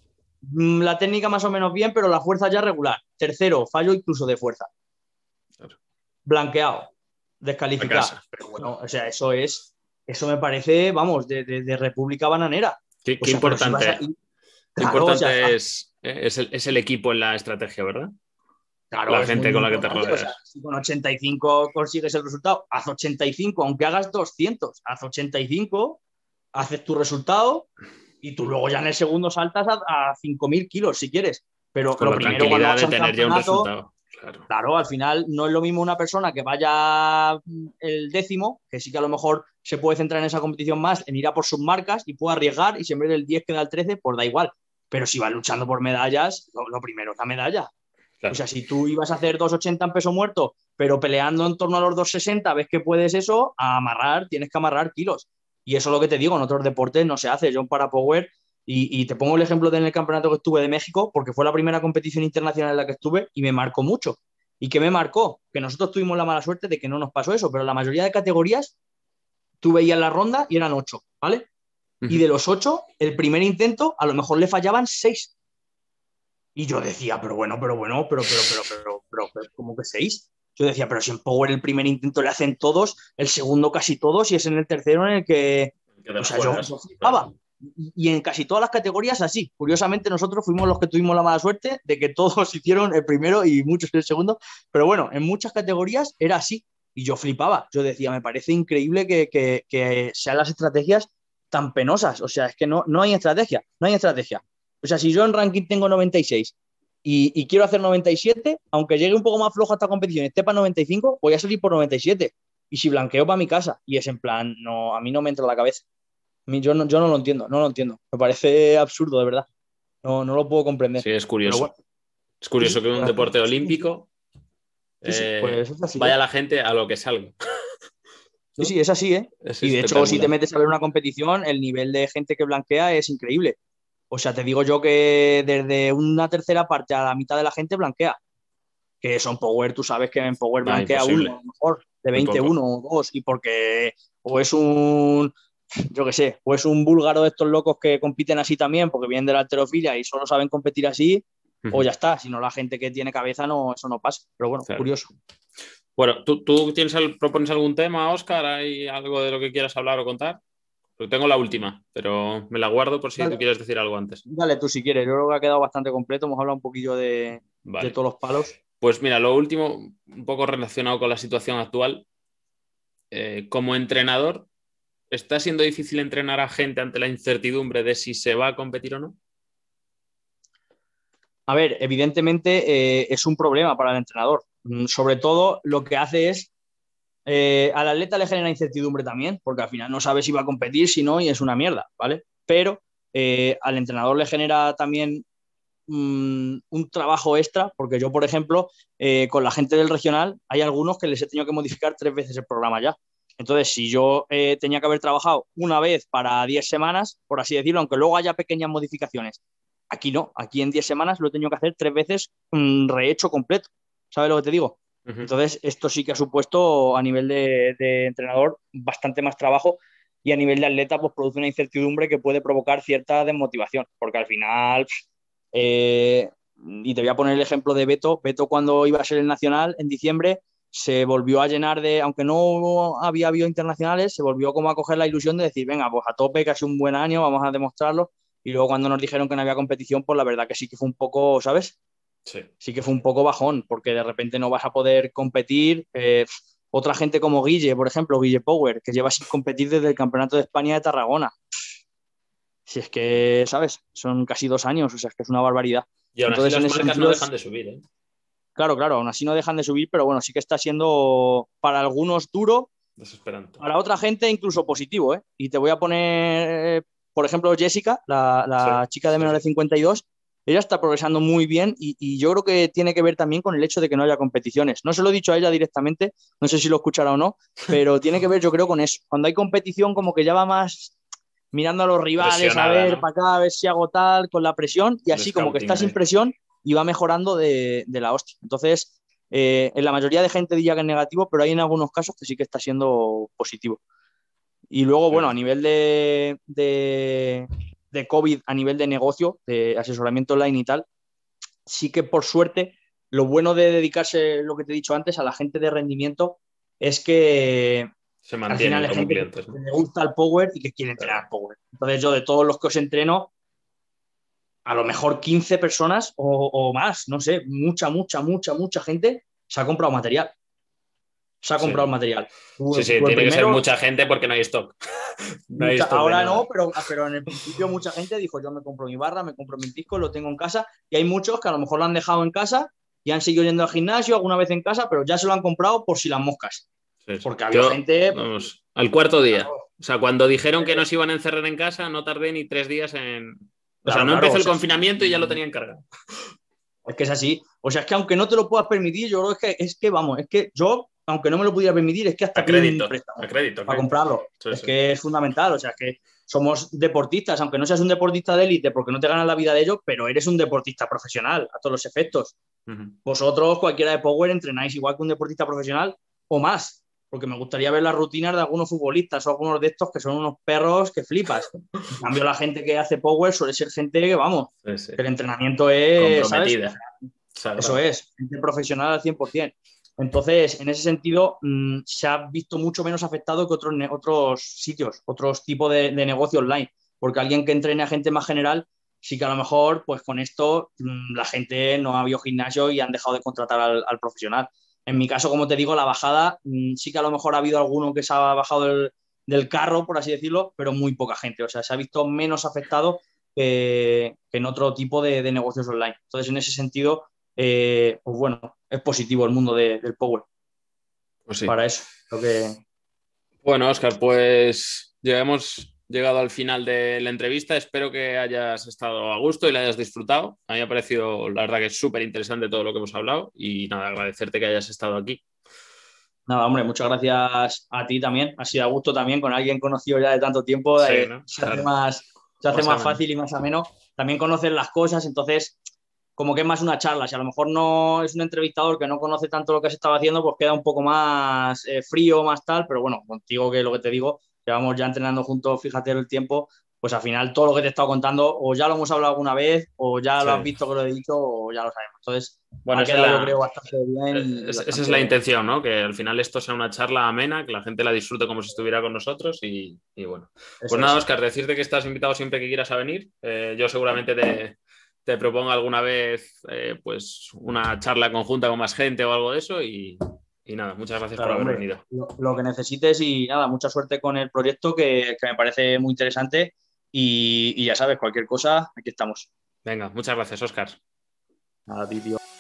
la técnica más o menos bien, pero la fuerza ya regular. Tercero, fallo incluso de fuerza. Claro. Blanqueado, A descalificado. casa. Pero bueno, o sea, eso es, eso me parece, vamos, de, de, de República Bananera. Qué, O qué sea, pero si vas a importante, ir, qué claro, o sea, importante es, es, el, es el equipo en la estrategia, ¿verdad? claro, La es muy, gente muy con la que te importante. O sea, rodeas. si con ochenta y cinco consigues el resultado, haz ochenta y cinco, aunque hagas doscientos, haz ochenta y cinco, haces tu resultado y tú luego ya en el segundo saltas a, a cinco mil kilos si quieres. Pero Con lo la primero cuando tranquilidad vas de a un tener ya un campeonato, resultado. Claro. claro, al final no es lo mismo una persona que vaya el décimo, que sí que a lo mejor se puede centrar en esa competición más, en ir a por sus marcas y puede arriesgar y si en vez del diez queda el trece, pues da igual. Pero si va luchando por medallas, lo, lo primero es la medalla. O Claro. sea, si tú ibas a hacer dos ochenta en peso muerto, pero peleando en torno a los dos sesenta, ves que puedes eso, a amarrar, tienes que amarrar kilos. Y eso es lo que te digo, en otros deportes no se hace. Yo en Parapower, y, y te pongo el ejemplo de en el campeonato que estuve de México, porque fue la primera competición internacional en la que estuve y me marcó mucho. ¿Y qué me marcó? Que nosotros tuvimos la mala suerte de que no nos pasó eso, pero la mayoría de categorías tú veías la ronda y eran ocho, ¿vale? Y de Uh-huh. los ocho, el primer intento a lo mejor le fallaban seis. Y yo decía, pero bueno, pero bueno, pero, pero, pero, pero, pero, pero ¿cómo que seis? Yo decía, pero si en Power el primer intento le hacen todos, el segundo casi todos, y es en el tercero en el que. Que te O la sea, yo, juegas. yo flipaba. Claro. Y, y en casi todas las categorías así. Curiosamente, nosotros fuimos los que tuvimos la mala suerte de que todos hicieron el primero y muchos el segundo. Pero bueno, en muchas categorías era así. Y yo flipaba. Yo decía, me parece increíble que, que, que sean las estrategias tan penosas. O sea, es que no, no hay estrategia. No hay estrategia. O sea, si yo en ranking tengo noventa y seis y, y quiero hacer noventa y siete, aunque llegue un poco más flojo a esta competición y esté para noventa y cinco, voy a salir por noventa y siete. Y si blanqueo para mi casa. Y es en plan, no, a mí no me entra en la cabeza. A mí, yo, no, yo no lo entiendo, no lo entiendo. Me parece absurdo, de verdad. No, no lo puedo comprender. Sí, es Pero curioso. bueno, Es sí, curioso sí, que en un pues así, deporte así funciona. olímpico Sí, sí, eh, pues es así, vaya ¿eh? la gente a lo que salga. Sí, sí, es así, ¿eh? Es y de hecho, si te metes a ver una competición, el nivel de gente que blanquea es increíble. O sea, te digo yo que desde una tercera parte a la mitad de la gente blanquea. Que son Power, tú sabes que en Power No, blanquea imposible. uno, a lo mejor, de Muy veinte, poco. uno o dos, y porque o es un, yo qué sé, o es un búlgaro de estos locos que compiten así también, porque vienen de la halterofilia y solo saben competir así, o Ujú. ya está, si no la gente que tiene cabeza, no, eso no pasa. Pero bueno, Claro. curioso. Bueno, ¿tú, tú tienes el- propones algún tema, Óscar? ¿Hay algo de lo que quieras hablar o contar? Porque tengo la última, pero me la guardo por si tú Dale, quieres decir algo antes. dale tú si quieres, yo creo que ha quedado bastante completo, hemos hablado un poquillo de, de Vale. todos los palos. Pues mira, lo último, un poco relacionado con la situación actual. Eh, como entrenador, ¿está siendo difícil entrenar a gente ante la incertidumbre de si se va a competir o no? A ver, evidentemente eh, es un problema para el entrenador. Mm, Sobre todo lo que hace es Eh, al atleta le genera incertidumbre también, porque al final no sabe si va a competir, si no, y es una mierda, ¿vale? Pero eh, al entrenador le genera también mm, un trabajo extra, porque yo, por ejemplo, eh, con la gente del regional, hay algunos que les he tenido que modificar tres veces el programa ya. Entonces, si yo eh, tenía que haber trabajado una vez para diez semanas, por así decirlo, aunque luego haya pequeñas modificaciones, aquí no, aquí en diez semanas lo he tenido que hacer tres veces mm, rehecho completo. ¿Sabes lo que te digo? Ujú. Entonces, esto sí que ha supuesto a nivel de, de entrenador bastante más trabajo y a nivel de atleta, pues produce una incertidumbre que puede provocar cierta desmotivación, porque al final, eh, y te voy a poner el ejemplo de Beto, Beto cuando iba a ser el nacional en diciembre se volvió a llenar de, aunque no había habido internacionales, se volvió como a coger la ilusión de decir, venga, pues a tope, que ha sido un buen año, vamos a demostrarlo. Y luego cuando nos dijeron que no había competición, pues la verdad que sí que fue un poco, ¿sabes? Sí. Sí que fue un poco bajón, porque de repente no vas a poder competir. Eh, otra gente como Guille, por ejemplo, Guille Power, que lleva sin competir desde el Campeonato de España de Tarragona. Si es que, ¿sabes? Son casi dos años, o sea, es que es una barbaridad. Y aún así Entonces, en las ese marcas no sentido, dejan es, de subir, ¿eh? claro, claro, aún así no dejan de subir, pero bueno, sí que está siendo para algunos duro, Desesperante. para otra gente incluso positivo, ¿eh? Y te voy a poner, por ejemplo, Jessica, la, Sí, la chica de sí, menor sí. de cincuenta y dos, ella está progresando muy bien y, y, yo creo que tiene que ver también con el hecho de que no haya competiciones. No se lo he dicho a ella directamente, no sé si lo escuchará o no, pero tiene que ver yo creo con eso. Cuando hay competición como que ya va más mirando a los rivales, a Presionada, ver ¿no? para acá, a ver si hago tal, con la presión, y El así como que está scouting sin ahí. presión y va mejorando de, de la hostia. Entonces, eh, en la mayoría de gente diría que es negativo, pero hay en algunos casos que sí que está siendo positivo. Y luego, Sí, bueno, a sí. nivel de, de, de COVID, a nivel de negocio, de asesoramiento online y tal, sí que por suerte, lo bueno de dedicarse, lo que te he dicho antes, a la gente de rendimiento es que Se al final mantienen hay como gente que clientes, ¿no? le gusta el power y que quiere Claro. entrenar power. Entonces yo de todos los que os entreno, a lo mejor quince personas o, o más, no sé, mucha, mucha, mucha, mucha gente se ha comprado material. Se ha comprado Sí. material. Sí, Tú, sí, tú el tiene que ser primero, mucha gente porque no hay stock. No hay mucha, stock de ahora nada. no, pero, pero en el principio mucha gente dijo, yo me compro mi barra, me compro mi disco, lo tengo en casa. Y hay muchos que a lo mejor lo han dejado en casa y han seguido yendo al gimnasio alguna vez en casa, pero ya se lo han comprado por si las moscas. Sí, sí. Porque había Yo, gente, pues, vamos, al cuarto día. claro, O sea, cuando dijeron que nos iban a encerrar en casa, no tardé ni tres días en. O sea, claro, no claro, empezó o el sea, confinamiento y ya lo tenían cargado. es que es así. O sea, es que aunque no te lo puedas permitir, yo creo que es que, vamos, es que yo, aunque no me lo pudiera permitir, es que A hasta pido un crédito, a préstamo crédito, a para crédito. comprarlo. Sí, Es sí. que es fundamental. O sea, es que somos deportistas, aunque no seas un deportista de élite porque no te ganas la vida de ello, pero eres un deportista profesional a todos los efectos. Uh-huh. Vosotros, cualquiera de Power, entrenáis igual que un deportista profesional o más. Porque me gustaría ver las rutinas de algunos futbolistas o algunos de estos que son unos perros que flipas. En cambio, la gente que hace Power suele ser gente que, vamos, Sí, sí. que el entrenamiento es, ¿sabes? Comprometida, Eso sagrado. es, gente profesional al cien por ciento. Entonces, en ese sentido, mmm, se ha visto mucho menos afectado que otros, otros sitios, otros tipos de, de negocio online. Porque alguien que entrene a gente más general, sí que a lo mejor, pues con esto, mmm, la gente no ha habido gimnasio y han dejado de contratar al, al profesional. En mi caso, como te digo, la bajada, mmm, sí que a lo mejor ha habido alguno que se ha bajado del, del carro, por así decirlo, pero muy poca gente. O sea, se ha visto menos afectado que, que en otro tipo de, de negocios online. Entonces, en ese sentido, eh, pues bueno, es positivo el mundo de, del Power Pues sí. para eso. Creo que... Bueno, Óscar, pues ya hemos llegado al final de la entrevista. Espero que hayas estado a gusto y la hayas disfrutado. A mí me ha parecido, la verdad, que es súper interesante todo lo que hemos hablado y nada, agradecerte que hayas estado aquí. Nada, hombre, muchas gracias a ti también. Ha sido a gusto también con alguien conocido ya de tanto tiempo. Sí, Eh, ¿no? se hace Claro. más, se hace Más más ameno. fácil y más ameno. También conoces las cosas, entonces como que es más una charla. Si a lo mejor no es un entrevistador que no conoce tanto lo que se estaba haciendo, pues queda un poco más eh, frío, más tal. Pero bueno, contigo que lo que te digo, llevamos ya entrenando juntos, fíjate el tiempo, pues al final todo lo que te he estado contando o ya lo hemos hablado alguna vez o ya lo has Sí. visto que lo he dicho o ya lo sabemos. Entonces Bueno, ha esa es quedado yo la, creo bastante bien y, y es- esa es la bastante... intención, ¿no? Que al final esto sea una charla amena, que la gente la disfrute como si estuviera con nosotros y, y bueno. Pues Eso nada, es. Oscar, decirte que estás invitado siempre que quieras a venir. Eh, yo seguramente te, te propongo alguna vez eh, pues una charla conjunta con más gente o algo de eso y, y nada, muchas gracias por Claro, haber hombre, venido. lo, lo que necesites y nada, mucha suerte con el proyecto que, que me parece muy interesante y, y ya sabes, cualquier cosa, aquí estamos. Venga, muchas gracias, Oscar. A ti, tío.